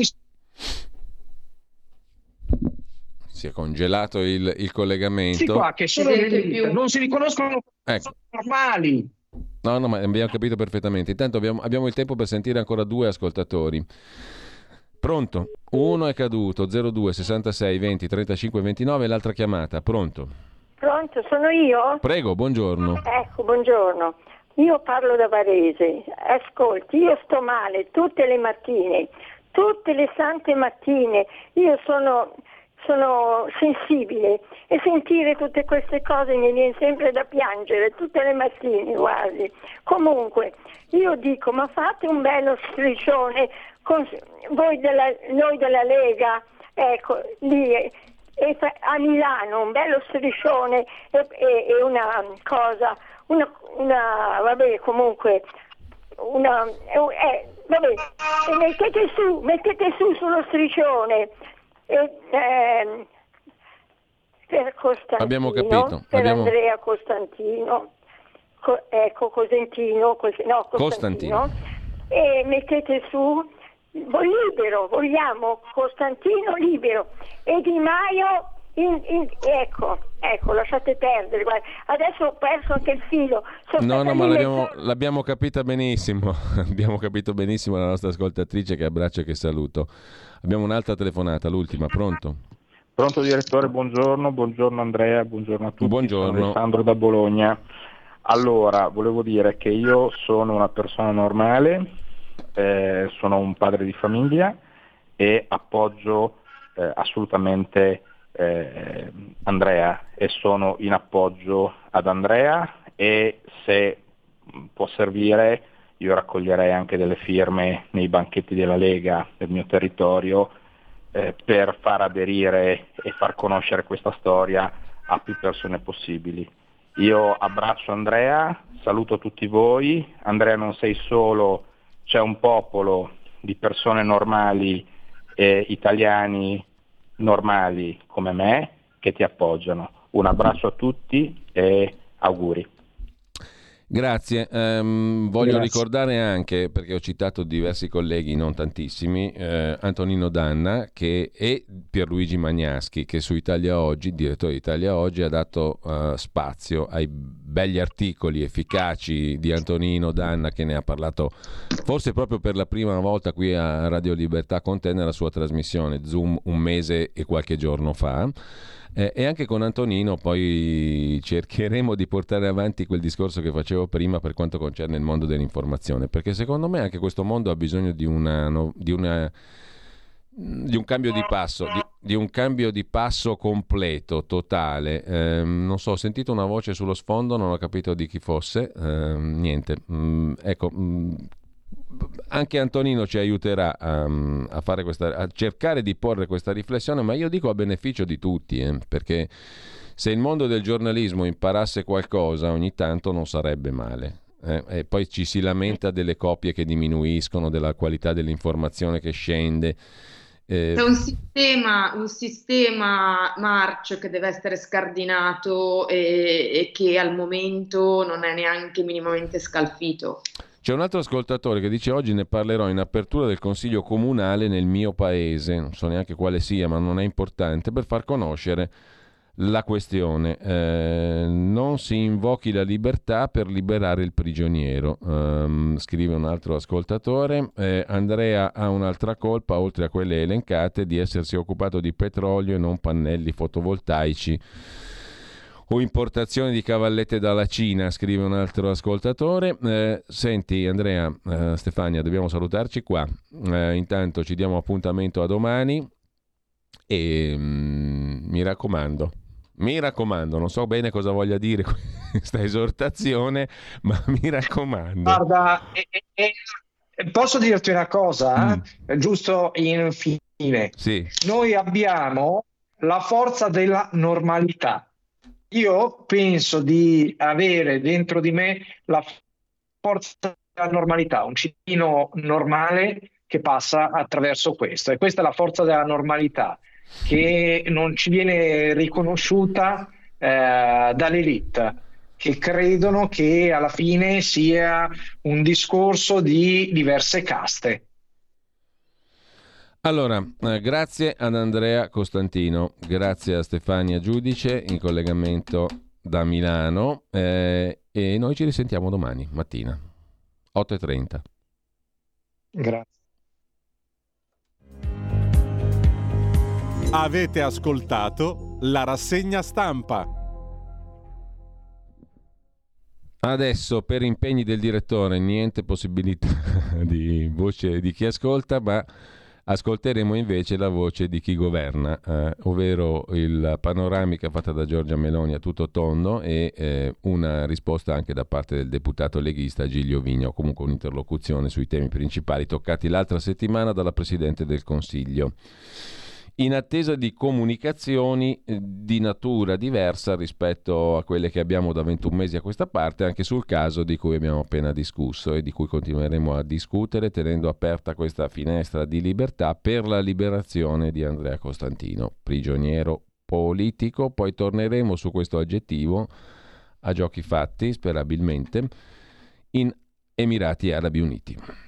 Si è congelato il collegamento. Sì, qua che sono non si riconoscono come normali. No, ma abbiamo capito perfettamente. Intanto abbiamo il tempo per sentire ancora due ascoltatori. Pronto? Uno è caduto, 02 66 20 35 29, l'altra chiamata. Pronto? Pronto, sono io? Prego, buongiorno. Ecco, buongiorno. Io parlo da Varese. Ascolti, io sto male tutte le mattine, tutte le sante mattine. Io sono sensibile e sentire tutte queste cose mi viene sempre da piangere tutte le mattine quasi. Comunque io dico, ma fate un bello striscione con noi della Lega, ecco, lì a Milano, un bello striscione e una cosa, vabbè, comunque vabbè, e mettete su sullo striscione per Costantino, abbiamo capito. Andrea Costantino, Costantino, e mettete su libero, vogliamo Costantino libero e Di Maio ecco, lasciate perdere, guarda. Adesso ho perso anche il filo. No, ma l'abbiamo capita benissimo. Abbiamo capito benissimo la nostra ascoltatrice, che abbraccio e che saluto. Abbiamo un'altra telefonata, l'ultima. Pronto? Pronto direttore, buongiorno Andrea, buongiorno a tutti. Buongiorno. Sono Alessandro da Bologna. Allora, volevo dire che io sono una persona normale, sono un padre di famiglia e appoggio assolutamente Andrea, e sono in appoggio ad Andrea, e se può servire io raccoglierei anche delle firme nei banchetti della Lega del mio territorio per far aderire e far conoscere questa storia a più persone possibili. Io abbraccio Andrea, saluto tutti voi. Andrea, non sei solo, c'è un popolo di persone normali, italiani normali come me, che ti appoggiano. Un abbraccio a tutti e auguri. Grazie. Voglio ricordare anche, perché ho citato diversi colleghi, non tantissimi, Antonino Danna e Pierluigi Magnaschi, che su Italia Oggi, direttore di Italia Oggi, ha dato spazio ai begli articoli efficaci di Antonino Danna, che ne ha parlato forse proprio per la prima volta qui a Radio Libertà con te nella sua trasmissione Zoom un mese e qualche giorno fa. E anche con Antonino poi cercheremo di portare avanti quel discorso che facevo prima per quanto concerne il mondo dell'informazione, perché secondo me anche questo mondo ha bisogno di un cambio di passo, di un cambio di passo completo, totale. Non so, ho sentito una voce sullo sfondo, non ho capito di chi fosse, niente. Ecco, anche Antonino ci aiuterà a fare a cercare di porre questa riflessione, ma io dico a beneficio di tutti, perché se il mondo del giornalismo imparasse qualcosa ogni tanto non sarebbe male. E poi ci si lamenta delle copie che diminuiscono, della qualità dell'informazione che scende. C'è un sistema March che deve essere scardinato e che al momento non è neanche minimamente scalfito. C'è un altro ascoltatore che dice: oggi ne parlerò in apertura del consiglio comunale nel mio paese, non so neanche quale sia, ma non è importante, per far conoscere la questione. Non si invochi la libertà per liberare il prigioniero, scrive un altro ascoltatore. Andrea ha un'altra colpa, oltre a quelle elencate, di essersi occupato di petrolio e non pannelli fotovoltaici o importazione di cavallette dalla Cina, scrive un altro ascoltatore. Senti Andrea, Stefania, dobbiamo salutarci qua. Intanto ci diamo appuntamento a domani e mi raccomando, non so bene cosa voglia dire questa esortazione, ma mi raccomando. Guarda, posso dirti una cosa, giusto infine? Sì. Noi abbiamo la forza della normalità. Io penso di avere dentro di me la forza della normalità, un cittadino normale che passa attraverso questo, e questa è la forza della normalità che non ci viene riconosciuta dall'elite, che credono che alla fine sia un discorso di diverse caste. Allora, grazie ad Andrea Costantino, grazie a Stefania Giudice in collegamento da Milano, e noi ci risentiamo domani mattina, 8:30. Grazie. Avete ascoltato la rassegna stampa. Adesso, per impegni del direttore, niente possibilità di voce di chi ascolta, ma ascolteremo invece la voce di chi governa, ovvero la panoramica fatta da Giorgia Meloni a tutto tondo e una risposta anche da parte del deputato leghista Giglio Vigna, o comunque un'interlocuzione sui temi principali toccati l'altra settimana dalla Presidente del Consiglio. In attesa di comunicazioni di natura diversa rispetto a quelle che abbiamo da 21 mesi a questa parte, anche sul caso di cui abbiamo appena discusso e di cui continueremo a discutere, tenendo aperta questa finestra di libertà per la liberazione di Andrea Costantino, prigioniero politico. Poi torneremo su questo aggettivo a giochi fatti, sperabilmente, in Emirati Arabi Uniti.